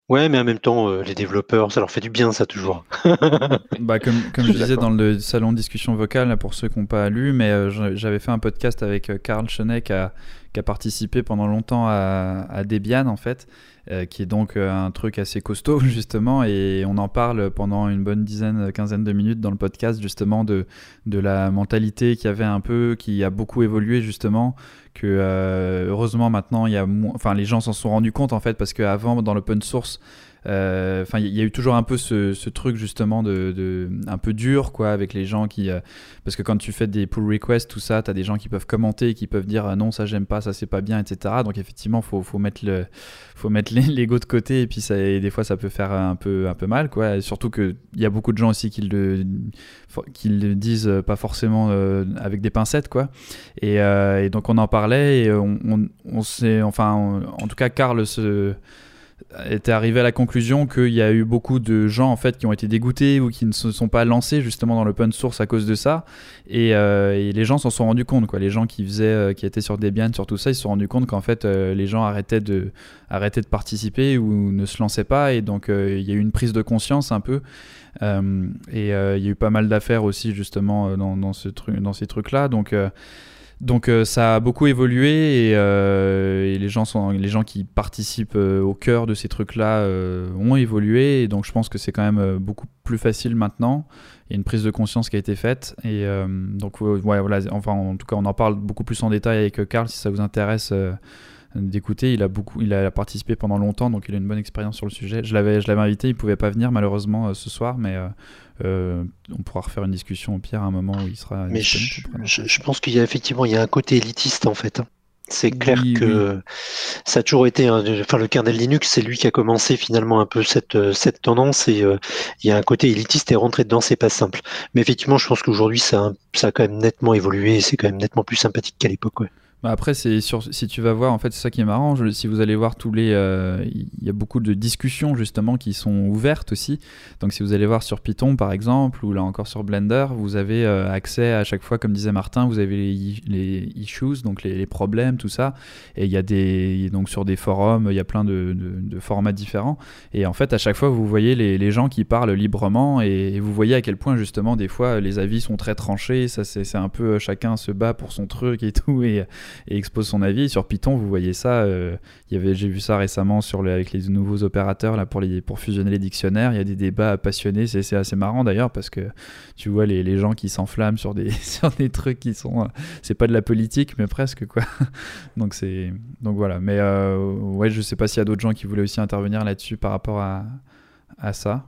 Ouais, mais en même temps, euh, les développeurs, ça leur fait du bien, ça, toujours. Bah, comme, comme Je je suis disais d'accord. dans le salon de discussion vocale, là, pour ceux qui n'ont pas lu, mais euh, j'a- j'avais fait un podcast avec euh, Karl Chenet qui a, qui a participé pendant longtemps à, à Debian, en fait, euh, qui est donc euh, un truc assez costaud, justement, et on en parle pendant une bonne dizaine, quinzaine de minutes dans le podcast, justement, de, de la mentalité qu'il y avait un peu, qui a beaucoup évolué, justement, que euh, heureusement maintenant, il y a mo- enfin, les gens s'en sont rendus compte, en fait, parce qu'avant, dans l'open source, euh, enfin, il y a eu toujours un peu ce, ce truc justement de, de un peu dur quoi avec les gens qui, euh, parce que quand tu fais des pull requests tout ça, t'as des gens qui peuvent commenter, qui peuvent dire ah non ça j'aime pas, ça c'est pas bien, et cetera. Donc effectivement faut faut mettre le, faut mettre les- l'ego de côté et puis ça, et des fois ça peut faire un peu un peu mal quoi. Et surtout que il y a beaucoup de gens aussi qui le qui le disent pas forcément euh, avec des pincettes quoi. Et, euh, et donc on en parlait et on, on, on s'est, enfin on- en tout cas Karl se était arrivé à la conclusion qu'il y a eu beaucoup de gens en fait qui ont été dégoûtés ou qui ne se sont pas lancés justement dans l'open source à cause de ça et, euh, et les gens s'en sont rendus compte quoi. Les gens qui faisaient euh, qui étaient sur Debian sur tout ça ils se sont rendus compte qu'en fait euh, les gens arrêtaient de arrêtaient de participer ou ne se lançaient pas et donc euh, il y a eu une prise de conscience un peu euh, et euh, il y a eu pas mal d'affaires aussi justement euh, dans, dans, ce truc, dans ces trucs là donc euh, donc euh, ça a beaucoup évolué et, euh, et les gens sont les gens qui participent euh, au cœur de ces trucs-là euh, ont évolué et donc je pense que c'est quand même euh, beaucoup plus facile maintenant. Il y a une prise de conscience qui a été faite et euh, donc ouais, voilà, enfin en tout cas on en parle beaucoup plus en détail avec Karl si ça vous intéresse euh, d'écouter. Il a beaucoup, il a participé pendant longtemps donc il a une bonne expérience sur le sujet. Je l'avais, je l'avais invité, il pouvait pas venir malheureusement euh, ce soir, mais euh, euh, on pourra refaire une discussion au pire à un moment où il sera Mais disponible. je, je, je pense qu'il y a effectivement il y a un côté élitiste en fait. C'est clair Oui, que oui. ça a toujours été, un- enfin le kernel Linux, c'est lui qui a commencé finalement un peu cette cette tendance et euh, il y a un côté élitiste et rentrer dedans c'est pas simple. Mais effectivement, je pense qu'aujourd'hui ça a, un- ça a quand même nettement évolué et c'est quand même nettement plus sympathique qu'à l'époque. Ouais. Bah après, c'est sur, si tu vas voir, en fait, c'est ça qui est marrant. Je- si vous allez voir tous les, euh, il y a beaucoup de discussions justement qui sont ouvertes aussi. Donc, si vous allez voir sur Python, par exemple, ou là encore sur Blender, vous avez euh, accès à chaque fois, comme disait Martin, vous avez les, les issues, donc les, les problèmes, tout ça. Et il y a des, donc sur des forums, il y a plein de, de, de formats différents. Et en fait, à chaque fois, vous voyez les, les gens qui parlent librement et, et vous voyez à quel point justement, des fois, les avis sont très tranchés. Ça, c'est, c'est un peu chacun se bat pour son truc et tout. Et et expose son avis. Et sur Python, vous voyez ça. Euh, y avait, j'ai vu ça récemment sur le, avec les nouveaux opérateurs là, pour, les, pour fusionner les dictionnaires. Il y a des débats passionnés. C'est, c'est assez marrant d'ailleurs parce que tu vois les, les gens qui s'enflamment sur des, sur des trucs qui sont. Euh, c'est pas de la politique, mais presque quoi. donc, c'est, donc voilà. Mais euh, ouais, je sais pas s'il y a d'autres gens qui voulaient aussi intervenir là-dessus par rapport à, à ça.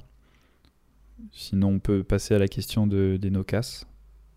Sinon, on peut passer à la question de, des Nocas.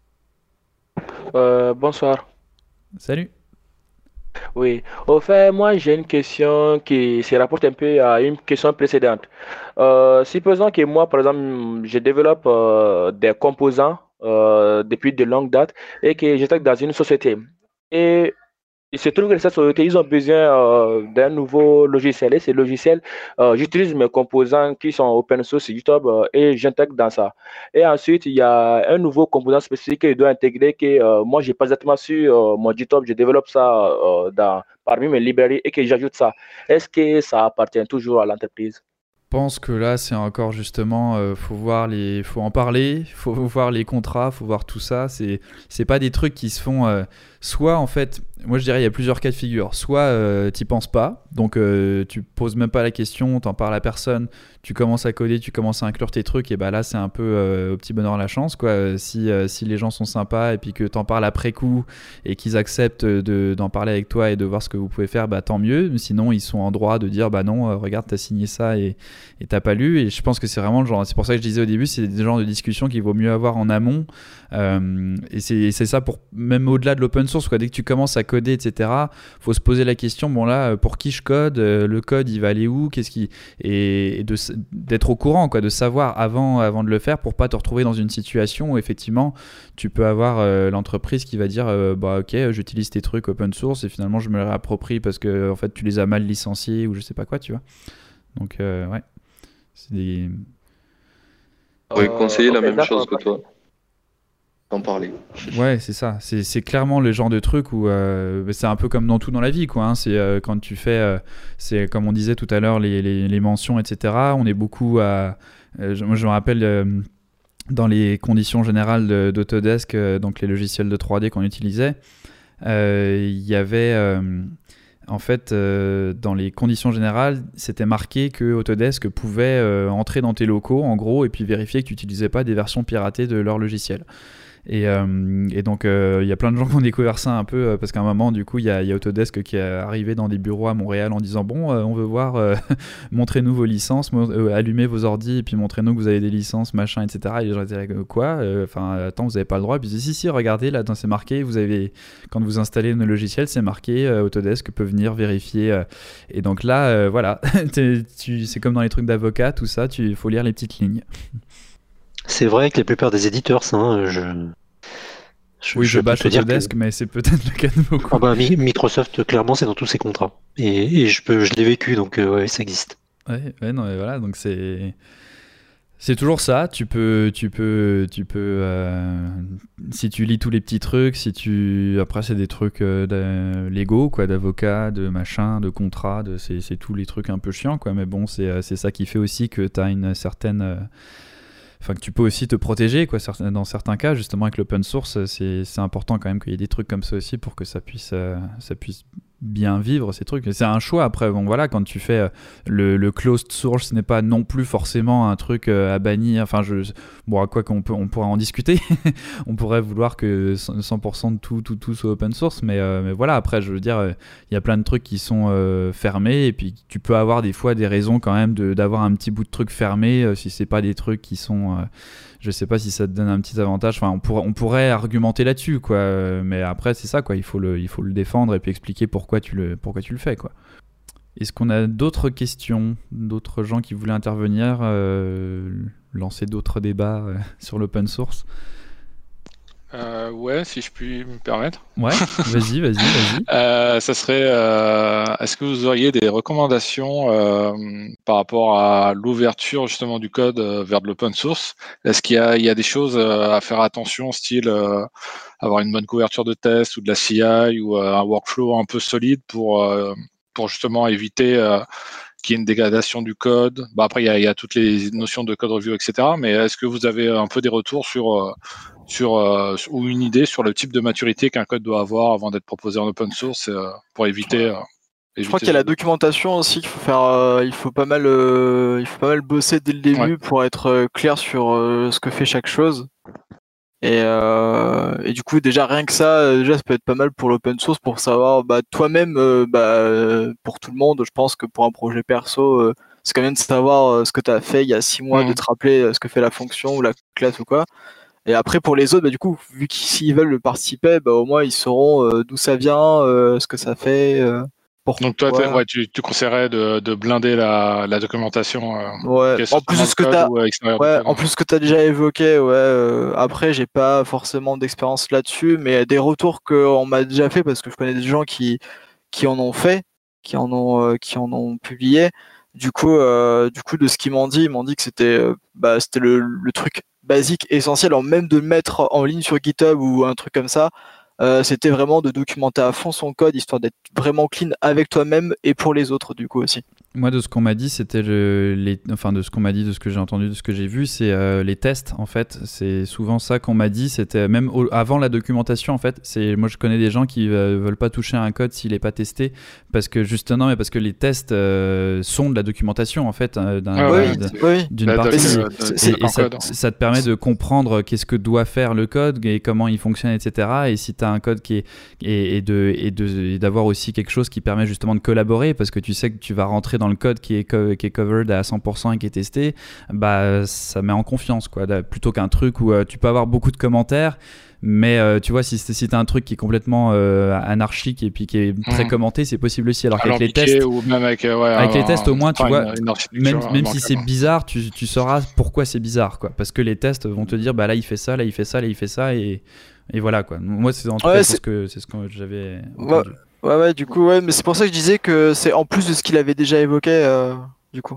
Euh, bonsoir. Salut. Oui. Au fait, moi, j'ai une question qui se rapporte un peu à une question précédente. Euh, supposons que moi, par exemple, je développe euh, des composants euh, depuis de longues dates et que j'étais dans une société. Et il se trouve que cette société, ils ont besoin euh, d'un nouveau logiciel. Et ce logiciel, euh, j'utilise mes composants qui sont open source sur GitHub euh, et j'intègre dans ça. Et ensuite, il y a un nouveau composant spécifique que je dois intégrer que euh, moi, je n'ai pas exactement sur euh, mon GitHub. Je développe ça euh, dans, parmi mes librairies et que j'ajoute ça. Est-ce que ça appartient toujours à l'entreprise? Je pense que là c'est encore justement euh, faut voir les faut en parler, faut voir les contrats, faut voir tout ça, c'est c'est pas des trucs qui se font euh, soit en fait, moi je dirais il y a plusieurs cas de figure, soit euh, t'y penses pas, donc euh, tu poses même pas la question, t'en parles à personne, tu commences à coder, tu commences à inclure tes trucs et bah là c'est un peu euh, au petit bonheur la chance quoi, si euh, si les gens sont sympas et puis que t'en parles après coup et qu'ils acceptent de d'en parler avec toi et de voir ce que vous pouvez faire, bah tant mieux, sinon ils sont en droit de dire bah non, euh, regarde t'as signé ça et et t'as pas lu, et je pense que c'est vraiment le genre, c'est pour ça que je disais au début, c'est des genres de discussions qu'il vaut mieux avoir en amont, euh, et c'est, c'est ça pour même au-delà de l'open source quoi. Dès que tu commences à coder etc, faut se poser la question, bon là pour qui je code, le code il va aller où, qu'est-ce qui, et, et de, d'être au courant quoi, de savoir avant, avant de le faire pour pas te retrouver dans une situation où effectivement tu peux avoir euh, l'entreprise qui va dire euh, bah ok j'utilise tes trucs open source et finalement je me les réapproprie parce que en fait tu les as mal licenciés ou je sais pas quoi tu vois. Donc euh, ouais, c'est des... Je pourrais Euh, conseiller la ok, même d'accord. chose que toi. d'en parler. Ouais, c'est ça. C'est, c'est clairement le genre de truc où euh, c'est un peu comme dans tout dans la vie, quoi. Hein. C'est euh, quand tu fais, euh, c'est comme on disait tout à l'heure, les, les, les mentions, et cetera. On est beaucoup à. Euh, je, moi, je me rappelle euh, dans les conditions générales de, d'Autodesk, euh, donc les logiciels de trois D qu'on utilisait, il euh, y avait. Euh, En fait, euh, dans les conditions générales, c'était marqué que Autodesk pouvait euh, entrer dans tes locaux, en gros, et puis vérifier que tu n'utilisais pas des versions piratées de leur logiciel. Et, euh, et donc, il euh, y a plein de gens qui ont découvert ça un peu, euh, parce qu'à un moment, du coup, il y, y a Autodesk qui est arrivé dans des bureaux à Montréal en disant « Bon, euh, on veut voir, euh, montrez-nous vos licences, mo- euh, allumez vos ordis, et puis montrez-nous que vous avez des licences, machin, et cetera » Et les gens étaient là « Quoi ? Enfin, euh, attends, vous n'avez pas le droit ?» Et puis « Si, si, regardez, là, c'est marqué, vous avez, quand vous installez nos logiciels, c'est marqué, euh, Autodesk peut venir vérifier. Euh, » Et donc là, euh, voilà, tu, c'est comme dans les trucs d'avocat, tout ça, il faut lire les petites lignes. C'est vrai que la plupart des éditeurs, ça, hein, je... je... Oui, je, je bâche Autodesk, que... mais c'est peut-être le cas de beaucoup. Ah bah, Microsoft, clairement, c'est dans tous ses contrats. Et, et je, peux, je l'ai vécu, donc euh, ouais, ça existe. Ouais, ouais, non, mais voilà, donc c'est... C'est toujours ça, tu peux, tu peux, tu peux, euh, si tu lis tous les petits trucs, si tu, après c'est des trucs euh, légaux, quoi, d'avocat, de machin, de contrat, de, c'est, c'est tous les trucs un peu chiants, quoi, mais bon, c'est, c'est ça qui fait aussi que tu as une certaine... Euh, Enfin, que tu peux aussi te protéger, quoi, dans certains cas, justement avec l'open source, c'est, c'est important quand même qu'il y ait des trucs comme ça aussi pour que ça puisse, euh, ça puisse bien vivre ces trucs. C'est un choix après, bon voilà, quand tu fais euh, le, le closed source, ce n'est pas non plus forcément un truc euh, à bannir, enfin, je, bon, à quoi qu'on peut, on pourra en discuter, on pourrait vouloir que cent pour cent de tout, tout, tout soit open source, mais, euh, mais voilà, après, je veux dire, il euh, y a plein de trucs qui sont euh, fermés, et puis tu peux avoir des fois des raisons quand même de, d'avoir un petit bout de truc fermé, euh, si c'est pas des trucs qui sont... Euh, je sais pas si ça te donne un petit avantage, enfin, on, pourrait, on pourrait argumenter là-dessus, quoi, euh, mais après, c'est ça, quoi, il faut le, il faut le défendre et puis expliquer pourquoi tu le, pourquoi tu le fais, quoi. Est-ce qu'on a d'autres questions, d'autres gens qui voulaient intervenir, euh, lancer d'autres débats euh, sur l'open source? Euh, ouais, si je puis me permettre. Ouais, vas-y, vas-y, vas-y. Euh, ça serait, euh, est-ce que vous auriez des recommandations euh, par rapport à l'ouverture justement du code euh, vers de l'open source? Est-ce qu'il y a, il y a des choses euh, à faire attention, style euh, avoir une bonne couverture de test ou de la C I ou euh, un workflow un peu solide pour, euh, pour justement éviter euh, qu'il y ait une dégradation du code? Bah, après, il y, a, il y a toutes les notions de code review, et cetera. Mais est-ce que vous avez un peu des retours sur... Euh, sur euh, ou une idée sur le type de maturité qu'un code doit avoir avant d'être proposé en open source euh, pour éviter, euh, éviter je crois qu'il y a la documentation aussi qu'il faut faire euh, il faut pas mal euh, il faut pas mal bosser dès le début ouais. pour être euh, clair sur euh, ce que fait chaque chose et, euh, et du coup déjà rien que ça déjà ça peut être pas mal pour l'open source pour savoir bah, toi-même euh, bah, pour tout le monde je pense que pour un projet perso euh, c'est quand même de savoir euh, ce que tu as fait il y a six mois mmh. de te rappeler euh, ce que fait la fonction ou la classe ou quoi. Et après, pour les autres, bah, du coup, vu qu'ils veulent participer, bah, au moins, ils sauront euh, d'où ça vient, euh, ce que ça fait. Euh, pourquoi. Donc, toi, ouais, tu, tu conseillerais de, de blinder la, la documentation euh, ouais. En plus de ce que tu as ouais, en plus que tu as déjà évoqué, ouais, euh, après, j'ai pas forcément d'expérience là-dessus, mais des retours qu'on m'a déjà fait, parce que je connais des gens qui, qui en ont fait, qui en ont, euh, qui en ont publié. Du coup, euh, du coup, de ce qu'ils m'ont dit, ils m'ont dit que c'était, euh, bah, c'était le, le truc basique, essentiel, en même de le mettre en ligne sur GitHub ou un truc comme ça, euh, c'était vraiment de documenter à fond son code, histoire d'être vraiment clean avec toi-même et pour les autres, du coup, aussi. Moi, de ce qu'on m'a dit, c'était le, les, enfin de ce qu'on m'a dit, de ce que j'ai entendu, de ce que j'ai vu, c'est euh, les tests. En fait, c'est souvent ça qu'on m'a dit. C'était même au, avant la documentation. En fait, c'est moi je connais des gens qui euh, veulent pas toucher à un code s'il est pas testé, parce que justement, mais parce que les tests euh, sont de la documentation en fait, d'un, ah oui, d'un, oui. d'une partie. Et, et ça, ça te permet de comprendre qu'est-ce que doit faire le code et comment il fonctionne, et cetera. Et si tu as un code qui est et, et de et de et d'avoir aussi quelque chose qui permet justement de collaborer, parce que tu sais que tu vas rentrer dans le code qui est, co- qui est covered à cent pour cent et qui est testé, bah, ça met en confiance, quoi, plutôt qu'un truc où euh, tu peux avoir beaucoup de commentaires, mais euh, tu vois, si, si tu as un truc qui est complètement euh, anarchique et puis qui est très mmh. commenté, c'est possible aussi. Alors qu'avec les tests, ou même avec, euh, ouais, avec un, les tests, au moins, tu vois, une, une même, même si c'est bizarre, tu, tu sauras pourquoi c'est bizarre, quoi, parce que les tests vont te dire, bah là il fait ça, là il fait ça, là il fait ça, et, et voilà, quoi. Moi, c'est en tout ouais, cas c'est... ce que, c'est ce que j'avais entendu. Ouais. Ouais, ouais, du coup, ouais, mais c'est pour ça que je disais que c'est en plus de ce qu'il avait déjà évoqué, euh, du coup.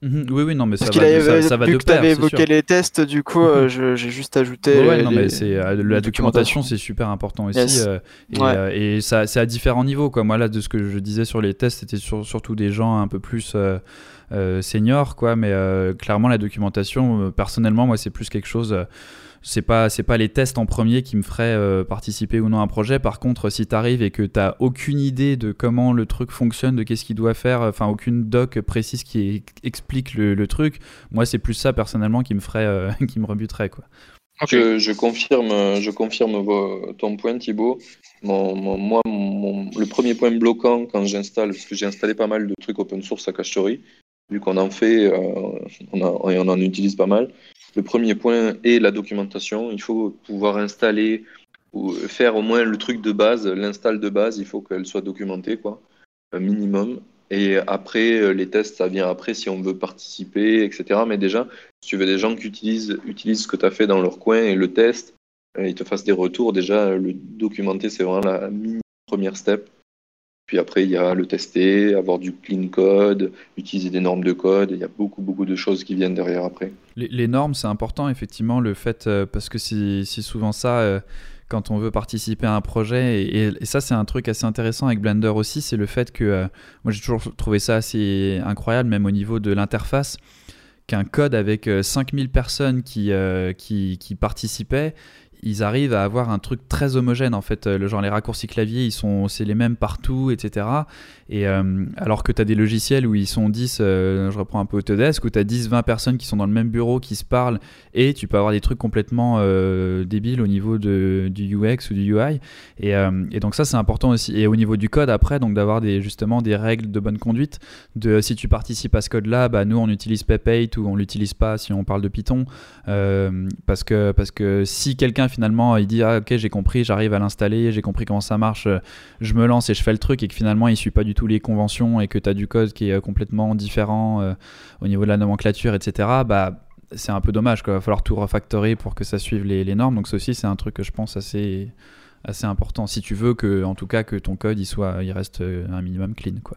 Mhm, oui, oui, non, mais ça Parce va, qu'il de, ça, avait, ça va vu de que tu pair, avais c'est sûr. évoqué les tests, du coup, euh, je- j'ai juste ajouté Ouais, ouais, les, non, les- mais c'est euh, la les documentation, documentations. c'est super important aussi, Yes. euh, et, Ouais. euh, et ça, c'est à différents niveaux, quoi. Moi là, de ce que je disais sur les tests, c'était sur- surtout des gens un peu plus euh, euh, seniors, quoi. Mais euh, clairement, la documentation, euh, personnellement, moi, c'est plus quelque chose. euh, c'est pas c'est pas les tests en premier qui me feraient euh, participer ou non à un projet. Par contre, si tu arrives et que tu n'as aucune idée de comment le truc fonctionne, de qu'est-ce qu'il doit faire, enfin aucune doc précise qui est- explique le, le truc, moi c'est plus ça personnellement qui me ferait euh, qui me rebuterait, quoi. Ok. Je, je confirme, je confirme vo- ton point, Thibaut. Mon, mon- moi, mon- le premier point bloquant quand j'installe, parce que j'ai installé pas mal de trucs open source à Cachetori, vu qu'on en fait, euh, on, a- et on en utilise pas mal. Le premier point est la documentation. Il faut pouvoir installer ou faire au moins le truc de base, l'install de base, il faut qu'elle soit documentée, quoi, un minimum. Et après, euh, les tests, ça vient après si on veut participer, et cetera. Mais déjà, si tu veux des gens qui utilisent, utilisent ce que tu as fait dans leur coin et le testent, euh, ils te fassent des retours, déjà, euh, le documenter, c'est vraiment la mini première step. Puis après, il y a le tester, avoir du clean code, utiliser des normes de code. Il y a beaucoup, beaucoup de choses qui viennent derrière après. Les, les normes, c'est important, effectivement, le fait, euh, parce que c'est c'est souvent ça, euh, quand on veut participer à un projet, et, et- et ça, c'est un truc assez intéressant avec Blender aussi, c'est le fait que, euh, moi j'ai toujours trouvé ça assez incroyable, même au niveau de l'interface, qu'un code avec euh, cinq mille personnes qui, euh, qui, qui participaient, ils arrivent à avoir un truc très homogène en fait. Euh, Le genre les raccourcis clavier, ils sont, c'est les mêmes partout, et cetera. Et euh, alors que tu as des logiciels où ils sont dix, euh, je reprends un peu Autodesk, où tu as dix vingt personnes qui sont dans le même bureau, qui se parlent, et tu peux avoir des trucs complètement euh, débiles au niveau de, du U X ou du U I. Et, euh, et donc ça c'est important aussi. Et au niveau du code après, donc d'avoir des, justement des règles de bonne conduite. De si tu participes à ce code-là, bah, nous on utilise Pep huit ou on l'utilise pas si on parle de Python. Euh, parce, que, parce que si quelqu'un finalement il dit ah, ok j'ai compris, j'arrive à l'installer, j'ai compris comment ça marche, euh, je me lance et je fais le truc, et que finalement il suit pas du tout les conventions et que tu as du code qui est euh, complètement différent euh, au niveau de la nomenclature, et cetera, bah c'est un peu dommage, quoi. Il va falloir tout refactorer pour que ça suive les, les normes. Donc ça aussi c'est un truc que je pense assez, assez important si tu veux que, en tout cas, que ton code il, soit, il reste euh, un minimum clean, quoi.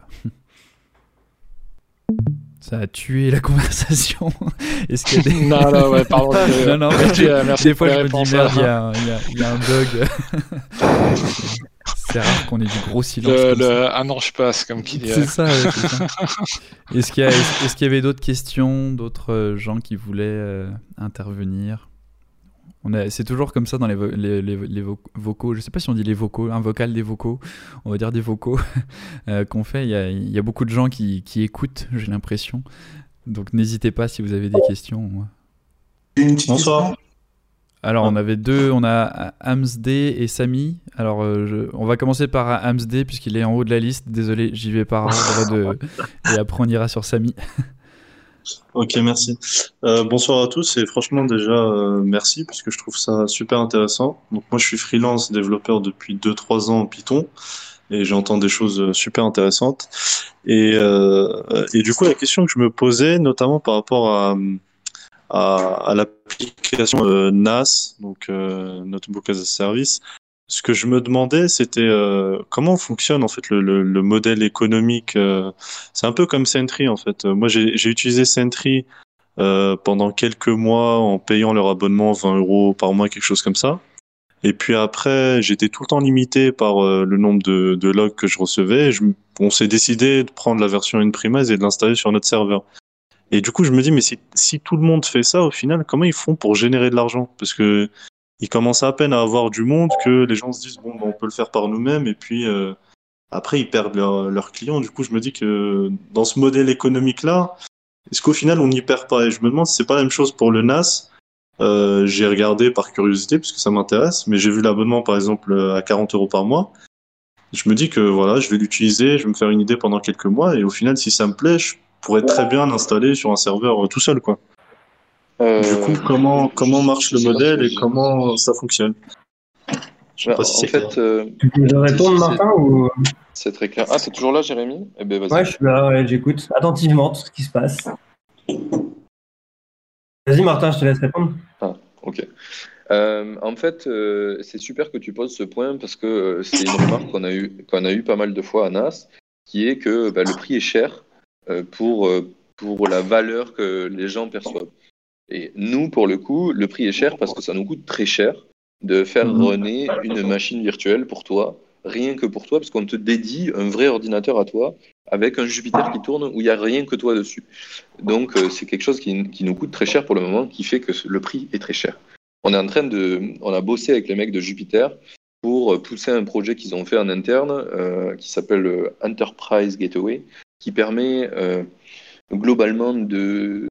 Ça a tué la conversation. Est-ce qu'il y a des... Non, non, ouais, pardon. je- non, non, mais merci, des, euh, merci des pour fois les je me dis réponses, merde, il y, hein. a un- il y a- il y a un bug. C'est rare qu'on ait du gros silence Le, comme le- ça. Ah non, je passe, comme qui dirait. C'est ça, ouais, c'est ça. Est-ce qu'il y, a- est-ce- est-ce qu'il y avait d'autres questions, d'autres euh, gens qui voulaient euh, intervenir? On a, c'est toujours comme ça dans les, vo- les, les, les vo- vocaux, je sais pas si on dit les vocaux, un vocal des vocaux, on va dire des vocaux euh, qu'on fait. Il y a, il y a beaucoup de gens qui, qui écoutent, j'ai l'impression. Donc n'hésitez pas si vous avez des questions. Bonsoir. Alors on avait deux, on a Hamsd et Samy. Alors euh, je- on va commencer par Hamsd puisqu'il est en haut de la liste. Désolé, j'y vais par ordre de... Et après on ira sur Samy. Ok, merci. Euh, bonsoir à tous et franchement déjà euh, merci parce que je trouve ça super intéressant. Donc moi je suis freelance développeur depuis deux trois ans en Python et j'entends des choses euh, super intéressantes. Et, euh, et du coup la question que je me posais notamment par rapport à, à, à l'application euh, N A S, donc euh, Notebook as a Service, ce que je me demandais, c'était euh, comment fonctionne en fait le, le, le modèle économique. euh, c'est un peu comme Sentry en fait. Euh, Moi, j'ai j'ai utilisé Sentry euh, pendant quelques mois en payant leur abonnement vingt euros par mois, quelque chose comme ça. Et puis après, j'étais tout le temps limité par euh, le nombre de, de logs que je recevais. Et je m- on s'est décidé de prendre la version in-premise et de l'installer sur notre serveur. Et du coup, je me dis, mais si, si tout le monde fait ça, au final, comment ils font pour générer de l'argent? Parce que ils commencent à peine à avoir du monde que les gens se disent, bon, ben, on peut le faire par nous-mêmes. Et puis euh, après, ils perdent leurs leurs clients. Du coup, je me dis que dans ce modèle économique-là, est-ce qu'au final, on n'y perd pas? Et je me demande si c'est pas la même chose pour le N A S. Euh, j'ai regardé par curiosité, parce que ça m'intéresse, mais j'ai vu l'abonnement, par exemple, à quarante euros par mois. Je me dis que voilà, je vais l'utiliser, je vais me faire une idée pendant quelques mois, et au final, si ça me plaît, je pourrais très bien l'installer sur un serveur euh, tout seul, quoi. Euh, Du coup, comment, comment marche le modèle et comment ça fonctionne? Je sais bah, pas si en c'est clair. fait, euh, Tu peux me répondre, c'est- Martin ou... c'est très clair. Ah, t'es toujours là, Jérémy? Eh ben, vas-y. Ouais, je suis là, ouais, j'écoute attentivement tout ce qui se passe. Vas-y, Martin, je te laisse répondre. Ah, ok. Euh, en fait, euh, c'est super que tu poses ce point parce que euh, c'est une remarque qu'on a eu, qu'on a eu pas mal de fois à N A S, qui est que bah, le prix est cher euh, pour, euh, pour la valeur que les gens perçoivent. Et nous, pour le coup, le prix est cher parce que ça nous coûte très cher de faire runner une machine virtuelle pour toi, rien que pour toi, parce qu'on te dédie un vrai ordinateur à toi avec un Jupyter qui tourne où il n'y a rien que toi dessus. Donc euh, c'est quelque chose qui, qui nous coûte très cher pour le moment, qui fait que le prix est très cher. On est en train de, on a bossé avec les mecs de Jupyter pour pousser un projet qu'ils ont fait en interne euh, qui s'appelle Enterprise Gateway, qui permet euh, globalement de...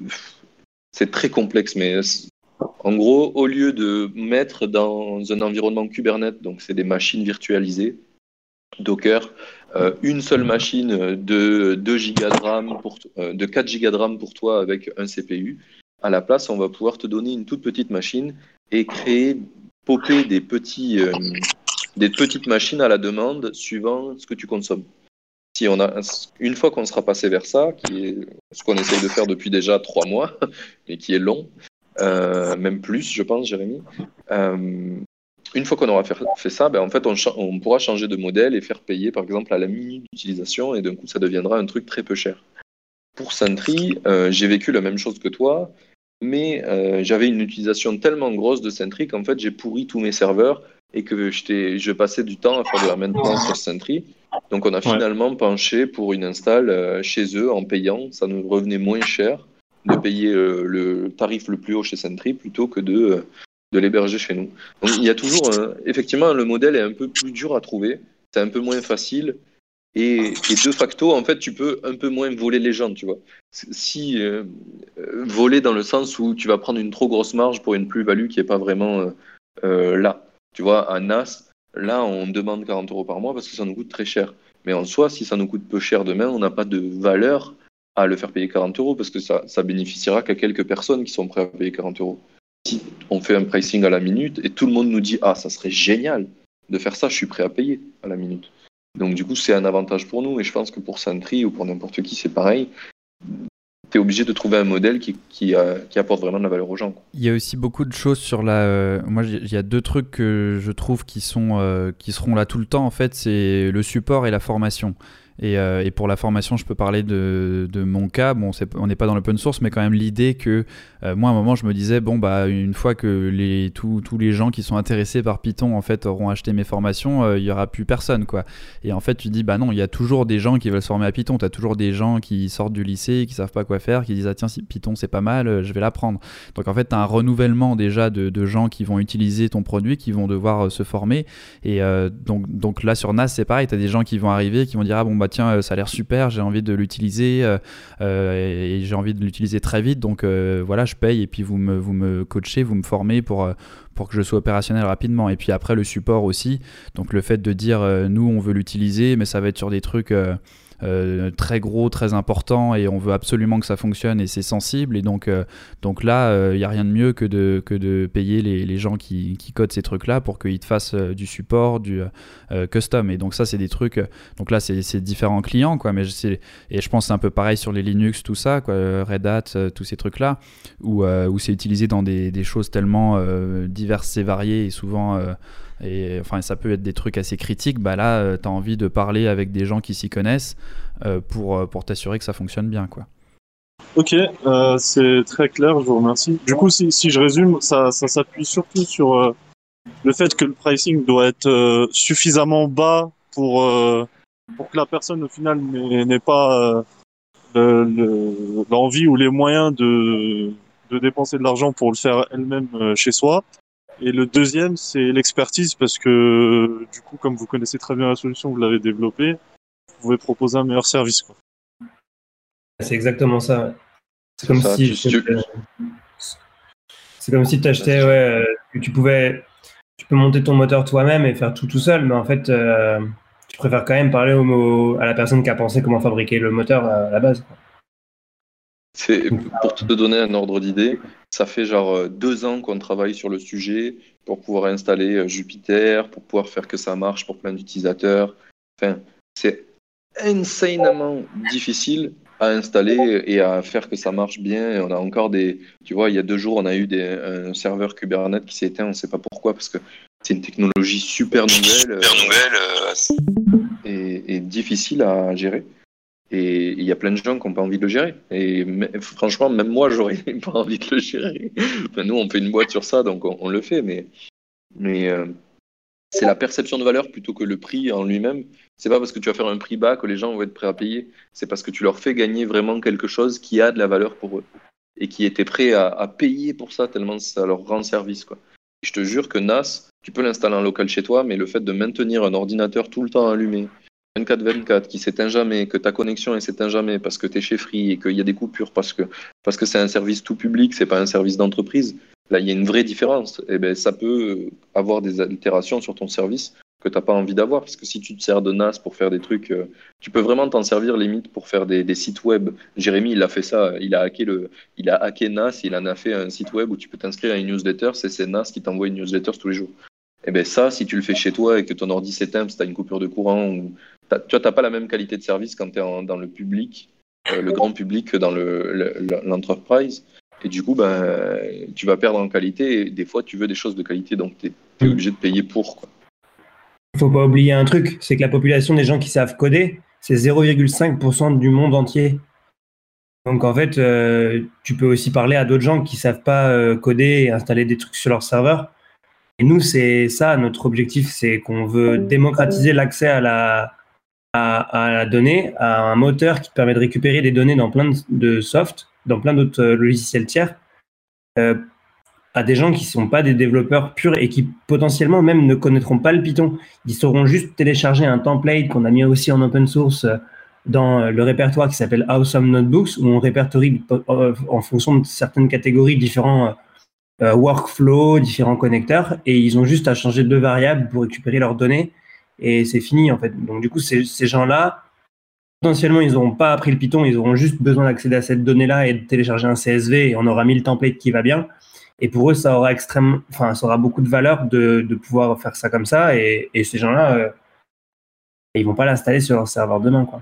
C'est très complexe, mais en gros, au lieu de mettre dans un environnement Kubernetes, donc c'est des machines virtualisées, Docker, euh, une seule machine de deux gigas de RAM pour, euh, de quatre gigas de RAM pour toi avec un C P U, à la place, on va pouvoir te donner une toute petite machine et créer, popper des, petits, euh, des petites machines à la demande suivant ce que tu consommes. Si on a, une fois qu'on sera passé vers ça, qui est ce qu'on essaye de faire depuis déjà trois mois, et qui est long, euh, même plus, je pense, Jérémy, euh, une fois qu'on aura fait, fait ça, ben en fait, on, on pourra changer de modèle et faire payer, par exemple, à la minute d'utilisation, et d'un coup, ça deviendra un truc très peu cher. Pour Sentry, euh, j'ai vécu la même chose que toi, mais euh, j'avais une utilisation tellement grosse de Sentry qu'en fait, j'ai pourri tous mes serveurs et que je passais du temps à faire de la maintenance sur Sentry. Donc on a finalement ouais. penché pour une install euh, chez eux en payant. Ça nous revenait moins cher de payer euh, le tarif le plus haut chez Sentry plutôt que de, euh, de l'héberger chez nous. Donc il y a toujours, euh, effectivement, le modèle est un peu plus dur à trouver. C'est un peu moins facile. Et, et de facto, en fait, tu peux un peu moins voler les gens, tu vois. Si euh, voler dans le sens où tu vas prendre une trop grosse marge pour une plus-value qui n'est pas vraiment euh, euh, là. Tu vois, à N A S, là, on demande quarante euros par mois parce que ça nous coûte très cher. Mais en soi, si ça nous coûte peu cher demain, on n'a pas de valeur à le faire payer quarante euros parce que ça, ça bénéficiera qu'à quelques personnes qui sont prêtes à payer quarante euros. Si on fait un pricing à la minute et tout le monde nous dit « Ah, ça serait génial de faire ça, je suis prêt à payer à la minute ». Donc du coup, c'est un avantage pour nous et je pense que pour Sentry ou pour n'importe qui, c'est pareil. Tu es obligé de trouver un modèle qui, qui, euh, qui apporte vraiment de la valeur aux gens, quoi. Il y a aussi beaucoup de choses sur la... Euh, moi, il y a deux trucs que je trouve qui, sont, euh, qui seront là tout le temps, en fait, c'est le support et la formation. Et, euh, et pour la formation, je peux parler de, de mon cas. Bon, c'est, on n'est pas dans l'open source, mais quand même l'idée que euh, moi, à un moment, je me disais, bon, bah, une fois que les, tous, tous les gens qui sont intéressés par Python, en fait, auront acheté mes formations, euh, il n'y aura plus personne, quoi. Et en fait, tu dis, bah non, il y a toujours des gens qui veulent se former à Python. Tu as toujours des gens qui sortent du lycée, qui savent pas quoi faire, qui disent, ah tiens, si Python, c'est pas mal, euh, je vais l'apprendre. Donc, en fait, tu as un renouvellement déjà de, de gens qui vont utiliser ton produit, qui vont devoir euh, se former. Et euh, donc, donc là, sur N A S, c'est pareil. Tu as des gens qui vont arriver, qui vont dire, ah bon, bah tiens, ça a l'air super, j'ai envie de l'utiliser euh, euh, et j'ai envie de l'utiliser très vite, donc euh, voilà, je paye et puis vous me, vous me coachez, vous me formez pour, euh, pour que je sois opérationnel rapidement. Et puis après, le support aussi, donc le fait de dire euh, nous, on veut l'utiliser, mais ça va être sur des trucs... Euh, Euh, très gros, très important et on veut absolument que ça fonctionne et c'est sensible et donc, euh, donc là il euh, n'y a rien de mieux que de, que de payer les, les gens qui, qui codent ces trucs là pour qu'ils te fassent euh, du support, du euh, custom et donc ça c'est des trucs, donc là c'est, c'est différents clients quoi, mais c'est, et je pense que c'est un peu pareil sur les Linux, tout ça quoi, Red Hat, euh, tous ces trucs là où, euh, où c'est utilisé dans des, des choses tellement euh, diverses et variées et souvent euh, et enfin ça peut être des trucs assez critiques, bah là euh, tu as envie de parler avec des gens qui s'y connaissent euh, pour, pour t'assurer que ça fonctionne bien quoi. Ok, euh, c'est très clair, je vous remercie. Du coup, si, si je résume, ça, ça s'appuie surtout sur euh, le fait que le pricing doit être euh, suffisamment bas pour, euh, pour que la personne au final n'ait, n'ait pas euh, le, le, l'envie ou les moyens de, de dépenser de l'argent pour le faire elle-même euh, chez soi. Et le deuxième, c'est l'expertise, parce que du coup, comme vous connaissez très bien la solution, vous l'avez développée, vous pouvez proposer un meilleur service, quoi. C'est exactement ça. Ouais. C'est comme ça, si tu... c'est comme si tu achetais, ouais, que tu pouvais, tu peux monter ton moteur toi-même et faire tout tout seul, mais en fait, euh, tu préfères quand même parler au, à la personne qui a pensé comment fabriquer le moteur à la base, quoi. C'est, pour te donner un ordre d'idée, ça fait genre deux ans qu'on travaille sur le sujet pour pouvoir installer Jupyter, pour pouvoir faire que ça marche pour plein d'utilisateurs. Enfin, c'est insanement difficile à installer et à faire que ça marche bien. Et on a encore des... Tu vois, il y a deux jours, on a eu des, un serveur Kubernetes qui s'est éteint, on ne sait pas pourquoi, parce que c'est une technologie super nouvelle, super nouvelle euh, et, et difficile à gérer. Et il y a plein de gens qui n'ont pas envie de le gérer. Et mais, franchement, même moi, j'aurais pas envie de le gérer. Enfin, nous, on fait une boîte sur ça, donc on, on le fait. Mais, mais euh, c'est la perception de valeur plutôt que le prix en lui-même. C'est pas parce que tu vas faire un prix bas que les gens vont être prêts à payer. C'est parce que tu leur fais gagner vraiment quelque chose qui a de la valeur pour eux. Et qui étaient prêts à, à payer pour ça, tellement ça leur rend service, quoi. Et je te jure que N A S, tu peux l'installer en local chez toi, mais le fait de maintenir un ordinateur tout le temps allumé, vingt-quatre vingt-quatre, qui s'éteint jamais, que ta connexion ne s'éteint jamais parce que tu es chez Free et qu'il y a des coupures parce que parce que c'est un service tout public, c'est pas un service d'entreprise. Là, il y a une vraie différence. Et ben, ça peut avoir des altérations sur ton service que tu n'as pas envie d'avoir. Parce que si tu te sers de N A S pour faire des trucs, euh, tu peux vraiment t'en servir limite pour faire des, des sites web. Jérémy, il a fait ça. Il a hacké, le, il a hacké N A S, il en a fait un site web où tu peux t'inscrire à une newsletter. C'est, c'est N A S qui t'envoie une newsletter tous les jours. Et ben ça, si tu le fais chez toi et que ton ordi s'éteint parce que tu as une coupure de courant, ou t'as, tu n'as pas la même qualité de service quand tu es dans le public, euh, le grand public que dans le, le, l'enterprise. Et du coup, ben, tu vas perdre en qualité. Et des fois, tu veux des choses de qualité, donc tu es obligé de payer pour, quoi. Il ne faut pas oublier un truc, c'est que la population des gens qui savent coder, c'est zéro virgule cinq pour cent du monde entier. Donc en fait, euh, tu peux aussi parler à d'autres gens qui ne savent pas euh, coder et installer des trucs sur leur serveur. Et nous, c'est ça, notre objectif, c'est qu'on veut démocratiser l'accès à la, à, à la donnée, à un moteur qui te permet de récupérer des données dans plein de, de soft, dans plein d'autres euh, logiciels tiers, euh, à des gens qui ne sont pas des développeurs purs et qui potentiellement même ne connaîtront pas le Python. Ils sauront juste télécharger un template qu'on a mis aussi en open source dans le répertoire qui s'appelle Awesome Notebooks, où on répertorie en fonction de certaines catégories différents euh, workflows, différents connecteurs, et ils ont juste à changer deux variables pour récupérer leurs données, et c'est fini en fait. Donc du coup, ces, ces gens-là, potentiellement, ils n'auront pas appris le Python, ils auront juste besoin d'accéder à cette donnée-là et de télécharger un C S V, et on aura mis le template qui va bien. Et pour eux, ça aura extrêmement, enfin, ça aura beaucoup de valeur de, de pouvoir faire ça comme ça. Et, et ces gens-là, euh, ils vont pas l'installer sur leur serveur demain, quoi.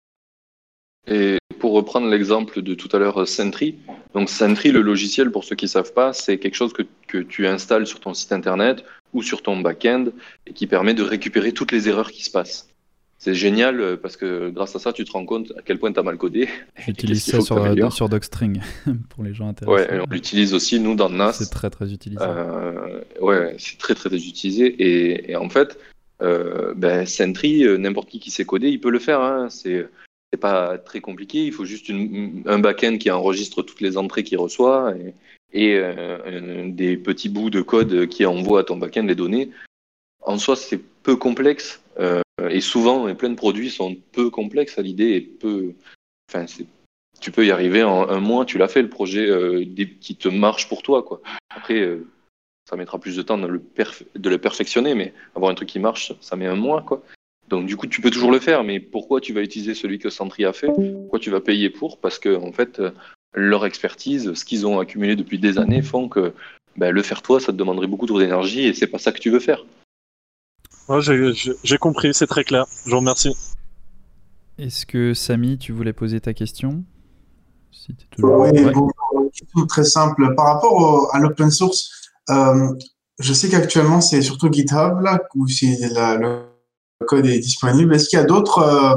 Et pour reprendre l'exemple de tout à l'heure, Sentry. Donc Sentry, le logiciel, pour ceux qui ne savent pas, c'est quelque chose que, que tu installes sur ton site internet ou sur ton back-end et qui permet de récupérer toutes les erreurs qui se passent. C'est génial parce que grâce à ça, tu te rends compte à quel point tu as mal codé. J'utilise ça sur, sur Docstring pour les gens intéressés. Ouais, on l'utilise aussi, nous, dans N A S. C'est très, très utilisé. Euh, ouais, c'est très, très, très utilisé. Et, et en fait, euh, ben, Sentry, n'importe qui qui sait coder, il peut le faire. Hein. C'est, c'est pas très compliqué. Il faut juste une, un back-end qui enregistre toutes les entrées qu'il reçoit et, et euh, des petits bouts de code qui envoient à ton back-end les données. En soi, c'est peu complexe. Euh, et souvent, plein de produits sont peu complexes à l'idée et peu. Enfin, c'est... tu peux y arriver en un mois. Tu l'as fait le projet euh, des... qui te marche pour toi, quoi. Après, euh, ça mettra plus de temps de le, perf... de le perfectionner, mais avoir un truc qui marche, ça met un mois, quoi. Donc, du coup, tu peux toujours le faire, mais pourquoi tu vas utiliser celui que Sentry a fait ? Pourquoi tu vas payer pour ? Parce que, en fait, euh, leur expertise, ce qu'ils ont accumulé depuis des années, font que ben, le faire toi, ça te demanderait beaucoup trop d'énergie et c'est pas ça que tu veux faire. Ouais, j'ai, j'ai compris, c'est très clair. Je vous remercie. Est-ce que Samy, tu voulais poser ta question ? Si t'es toujours... Oui, ouais. bon, une question très simple. Par rapport au, à l'open source, euh, je sais qu'actuellement c'est surtout GitHub là où c'est la, le code est disponible. Est-ce qu'il y a d'autres euh,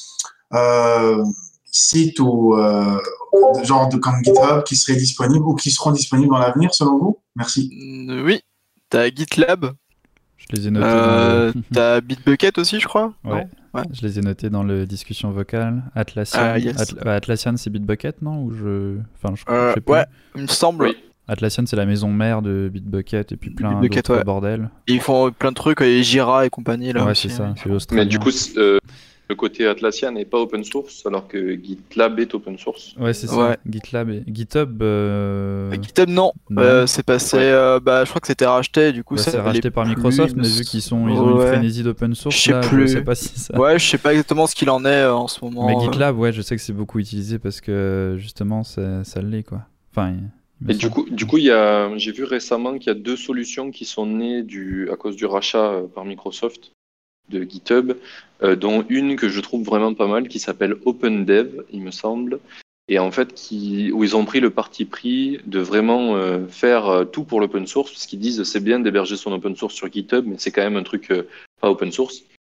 euh, sites ou euh, genre de comme GitHub qui seraient disponibles ou qui seront disponibles dans l'avenir selon vous ? Merci. Oui, t'as GitLab. Je les ai notés. Euh, dans le... T'as Bitbucket aussi, je crois. Ouais. ouais. Je les ai notés dans le discussion vocale. Atlassian, ah, yes. Atl- Atlassian, c'est Bitbucket, non ? Ou je, enfin, je, euh, je sais plus. Ouais, il me semble. Oui. Atlassian, c'est la maison mère de Bitbucket et puis plein Bitbucket, d'autres ouais. bordels. Et ils font plein de trucs, et Jira et compagnie là. Ouais, aussi, c'est ça. ouais. C'est australien. Mais du coup, euh, le côté Atlassian n'est pas open source, alors que GitLab est open source. Ouais, c'est ça. Ouais. GitLab et GitHub. Euh... GitHub, non. non. Euh, c'est passé. Ouais. Euh, bah, je crois que c'était racheté. Du coup, bah, ça c'est racheté par plus... Microsoft, mais vu qu'ils sont, ils ont ouais. une frénésie d'open source, je sais là, plus. je sais pas si ça. Ouais, je sais pas exactement ce qu'il en est euh, en ce moment. Mais GitLab, ouais, je sais que c'est beaucoup utilisé parce que justement, ça, ça l'est, quoi. Enfin. Et du coup, du coup, il y a, j'ai vu récemment qu'il y a deux solutions qui sont nées du, à cause du rachat euh, par Microsoft de GitHub, euh, dont une que je trouve vraiment pas mal, qui s'appelle OpenDev, il me semble, et en fait, qui, où ils ont pris le parti pris de vraiment euh, faire euh, tout pour l'open source, parce qu'ils disent c'est bien d'héberger son open source sur GitHub, mais c'est quand même un truc euh, pas open source.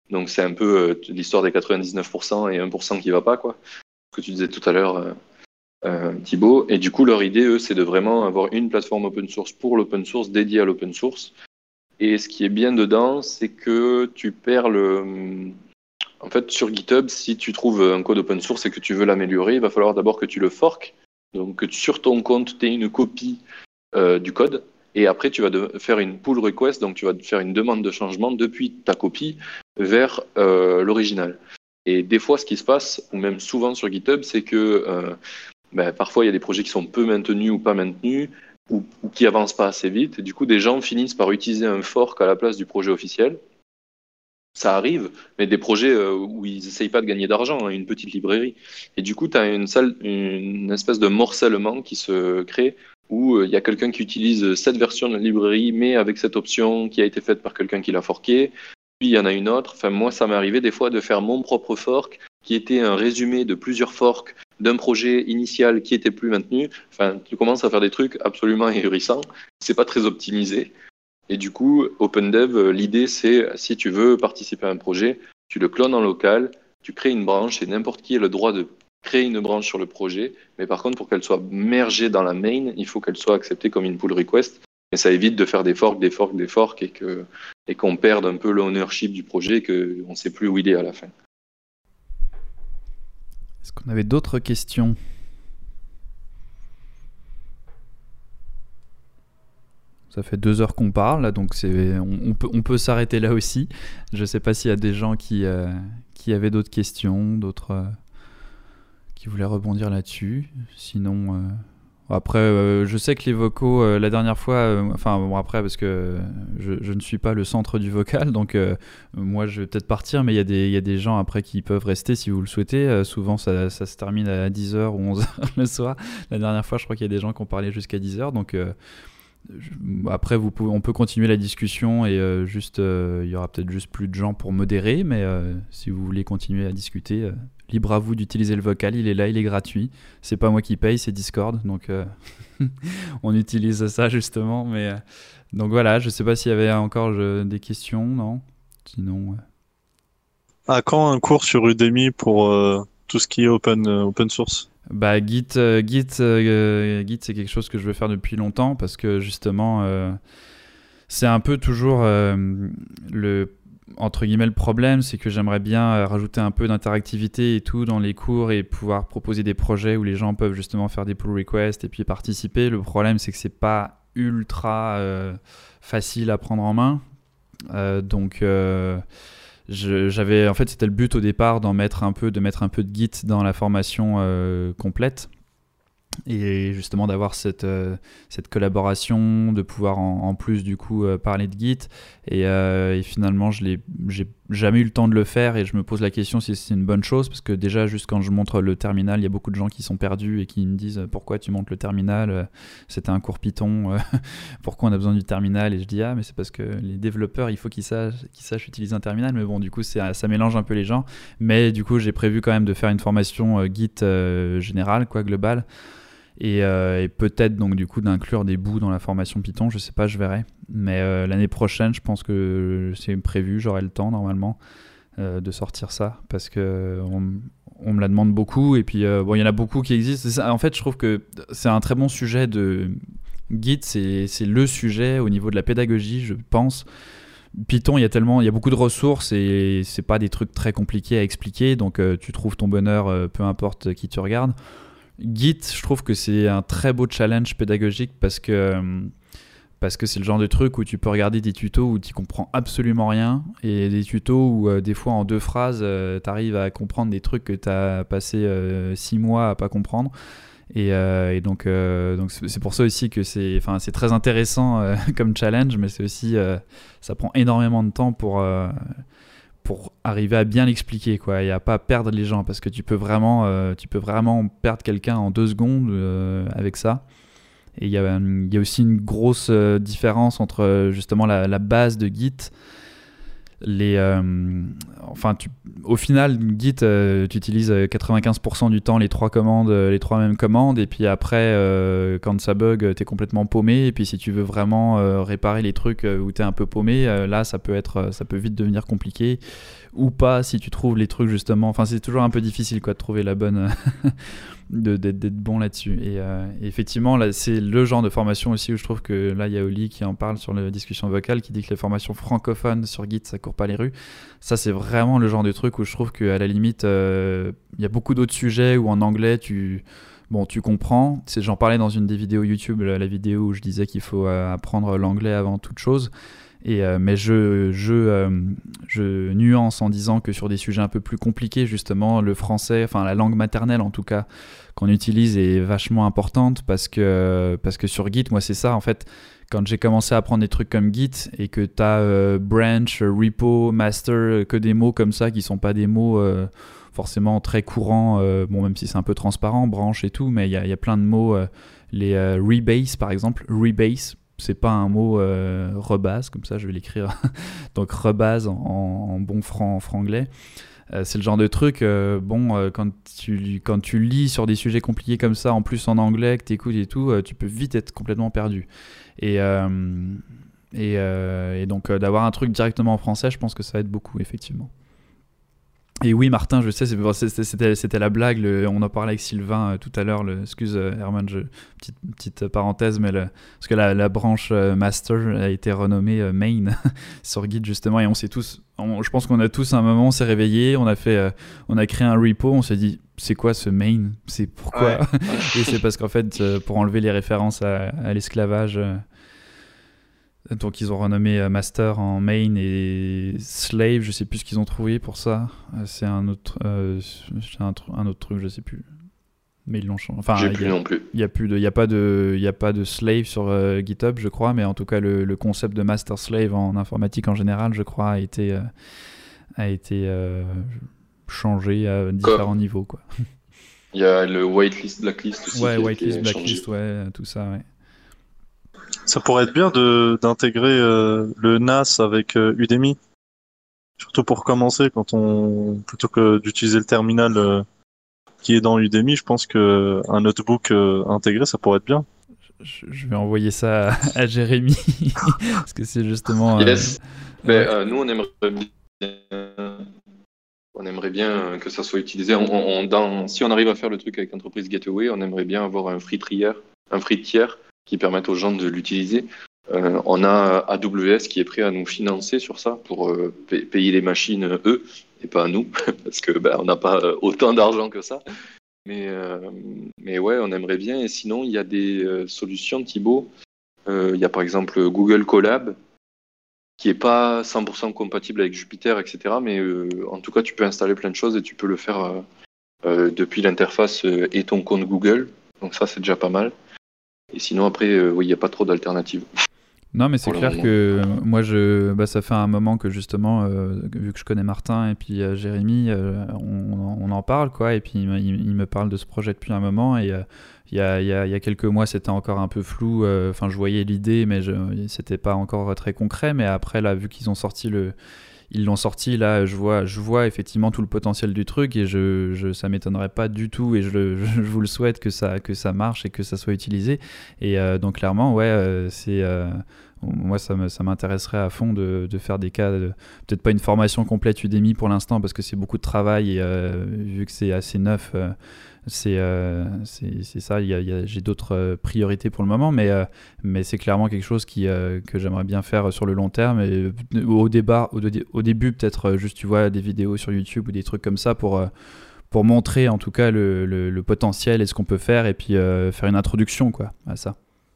Donc c'est un peu euh, l'histoire des quatre-vingt-dix-neuf pour cent et un pour cent qui va pas, quoi. Ce que tu disais tout à l'heure, euh, euh, Thibaut. Et du coup, leur idée, eux, c'est de vraiment avoir une plateforme open source pour l'open source, dédiée à l'open source. Et ce qui est bien dedans, c'est que tu perds le... En fait, sur GitHub, si tu trouves un code open source et que tu veux l'améliorer, il va falloir d'abord que tu le forques. Donc que tu, sur ton compte, tu aies une copie euh, du code. Et après, tu vas de- faire une pull request, donc tu vas faire une demande de changement depuis ta copie vers euh, l'original. Et des fois, ce qui se passe, ou même souvent sur GitHub, c'est que euh, ben, parfois, il y a des projets qui sont peu maintenus ou pas maintenus, ou, ou qui avancent pas assez vite. Et du coup, des gens finissent par utiliser un fork à la place du projet officiel. Ça arrive, mais des projets euh, où ils n'essayent pas de gagner d'argent, hein, une petite librairie. Et du coup, tu as une, salle, une espèce de morcellement qui se crée où il euh, y a quelqu'un qui utilise cette version de la librairie, mais avec cette option qui a été faite par quelqu'un qui l'a forqué. Puis il y en a une autre. Enfin, moi, ça m'est arrivé des fois de faire mon propre fork, qui était un résumé de plusieurs forks d'un projet initial qui était plus maintenu. Enfin, tu commences à faire des trucs absolument ahurissants. C'est pas très optimisé. Et du coup, OpenDev, l'idée, c'est, si tu veux participer à un projet, tu le clones en local, tu crées une branche, et n'importe qui a le droit de créer une branche sur le projet. Mais par contre, pour qu'elle soit mergée dans la main, il faut qu'elle soit acceptée comme une pull request. Et ça évite de faire des forks, des forks, des forks, et, que, et qu'on perde un peu l'ownership du projet, et qu'on ne sait plus où il est à la fin. Est-ce qu'on avait d'autres questions ? Ça fait deux heures qu'on parle, là, donc c'est, on, on peut, on peut s'arrêter là aussi. Je ne sais pas s'il y a des gens qui, euh, qui avaient d'autres questions, d'autres euh, qui voulaient rebondir là-dessus. Sinon, euh, après, euh, je sais que les vocaux, euh, la dernière fois, euh, enfin bon après, parce que je, je ne suis pas le centre du vocal, donc euh, moi je vais peut-être partir, mais il y a des, il y a des gens après qui peuvent rester si vous le souhaitez. Euh, souvent ça, ça se termine à dix heures ou onze heures le soir. La dernière fois, je crois qu'il y a des gens qui ont parlé jusqu'à dix heures, donc... Euh, Après, vous pouvez, on peut continuer la discussion et euh, juste, euh, il y aura peut-être juste plus de gens pour modérer, mais euh, si vous voulez continuer à discuter, euh, libre à vous d'utiliser le vocal, il est là, il est gratuit. C'est pas moi qui paye, c'est Discord, donc euh, on utilise ça justement. Mais euh, donc voilà, je sais pas s'il y avait encore je, des questions, non ? Sinon. Ouais. À quand un cours sur Udemy pour euh, tout ce qui est open, euh, open source ? Bah Git, euh, Git, euh, Git, c'est quelque chose que je veux faire depuis longtemps parce que justement, euh, c'est un peu toujours euh, le entre guillemets le problème, c'est que j'aimerais bien rajouter un peu d'interactivité et tout dans les cours et pouvoir proposer des projets où les gens peuvent justement faire des pull requests et puis participer. Le problème, c'est que c'est pas ultra euh, facile à prendre en main, euh, donc. Euh, Je, j'avais, en fait, c'était le but au départ d'en mettre un peu, de mettre un peu de Git dans la formation euh, complète. Et justement d'avoir cette, euh, cette collaboration, de pouvoir en, en plus du coup euh, parler de Git. Et, euh, et finalement, je l'ai, j'ai jamais eu le temps de le faire et je me pose la question si c'est une bonne chose parce que déjà, juste quand je montre le terminal, il y a beaucoup de gens qui sont perdus et qui me disent pourquoi tu montres le terminal, c'était un cours Python, pourquoi on a besoin du terminal? Et je dis ah, mais c'est parce que les développeurs, il faut qu'ils sachent, qu'ils sachent utiliser un terminal. Mais bon, du coup, c'est, ça mélange un peu les gens. Mais du coup, j'ai prévu quand même de faire une formation euh, Git euh, générale, quoi, globale. Et, euh, et peut-être donc du coup d'inclure des bouts dans la formation Python, je sais pas, je verrai. Mais euh, l'année prochaine, je pense que c'est prévu, j'aurai le temps normalement euh, de sortir ça parce que on, on me la demande beaucoup et puis euh, bon, il y en a beaucoup qui existent. Ça, en fait, je trouve que c'est un très bon sujet de Git, c'est c'est le sujet au niveau de la pédagogie, je pense. Python, il y a tellement, il y a beaucoup de ressources et c'est pas des trucs très compliqués à expliquer, donc euh, tu trouves ton bonheur, euh, peu importe qui tu regardes. Git, je trouve que c'est un très beau challenge pédagogique parce que, parce que c'est le genre de truc où tu peux regarder des tutos où tu comprends absolument rien et des tutos où euh, des fois en deux phrases euh, tu arrives à comprendre des trucs que tu as passé euh, six mois à pas comprendre. Et, euh, et donc, euh, donc c'est, c'est pour ça aussi que c'est, enfin, c'est très intéressant euh, comme challenge, mais c'est aussi, euh, ça prend énormément de temps pour... Euh, pour arriver à bien l'expliquer quoi, et à pas perdre les gens parce que tu peux vraiment, euh, tu peux vraiment perdre quelqu'un en deux secondes euh, avec ça. Et il y a, il y a aussi une grosse euh, différence entre justement la, la base de Git. Les, euh, enfin, tu, au final, Git, euh, tu utilises quatre-vingt-quinze pour cent du temps les trois commandes, les trois mêmes commandes, et puis après, euh, quand ça bug, t'es complètement paumé. Et puis si tu veux vraiment euh, réparer les trucs où t'es un peu paumé, euh, là, ça peut être, ça peut vite devenir compliqué. ou pas si tu trouves les trucs justement. Enfin, c'est toujours un peu difficile quoi de trouver la bonne, de, d'être, d'être bon là-dessus. Et, euh, et effectivement, là, c'est le genre de formation aussi où je trouve que là, il y a Oli qui en parle sur la discussion vocale, qui dit que les formations francophones sur Git, ça court pas les rues. Ça, c'est vraiment le genre de truc où je trouve qu'à la limite, il euh, y a beaucoup d'autres sujets où en anglais, tu Bon, tu comprends. C'est, j'en parlais dans une des vidéos YouTube, la, la vidéo où je disais qu'il faut euh, apprendre l'anglais avant toute chose. Et, euh, mais je, je, euh, je nuance en disant que sur des sujets un peu plus compliqués, justement, le français, enfin la langue maternelle en tout cas, qu'on utilise est vachement importante parce que, parce que sur Git, moi c'est ça en fait. Quand j'ai commencé à apprendre des trucs comme Git et que tu as euh, branch, repo, master, que des mots comme ça qui sont pas des mots euh, forcément très courants, euh, bon, même si c'est un peu transparent, branch et tout, mais il y, y a plein de mots. Euh, les euh, rebase par exemple, rebase, c'est pas un mot euh, rebase, comme ça je vais l'écrire. Donc rebase en, en bon franc, franglais. Euh, c'est le genre de truc, euh, bon, euh, quand, tu, quand tu lis sur des sujets compliqués comme ça, en plus en anglais, que tu écoutes et tout, euh, tu peux vite être complètement perdu. Et, euh, et, euh, et donc euh, d'avoir un truc directement en français, je pense que ça aide beaucoup, effectivement. Et oui, Martin, je sais, c'est, c'était, c'était la blague, le, on en parlait avec Sylvain euh, tout à l'heure, le, excuse euh, Herman, je, petite, petite parenthèse, mais le, parce que la, la branche euh, master a été renommée euh, main sur Git justement, et on s'est tous, on, je pense qu'on a tous à un moment, on s'est réveillé, on a fait, euh, on a créé un repo, on s'est dit, c'est quoi ce main ? C'est pourquoi ? Ouais. Et c'est parce qu'en fait, euh, pour enlever les références à, à l'esclavage, euh, donc ils ont renommé euh, master en main et slave, je sais plus ce qu'ils ont trouvé pour ça. Euh, c'est un autre, euh, c'est un, tr- un autre truc, je sais plus. Mais ils l'ont changé. Enfin, j'ai plus non plus. Il y a plus de, il y a pas de, il y a pas de slave sur euh, GitHub, je crois, mais en tout cas le, le concept de master slave en informatique en général, je crois, a été, euh, a été euh, changé à différents Comme. niveaux, quoi. Il y a le whitelist, blacklist aussi. Ouais, whitelist, blacklist, ouais, tout ça, ouais. Ça pourrait être bien de, d'intégrer euh, le N A S avec euh, Udemy. Surtout pour commencer, quand on, plutôt que d'utiliser le terminal euh, qui est dans Udemy, je pense qu'un notebook euh, intégré, ça pourrait être bien. Je, je vais envoyer ça à, à Jérémy, parce que c'est justement... Euh, yes. Mais, ouais. euh, nous, on aimerait bien, on aimerait bien que ça soit utilisé. On, on, dans, si on arrive à faire le truc avec l'entreprise Gateway, on aimerait bien avoir un free tier, un free tier qui permettent aux gens de l'utiliser. Euh, on a A W S qui est prêt à nous financer sur ça pour euh, payer les machines eux et pas à nous parce que ben, on n'a pas autant d'argent que ça. Mais, euh, mais ouais, on aimerait bien. Et sinon, il y a des euh, solutions, Thibaut. Euh, il y a par exemple Google Colab qui est pas cent pour cent compatible avec Jupyter, et cetera. Mais euh, en tout cas, tu peux installer plein de choses et tu peux le faire euh, euh, depuis l'interface euh, et ton compte Google. Donc ça, c'est déjà pas mal. Et sinon, après, euh, oui, il n'y a pas trop d'alternatives. Non, mais c'est clair moment. que moi, je, bah, ça fait un moment que justement, euh, vu que je connais Martin et puis euh, Jérémy, euh, on, on en parle, quoi. Et puis, il, il me parle de ce projet depuis un moment. Et euh, il, y a, il, y a, il y a quelques mois, c'était encore un peu flou. Enfin, euh, je voyais l'idée, mais je, c'était pas encore très concret. Mais après, là, vu qu'ils ont sorti le... Ils l'ont sorti, là, je vois, je vois effectivement tout le potentiel du truc et je, je, ça m'étonnerait pas du tout et je, je, je vous le souhaite que ça, que ça marche et que ça soit utilisé. Et euh, donc, clairement, ouais, euh, c'est... Euh, moi, ça, me, ça m'intéresserait à fond de, de faire des cas, de, peut-être pas une formation complète Udemy pour l'instant parce que c'est beaucoup de travail et euh, vu que c'est assez neuf, euh, c'est, euh, c'est, c'est ça, il y a, il y a, j'ai d'autres euh, priorités pour le moment, mais, euh, mais c'est clairement quelque chose qui, euh, que j'aimerais bien faire sur le long terme et au, débat, au, au début peut-être juste tu vois des vidéos sur YouTube ou des trucs comme ça pour... Euh, pour montrer en tout cas le, le, le potentiel et ce qu'on peut faire et puis euh, faire une introduction quoi, à ça.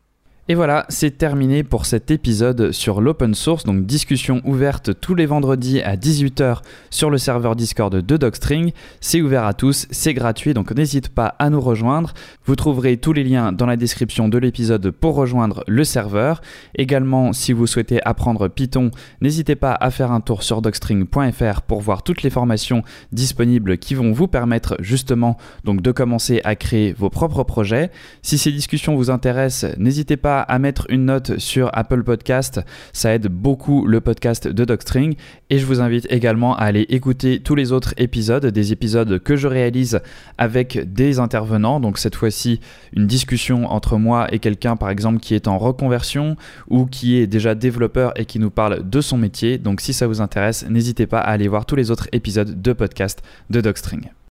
Et voilà, c'est terminé pour cet épisode sur l'open source, donc discussion ouverte tous les vendredis à dix-huit heures sur le serveur Discord de Docstring. C'est ouvert à tous, c'est gratuit, donc n'hésite pas à nous rejoindre. Vous trouverez tous les liens dans la description de l'épisode pour rejoindre le serveur. Également, si vous souhaitez apprendre Python, n'hésitez pas à faire un tour sur docstring point f r pour voir toutes les formations disponibles qui vont vous permettre justement donc, de commencer à créer vos propres projets. Si ces discussions vous intéressent, n'hésitez pas pas à mettre une note sur Apple Podcast, ça aide beaucoup le podcast de Docstring. Et je vous invite également à aller écouter tous les autres épisodes, des épisodes que je réalise avec des intervenants. Donc cette fois-ci, une discussion entre moi et quelqu'un par exemple qui est en reconversion ou qui est déjà développeur et qui nous parle de son métier. Donc si ça vous intéresse, n'hésitez pas à aller voir tous les autres épisodes de podcast de Docstring.